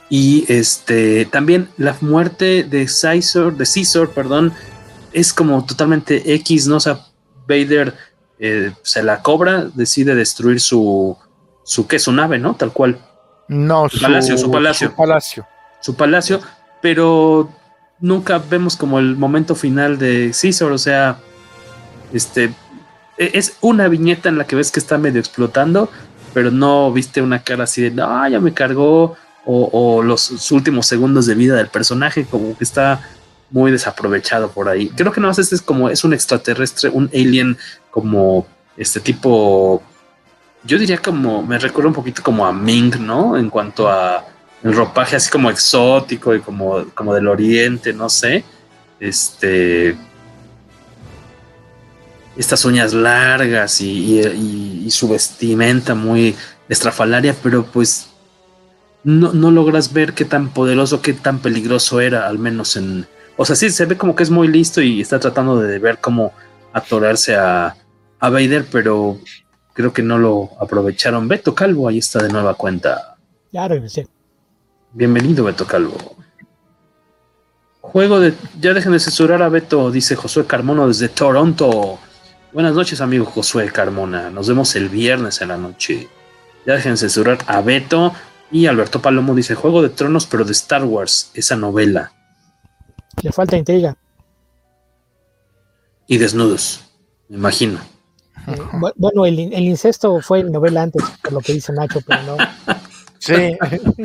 S1: Y este también la muerte de Caesar, de Caesar, perdón, es como totalmente X, ¿no? O sea, Vader eh, se la cobra, decide destruir su, su ¿qué? Su nave, ¿no? Tal cual.
S15: No,
S1: su, su palacio, su palacio.
S15: Su palacio.
S1: Su palacio, pero nunca vemos como el momento final de Caesar, o sea, este es una viñeta en la que ves que está medio explotando, pero no viste una cara así de, no, ya me cargó. O, o los, los últimos segundos de vida del personaje, como que está muy desaprovechado por ahí. Creo que no más este es como, es un extraterrestre, un alien como este tipo, yo diría como, me recuerda un poquito como a Ming, ¿no? En cuanto a el ropaje así como exótico y como, como del oriente, no sé. Este, estas uñas largas y, y, y su vestimenta muy estrafalaria, pero pues No, no logras ver qué tan poderoso, qué tan peligroso era, al menos en... O sea, sí, se ve como que es muy listo y está tratando de ver cómo atorarse a, a Vader, pero creo que no lo aprovecharon. Beto Calvo, ahí está de nueva cuenta.
S16: Ya regresé.
S1: Bienvenido, Beto Calvo. Juego de... Ya dejen de censurar a Beto, dice Josué Carmona desde Toronto. Buenas noches, amigo Josué Carmona. Nos vemos el viernes en la noche. Ya dejen de censurar a Beto. Y Alberto Palomo dice, Juego de Tronos, pero de Star Wars, esa novela.
S16: Le falta intriga.
S1: Y desnudos, me imagino.
S16: Eh, bueno, el, el incesto fue en novela antes, por lo que dice Nacho, pero no.
S15: Sí.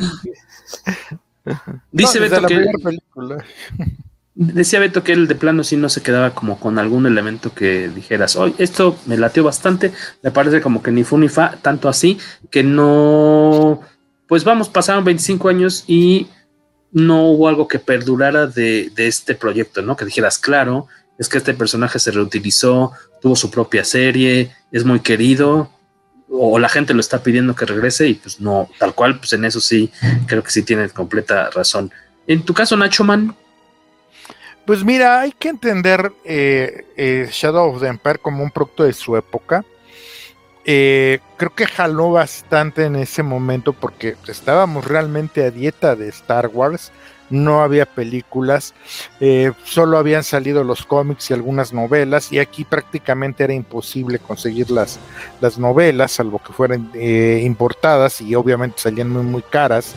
S1: Dice
S15: no,
S1: Beto que...
S15: Película.
S1: Decía Beto que él de plano sí no se quedaba como con algún elemento que dijeras, oye, esto me lateó bastante, me parece como que ni fu ni fa, tanto así, que no... Pues vamos, pasaron veinticinco años y no hubo algo que perdurara de, de este proyecto, ¿no? Que dijeras, claro, es que este personaje se reutilizó, tuvo su propia serie, es muy querido, o la gente lo está pidiendo que regrese y pues no, tal cual, pues en eso sí, creo que sí tienes completa razón. En tu caso, Nacho Man.
S15: Pues mira, hay que entender eh, eh, Shadow of the Empire como un producto de su época. Eh, creo que jaló bastante en ese momento porque estábamos realmente a dieta de Star Wars, no había películas, eh, solo habían salido los cómics y algunas novelas, y aquí prácticamente era imposible conseguir las, las novelas, salvo que fueran eh, importadas, y obviamente salían muy muy caras.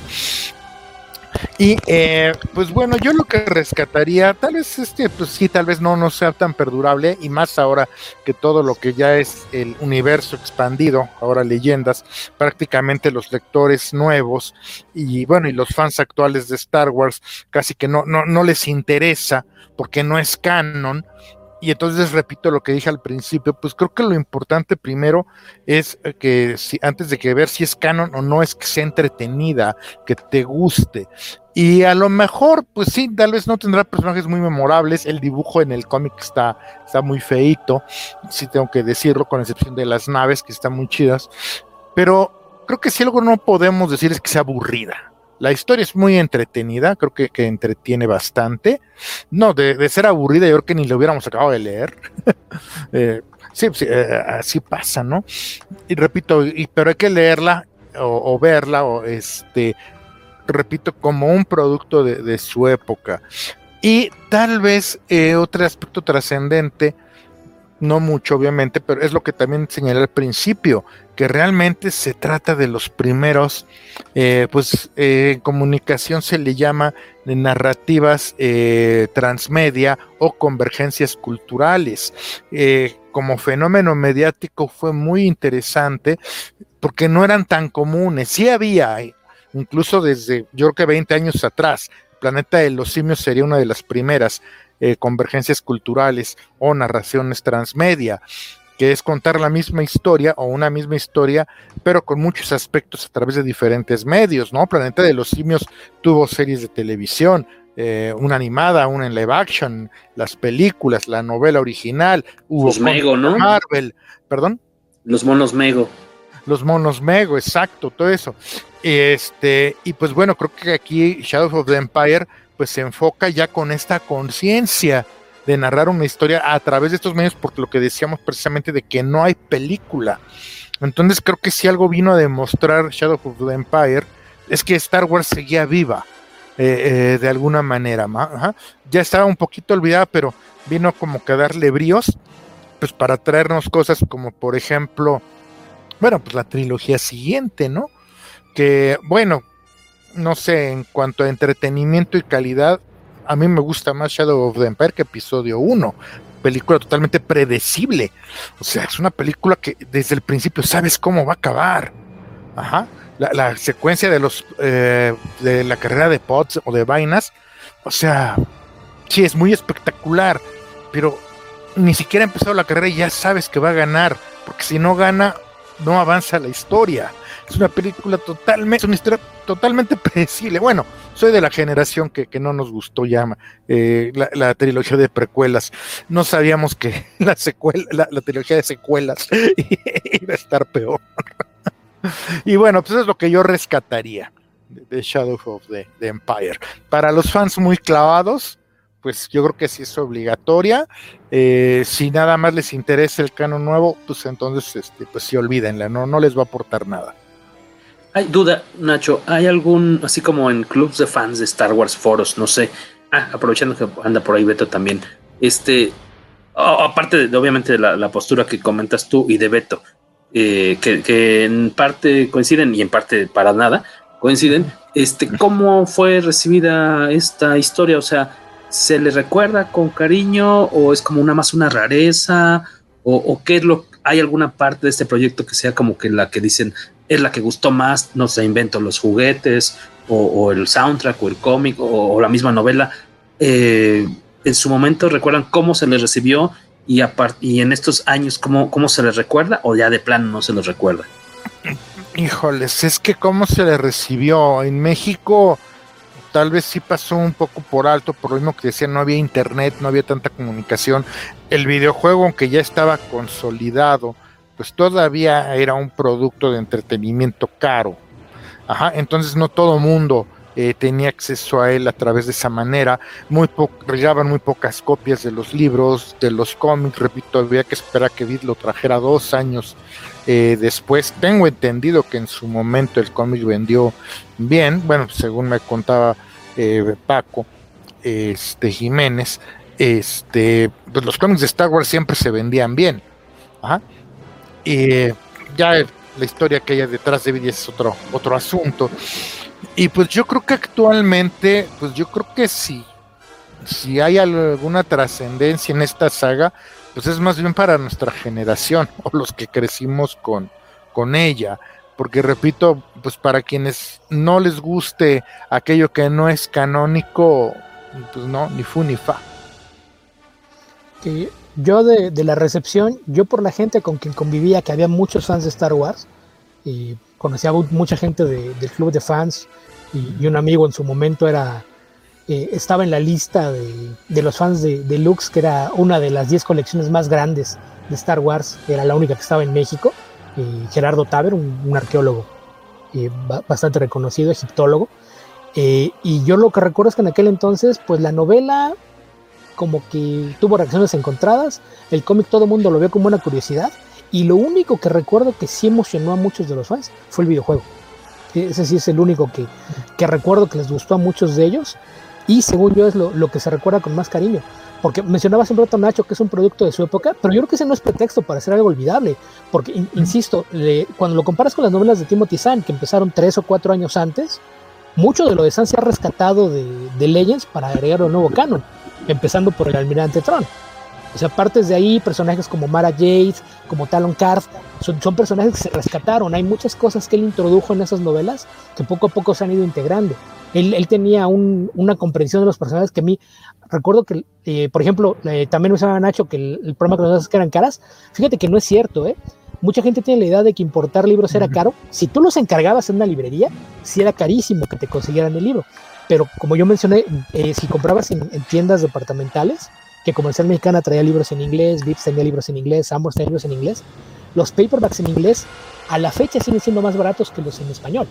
S15: Y eh, pues bueno, yo lo que rescataría, tal vez este, pues sí, tal vez no, no sea tan perdurable, y más ahora que todo lo que ya es el universo expandido, ahora leyendas, prácticamente los lectores nuevos y bueno, y los fans actuales de Star Wars casi que no, no, no les interesa porque no es canon. Y entonces repito lo que dije al principio, pues creo que lo importante primero es que si, antes de que ver si es canon o no, es que sea entretenida, que te guste. Y a lo mejor, pues sí, tal vez no tendrá personajes muy memorables, el dibujo en el cómic está, está muy feíto, sí tengo que decirlo, con excepción de las naves que están muy chidas, pero creo que si algo no podemos decir es que sea aburrida. La historia es muy entretenida, creo que, que entretiene bastante. No, de, de ser aburrida, yo creo que ni lo hubiéramos acabado de leer. eh, sí, sí eh, así pasa, ¿no? Y repito, y, pero hay que leerla o, o verla, o este, repito, como un producto de, de su época. Y tal vez eh, otro aspecto trascendente, no mucho obviamente, pero es lo que también señalé al principio, que realmente se trata de los primeros, eh, pues eh, en comunicación se le llama de narrativas eh, transmedia o convergencias culturales. Eh, como fenómeno mediático fue muy interesante porque no eran tan comunes, sí había, incluso desde yo creo que veinte años atrás, Planeta de los Simios sería una de las primeras eh, convergencias culturales o narraciones transmedia, que es contar la misma historia o una misma historia, pero con muchos aspectos a través de diferentes medios, ¿no? Planeta de los Simios tuvo series de televisión, eh, una animada, una en live action, las películas, la novela original, hubo
S1: los Mego, ¿no?
S15: Marvel, perdón.
S1: Los monos Mego.
S15: Los monos Mego, exacto, todo eso. Este, y pues bueno, creo que aquí Shadow of the Empire pues se enfoca ya con esta conciencia de narrar una historia a través de estos medios, porque lo que decíamos precisamente de que no hay película. Entonces creo que si algo vino a demostrar Shadow of the Empire es que Star Wars seguía viva eh, eh, de alguna manera. Ajá. Ya estaba un poquito olvidada, pero vino como que a darle bríos pues para traernos cosas como por ejemplo, bueno, pues la trilogía siguiente, ¿no? Que bueno, no sé, en cuanto a entretenimiento y calidad, a mí me gusta más Shadow of the Empire que episodio uno, película totalmente predecible, o sea, es una película que desde el principio sabes cómo va a acabar. Ajá, la, la secuencia de los eh, de la carrera de pods o de vainas, o sea, sí, es muy espectacular, pero ni siquiera ha empezado la carrera y ya sabes que va a ganar, porque si no gana, no avanza la historia. Es una película totalmente, es una historia totalmente predecible. Bueno, soy de la generación que, que no nos gustó ya eh, la, la trilogía de precuelas. No sabíamos que la secuela, la, la trilogía de secuelas iba a estar peor. Y bueno, pues es lo que yo rescataría de, de Shadow of the, the Empire. Para los fans muy clavados, pues yo creo que sí es obligatoria. Eh, si nada más les interesa el canon nuevo, pues entonces este, pues sí, olvídenla, no, no les va a aportar nada.
S1: Hay duda, Nacho, ¿hay algún, así como en clubs de fans de Star Wars, foros, no sé, ah, aprovechando que anda por ahí Beto también, este, oh, aparte de, obviamente de la, la postura que comentas tú y de Beto, eh, que, que en parte coinciden y en parte para nada coinciden, este, ¿cómo fue recibida esta historia? O sea, ¿se le recuerda con cariño o es como una más una rareza? ¿O, o qué es lo, hay alguna parte de este proyecto que sea como que la que dicen es la que gustó más, no sé, invento los juguetes o, o el soundtrack o el cómic o, o la misma novela? Eh, en su momento recuerdan cómo se les recibió y, apart, y en estos años cómo, cómo se les recuerda o ya de plano no se los recuerda.
S15: Híjoles, es que cómo se les recibió en México. Tal vez sí pasó un poco por alto, por lo mismo que decía, no había internet, no había tanta comunicación. El videojuego, aunque ya estaba consolidado, pues todavía era un producto de entretenimiento caro. Ajá, entonces no todo mundo eh, tenía acceso a él a través de esa manera. Muy po- llegaban muy pocas copias de los libros, de los cómics. Repito, había que esperar que Vid lo trajera dos años eh, después. Tengo entendido que en su momento el cómic vendió bien, bueno, según me contaba eh, Paco este, Jiménez, este, pues los cómics de Star Wars siempre se vendían bien. Ajá. Y ya la historia que hay detrás de Vid es otro, otro asunto. Y pues yo creo que actualmente, pues yo creo que si, si hay alguna trascendencia en esta saga, pues es más bien para nuestra generación o los que crecimos con, con ella. Porque repito, pues para quienes no les guste aquello que no es canónico, pues no, ni fu ni fa.
S16: Que yo de, de la recepción, yo por la gente con quien convivía, que había muchos fans de Star Wars, y conocía mucha gente de, del club de fans, y, y un amigo en su momento era eh, estaba en la lista de, de los fans de, de Lux, que era una de las diez colecciones más grandes de Star Wars, era la única que estaba en México. Eh, Gerardo Taber, un, un arqueólogo eh, bastante reconocido, egiptólogo, eh, y yo lo que recuerdo es que en aquel entonces, pues la novela como que tuvo reacciones encontradas, el cómic todo el mundo lo vio como una curiosidad, y lo único que recuerdo que sí emocionó a muchos de los fans fue el videojuego. Ese sí es el único que, que recuerdo que les gustó a muchos de ellos, y según yo es lo, lo que se recuerda con más cariño. Porque mencionabas un rato, Nacho, que es un producto de su época, pero yo creo que ese no es pretexto para hacer algo olvidable, porque, in, insisto, le, cuando lo comparas con las novelas de Timothy Zahn, que empezaron tres o cuatro años antes, mucho de lo de Zahn se ha rescatado de, de Legends para agregar un nuevo canon, empezando por el Almirante Thrawn. O sea, partes de ahí, personajes como Mara Jade, como Talon Karrde, son, son personajes que se rescataron. Hay muchas cosas que él introdujo en esas novelas que poco a poco se han ido integrando. Él, él tenía un, una comprensión de los personajes que a mí, recuerdo que, eh, por ejemplo, eh, también me llamaba Nacho que el, el problema con las cosas que eran caras. Fíjate que no es cierto, ¿eh? Mucha gente tiene la idea de que importar libros era caro. Si tú los encargabas en una librería, sí era carísimo que te consiguieran el libro. Pero como yo mencioné, eh, si comprabas en, en tiendas departamentales, que Comercial Mexicana traía libros en inglés, Vips tenía libros en inglés, Sanborns tenía libros en inglés, los paperbacks en inglés a la fecha siguen siendo más baratos que los en español.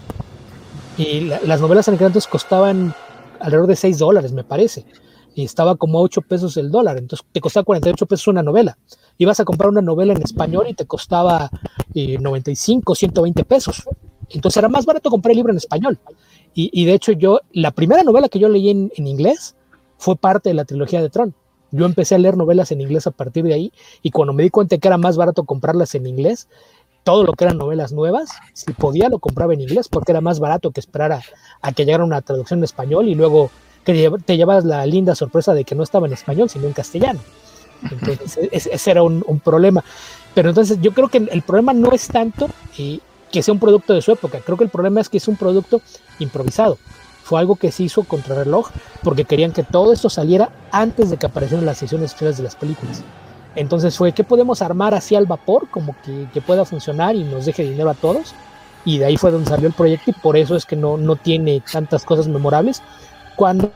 S16: Y la, las novelas en encantos costaban alrededor de seis dólares, me parece. Y estaba como a ocho pesos el dólar, entonces te costaba cuarenta y ocho pesos una novela. Ibas a comprar una novela en español y te costaba eh, noventa y cinco, ciento veinte pesos. Entonces era más barato comprar el libro en español. Y, y de hecho yo, la primera novela que yo leí en, en inglés fue parte de la trilogía de Tron. Yo empecé a leer novelas en inglés a partir de ahí, y cuando me di cuenta que era más barato comprarlas en inglés, todo lo que eran novelas nuevas, si podía lo compraba en inglés, porque era más barato que esperar a, a que llegara una traducción en español, y luego que te llevas la linda sorpresa de que no estaba en español, sino en castellano. Entonces ese, ese era un, un problema. Pero entonces yo creo que el problema no es tanto eh, que sea un producto de su época, creo que el problema es que es un producto improvisado. Fue algo que se hizo contra reloj porque querían que todo esto saliera antes de que aparecieran las sesiones especiales de las películas. Entonces fue, ¿qué podemos armar así al vapor? Como que, que pueda funcionar y nos deje dinero a todos. Y de ahí fue donde salió el proyecto, y por eso es que no, no tiene tantas cosas memorables. Cuando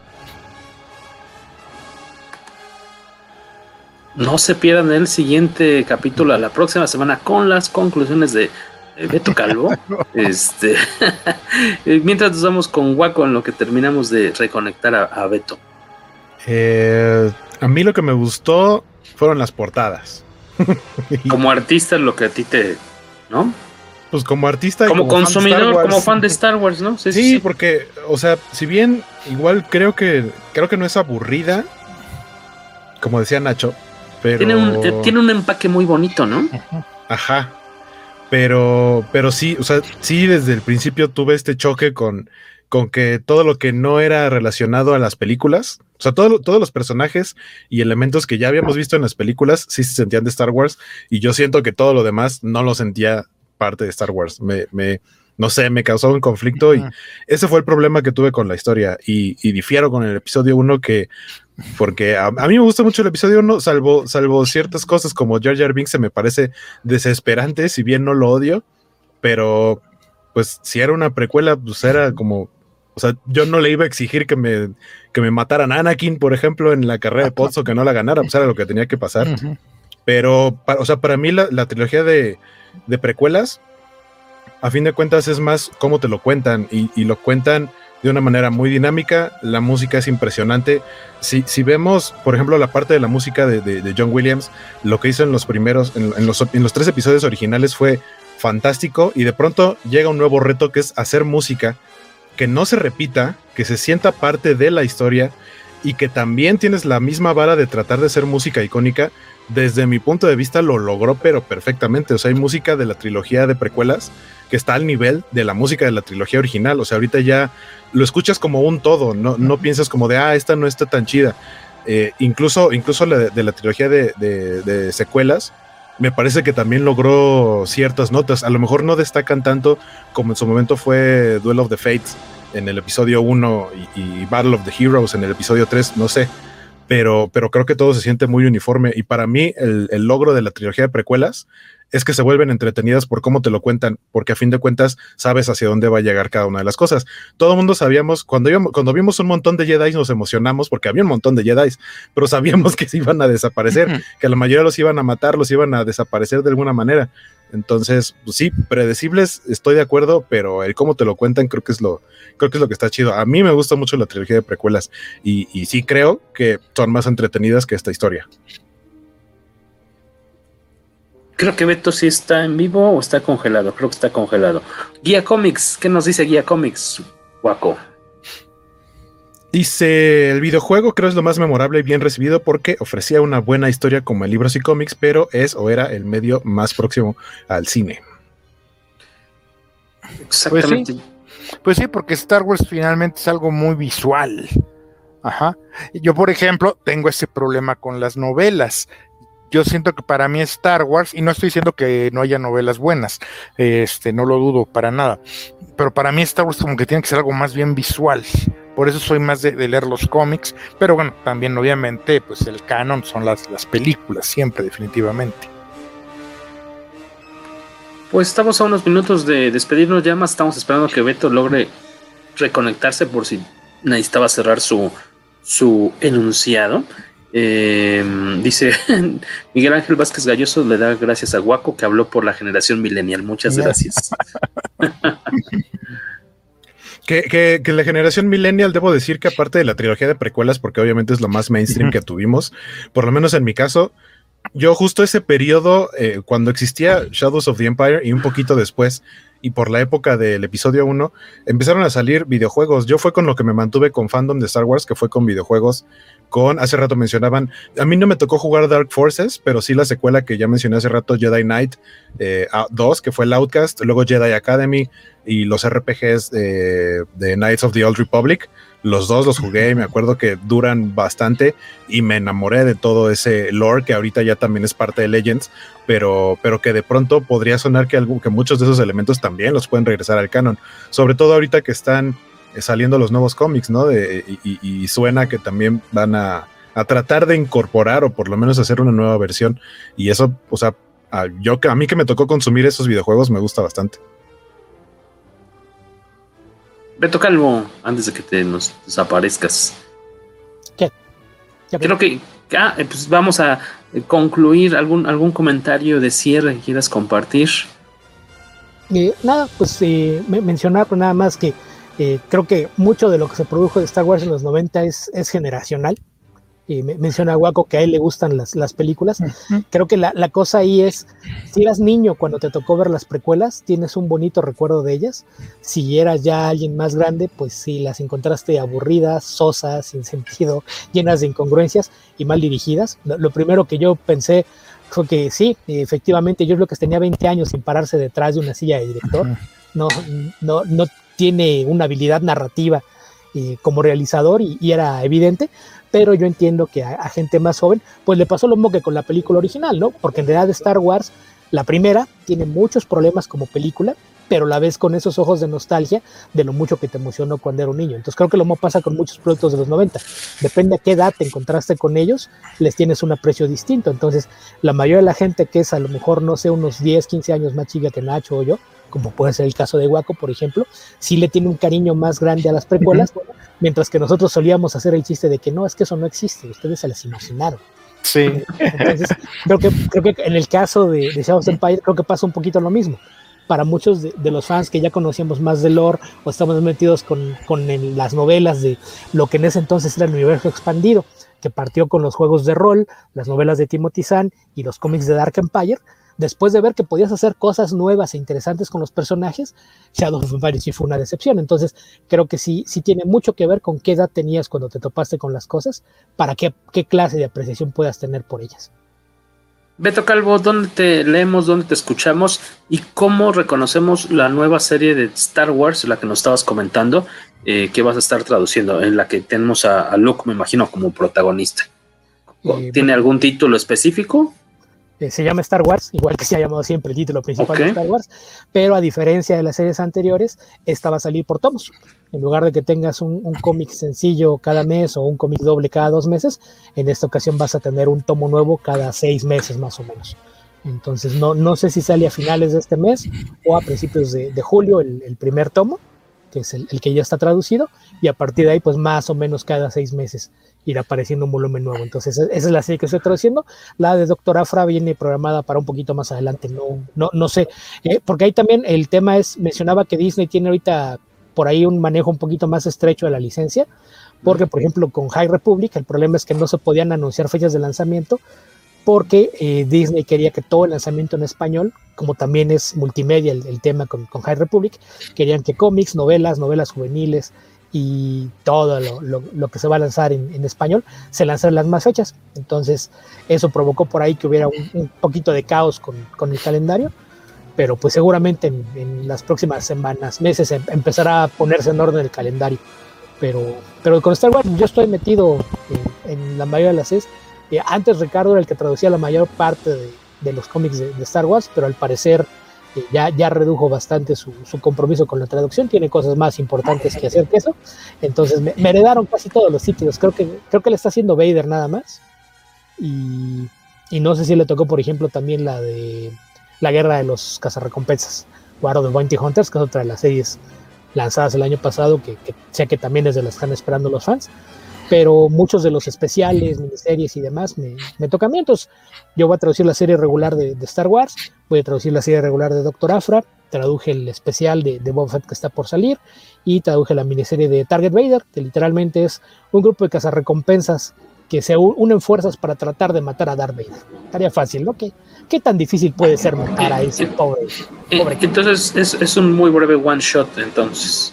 S1: no se pierdan el siguiente capítulo a la próxima semana con las conclusiones de Beto Calvo. este mientras nos vamos con Waco en lo que terminamos de reconectar a, a Beto.
S14: Eh, a mí lo que me gustó fueron las portadas.
S1: Como artista, lo que a ti te, ¿no?
S14: Pues como artista y
S1: como,
S14: como
S1: consumidor,
S14: fan
S1: como fan de Star Wars, ¿no?
S14: Sí, sí, sí, porque, o sea, si bien igual creo que creo que no es aburrida, como decía Nacho, pero
S1: tiene un, tiene un empaque muy bonito, ¿no?
S14: Ajá. Pero, pero sí, o sea, sí desde el principio tuve este choque con, con que todo lo que no era relacionado a las películas, o sea, todo, todos los personajes y elementos que ya habíamos visto en las películas sí se sentían de Star Wars, y yo siento que todo lo demás no lo sentía parte de Star Wars. Me, me, no sé, me causó un conflicto, y ese fue el problema que tuve con la historia, y, y difiero con el episodio uno que, porque a, a mí me gusta mucho el episodio uno, salvo, salvo ciertas cosas como Jar Jar Binks se me parece desesperante, si bien no lo odio, pero pues si era una precuela, pues era como, o sea, yo no le iba a exigir que me, que me mataran a Anakin, por ejemplo, en la carrera de Pods, o que no la ganara, pues era lo que tenía que pasar. Uh-huh. Pero, para, o sea, para mí la, la trilogía de, de precuelas, a fin de cuentas es más cómo te lo cuentan, y, y lo cuentan de una manera muy dinámica. La música es impresionante. Si, si vemos, por ejemplo, la parte de la música de, de, de John Williams, lo que hizo en los primeros, en, en, los, en los tres episodios originales fue fantástico, y de pronto llega un nuevo reto que es hacer música que no se repita, que se sienta parte de la historia, y que también tienes la misma vara de tratar de ser música icónica. Desde mi punto de vista lo logró, pero perfectamente. O sea, hay música de la trilogía de precuelas que está al nivel de la música de la trilogía original. O sea, ahorita ya lo escuchas como un todo, no, no piensas como de, ah, esta no está tan chida. Eh, incluso incluso la de, de la trilogía de, de, de secuelas, me parece que también logró ciertas notas. A lo mejor no destacan tanto como en su momento fue Duel of the Fates en el episodio uno y, y Battle of the Heroes en el episodio tres, no sé. Pero, pero creo que todo se siente muy uniforme, y para mí el, el logro de la trilogía de precuelas es que se vuelven entretenidas por cómo te lo cuentan, porque a fin de cuentas sabes hacia dónde va a llegar cada una de las cosas. Todo el mundo sabíamos, cuando, íbamos, cuando vimos un montón de Jedi nos emocionamos porque había un montón de Jedi, pero sabíamos que se iban a desaparecer, uh-huh. que la mayoría los iban a matar, los iban a desaparecer de alguna manera. Entonces, pues sí, predecibles, estoy de acuerdo, pero el cómo te lo cuentan creo que es lo, creo que es lo que está chido. A mí me gusta mucho la trilogía de precuelas, y, y sí creo que son más entretenidas que esta historia.
S1: Creo que Beto sí está en vivo o está congelado. Creo que está congelado. Guía Comics, ¿qué nos dice Guía Comics, Guaco?
S14: Dice, el videojuego creo es lo más memorable y bien recibido porque ofrecía una buena historia como en libros y cómics, pero es o era el medio más próximo al cine.
S15: Exactamente. Pues sí, pues sí, porque Star Wars finalmente es algo muy visual. Ajá. Yo, por ejemplo, tengo ese problema con las novelas. Yo siento que para mí Star Wars, y no estoy diciendo que no haya novelas buenas, este, no lo dudo para nada, pero para mí Star Wars como que tiene que ser algo más bien visual. Por eso soy más de, de leer los cómics, pero bueno, también obviamente pues el canon son las, las películas, siempre, definitivamente.
S1: Pues estamos a unos minutos de despedirnos ya, más estamos esperando que Beto logre reconectarse por si necesitaba cerrar su, su enunciado. Eh, dice Miguel Ángel Vázquez Galloso le da gracias a Guaco que habló por la generación millennial. Muchas gracias.
S14: que, que, que la generación millennial, debo decir que aparte de la trilogía de precuelas, porque obviamente es lo más mainstream que tuvimos, por lo menos en mi caso, yo justo ese periodo, eh, cuando existía Shadows of the Empire y un poquito después, y por la época del episodio uno, empezaron a salir videojuegos. Yo fue con lo que me mantuve con fandom de Star Wars, que fue con videojuegos, con, hace rato mencionaban, a mí no me tocó jugar Dark Forces, pero sí la secuela que ya mencioné hace rato, Jedi Knight eh, dos, que fue el Outcast, luego Jedi Academy, y los R P Gs de, de Knights of the Old Republic. Los dos los jugué y me acuerdo que duran bastante, y me enamoré de todo ese lore que ahorita ya también es parte de Legends, pero, pero que de pronto podría sonar que, algo, que muchos de esos elementos también los pueden regresar al canon, sobre todo ahorita que están saliendo los nuevos cómics, ¿no? De, y, y, y suena que también van a, a tratar de incorporar o por lo menos hacer una nueva versión, y eso, o sea, a, yo, a mí que me tocó consumir esos videojuegos me gusta bastante.
S1: Beto Calvo, antes de que te nos desaparezcas.
S16: ¿Qué?
S1: ¿Ya Creo que ah, pues vamos a concluir. ¿Algún, algún comentario de cierre que quieras compartir?
S16: Eh, nada, pues eh, mencionar pues, nada más que eh, creo que mucho de lo que se produjo de Star Wars en los noventa es, es generacional. Eh, menciona Guaco que a él le gustan las, las películas. Uh-huh. Creo que la, la cosa ahí es, si eras niño cuando te tocó ver las precuelas, tienes un bonito recuerdo de ellas. Si eras ya alguien más grande, pues sí, las encontraste aburridas, sosas, sin sentido, llenas de incongruencias y mal dirigidas. Lo, lo primero que yo pensé fue que sí, efectivamente, George Lucas tenía veinte años sin pararse detrás de una silla de director. Uh-huh. No, no, no tiene una habilidad narrativa eh, como realizador y, y era evidente. Pero yo entiendo que a, a gente más joven, pues le pasó lo mismo que con la película original, ¿no? Porque en realidad Star Wars, la primera, tiene muchos problemas como película, pero la ves con esos ojos de nostalgia de lo mucho que te emocionó cuando era un niño. Entonces creo que lo mismo pasa con muchos productos de los noventa. Depende a qué edad te encontraste con ellos, les tienes un aprecio distinto. Entonces la mayoría de la gente que es a lo mejor, no sé, unos diez, quince años más chica que Nacho o yo, como puede ser el caso de Guaco, por ejemplo, sí le tiene un cariño más grande a las precuelas, uh-huh. mientras que nosotros solíamos hacer el chiste de que no, es que eso no existe, ustedes se las imaginaron.
S15: Sí.
S16: Entonces, creo que, creo que en el caso de, de Shadows of the Empire, creo que pasa un poquito lo mismo. para muchos de, de los fans que ya conocíamos más de lore o estamos metidos con, con el, las novelas de lo que en ese entonces era el universo expandido, que partió con los juegos de rol, las novelas de Timothy Zahn y los cómics de Dark Empire. Después de ver que podías hacer cosas nuevas e interesantes con los personajes, Shadow of Empire sí fue una decepción. Entonces creo que sí, sí tiene mucho que ver con qué edad tenías cuando te topaste con las cosas, para qué, qué clase de apreciación puedas tener por ellas.
S1: Beto Calvo, ¿dónde te leemos, dónde te escuchamos y cómo reconocemos la nueva serie de Star Wars, la que nos estabas comentando, eh, que vas a estar traduciendo, en la que tenemos a, a Luke, me imagino, como protagonista? ¿Tiene eh, bueno, algún título específico?
S16: Eh, se llama Star Wars, igual que se ha llamado siempre el título principal okay. de Star Wars, pero a diferencia de las series anteriores, esta va a salir por tomos. En lugar de que tengas un, un cómic sencillo cada mes o un cómic doble cada dos meses, en esta ocasión vas a tener un tomo nuevo cada seis meses más o menos. Entonces no, no sé si sale a finales de este mes o a principios de, de julio el, el primer tomo, que es el, el que ya está traducido, y a partir de ahí pues más o menos cada seis meses irá apareciendo un volumen nuevo. Entonces esa es la serie que estoy traduciendo. La de Doctor Aphra viene programada para un poquito más adelante, no, no, no sé, eh, porque ahí también el tema es, mencionaba que Disney tiene ahorita por ahí un manejo un poquito más estrecho de la licencia, porque por ejemplo con High Republic el problema es que no se podían anunciar fechas de lanzamiento, porque eh, Disney quería que todo el lanzamiento en español, como también es multimedia el, el tema con, con High Republic, querían que cómics, novelas, novelas juveniles y todo lo, lo, lo que se va a lanzar en, en español se lanzaran las más fechas. Entonces eso provocó por ahí que hubiera un, un poquito de caos con, con el calendario, pero pues seguramente en, en las próximas semanas, meses em, empezará a ponerse en orden el calendario. Pero, pero con Star Wars yo estoy metido en, en la mayoría de las series. Eh, antes Ricardo era el que traducía la mayor parte de, de los cómics de, de Star Wars, pero al parecer eh, ya, ya redujo bastante su, su compromiso con la traducción, tiene cosas más importantes que hacer que eso. Entonces me, me heredaron casi todos los títulos, creo que, creo que le está haciendo Vader nada más, y, y no sé si le tocó por ejemplo también la de la guerra de los cazarrecompensas, War of the Bounty Hunters, que es otra de las series lanzadas el año pasado, que, que sé que también es de las que están esperando los fans, pero muchos de los especiales, miniseries y demás me, me tocan a mí. Entonces yo voy a traducir la serie regular de, de Star Wars, voy a traducir la serie regular de Doctor Aphra, traduje el especial de, de Boba Fett que está por salir, y traduje la miniserie de Target Vader, que literalmente es un grupo de cazarrecompensas que se unen fuerzas para tratar de matar a Darth Vader. Estaría fácil, ¿no? ¿Qué, qué tan difícil puede ser matar a ese pobre? pobre
S1: entonces es, es un muy breve one shot, entonces.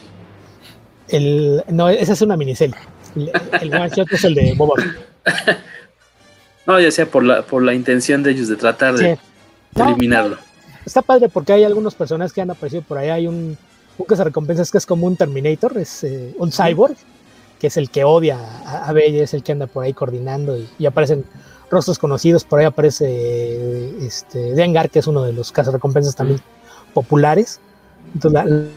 S16: El, no, esa es una miniserie. El, el one shot es el de Boba Fett.
S1: No, ya sea por la, por la intención de ellos de tratar de, sí. de no, eliminarlo.
S16: Está padre porque hay algunos personajes que han aparecido por ahí. Hay un, un que se recompensa que es como un Terminator, es eh, un cyborg, que es el que odia a, a Vader, es el que anda por ahí coordinando, y, y aparecen rostros conocidos. Por ahí aparece eh, este, Dengar, que es uno de los cazarrecompensas también populares. Entonces la,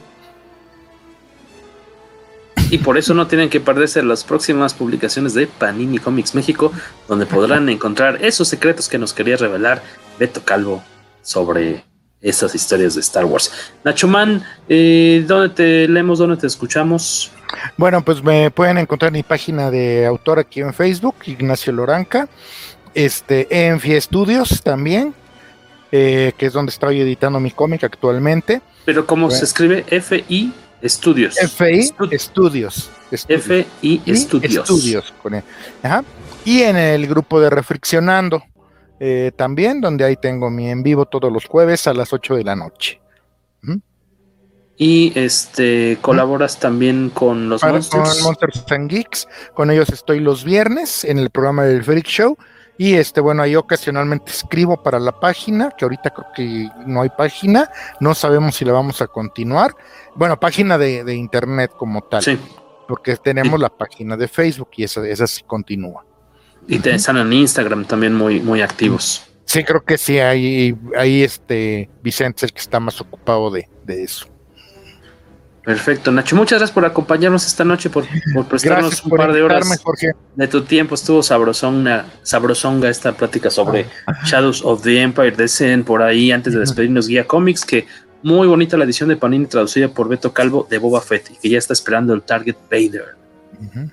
S1: y por eso no tienen que perderse las próximas publicaciones de Panini Comics México, donde podrán encontrar esos secretos que nos quería revelar Beto Calvo sobre estas historias de Star Wars. Nacho Man, eh, ¿dónde te leemos, dónde te escuchamos?
S15: Bueno, pues me pueden encontrar en mi página de autor aquí en Facebook, Ignacio Loranca, este, en Fie Studios también, eh, que es donde estoy editando mi cómic actualmente.
S1: Pero ¿cómo bueno. se escribe? F I Estudios.
S15: F I Estudios.
S1: F I Estudios.
S15: Estudios con él. Ajá. Y en el grupo de Reflexionando eh, también, donde ahí tengo mi en vivo todos los jueves a las ocho de la noche. ¿Mm?
S1: Y este colaboras ¿Mm? también con los
S15: Para,
S1: Monsters.
S15: Con Monsters and Geeks. Con ellos estoy los viernes en el programa del Freak Show. Y este, bueno, ahí ocasionalmente escribo para la página, que ahorita creo que no hay página, no sabemos si la vamos a continuar. Bueno, página de, de internet como tal, sí. Porque tenemos sí. la página de Facebook y esa, esa sí continúa.
S1: Y te están en Instagram también muy, muy activos.
S15: Sí, creo que sí, ahí, ahí este Vicente es el que está más ocupado de, de eso.
S1: Perfecto, Nacho, muchas gracias por acompañarnos esta noche, por, por prestarnos un por par de horas Jorge. de tu tiempo. Estuvo sabrosonga, sabrosonga esta plática sobre oh. Shadows of the Empire. Decen por ahí, antes de despedirnos, Guía Comics, que muy bonita la edición de Panini traducida por Beto Calvo de Boba Fett, y que ya está esperando el Target Vader. Uh-huh.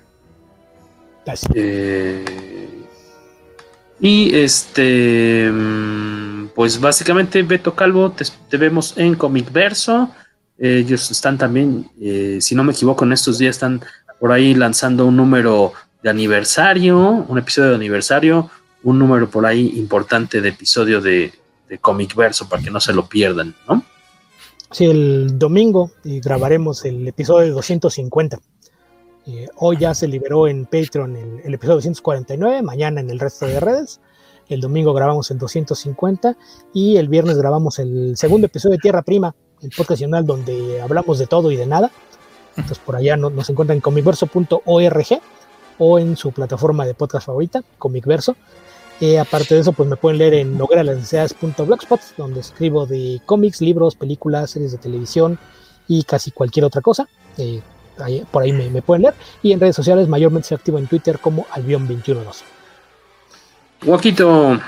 S1: Eh, y este pues básicamente, Beto Calvo, te, te vemos en Comic Verso. Eh, ellos están también, eh, si no me equivoco, en estos días están por ahí lanzando un número de aniversario, un episodio de aniversario, un número por ahí importante de episodio de, de Comic Verso para que no se lo pierdan, ¿no?
S16: Sí, el domingo eh, grabaremos el episodio doscientos cincuenta. Eh, hoy ya se liberó en Patreon el, el episodio doscientos cuarenta y nueve, mañana en el resto de redes. El domingo grabamos el doscientos cincuenta y el viernes grabamos el segundo episodio de Tierra Prima, el podcast nacional donde hablamos de todo y de nada. Entonces por allá no, nos encuentran en comicverso punto org o en su plataforma de podcast favorita, Comicverso. Eh, aparte de eso, pues me pueden leer en noguera las necesidades punto blogspot, donde escribo de cómics, libros, películas, series de televisión y casi cualquier otra cosa. Eh, ahí, por ahí me, me pueden leer. Y en redes sociales mayormente soy activo en Twitter como albion veintiuno dos.
S1: Guaquito.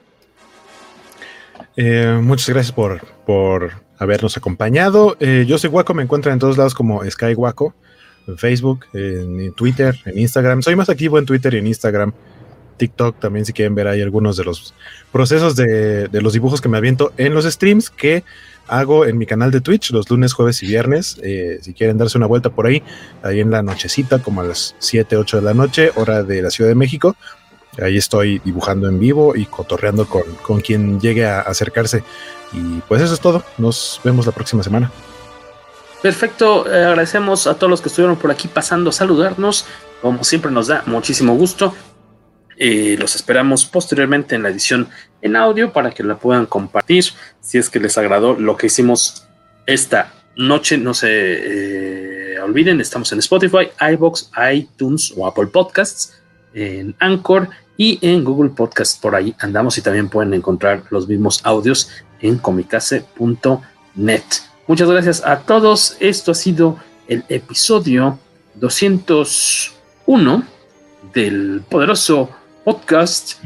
S14: Eh, muchas gracias por, por habernos acompañado. Eh, yo soy Guaco, me encuentran en todos lados como Sky Guaco, en Facebook, en Twitter, en Instagram. Soy más activo en Twitter y en Instagram. TikTok también, si quieren ver ahí algunos de los procesos de, de los dibujos que me aviento en los streams que hago en mi canal de Twitch los lunes, jueves y viernes. Eh, si quieren darse una vuelta por ahí, ahí en la nochecita, como a las siete, ocho de la noche, hora de la Ciudad de México. Ahí estoy dibujando en vivo y cotorreando con, con quien llegue a acercarse. Y pues eso es todo. Nos vemos la próxima semana.
S1: Perfecto. Eh, agradecemos a todos los que estuvieron por aquí pasando a saludarnos. Como siempre nos da muchísimo gusto. Eh, los esperamos posteriormente en la edición en audio para que la puedan compartir. Si es que les agradó lo que hicimos esta noche, no se eh, olviden, estamos en Spotify, iVoox, iTunes o Apple Podcasts, en Anchor y en Google Podcasts. Por ahí andamos y también pueden encontrar los mismos audios en comicase punto net. Muchas gracias a todos. Esto ha sido el episodio doscientos uno del poderoso podcast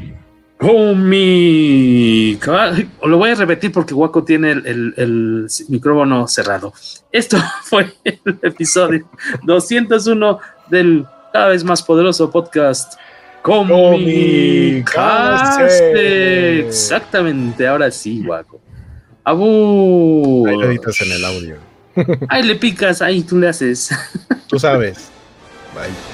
S1: Comic. Lo voy a repetir porque Guaco tiene el, el, el micrófono cerrado. Esto fue el episodio doscientos uno del cada vez más poderoso podcast Comicase. Exactamente, ahora sí, Guaco. Abu.
S14: Ahí lo editas en el audio.
S1: Ahí le picas, ahí tú le haces.
S14: Tú sabes. Bye.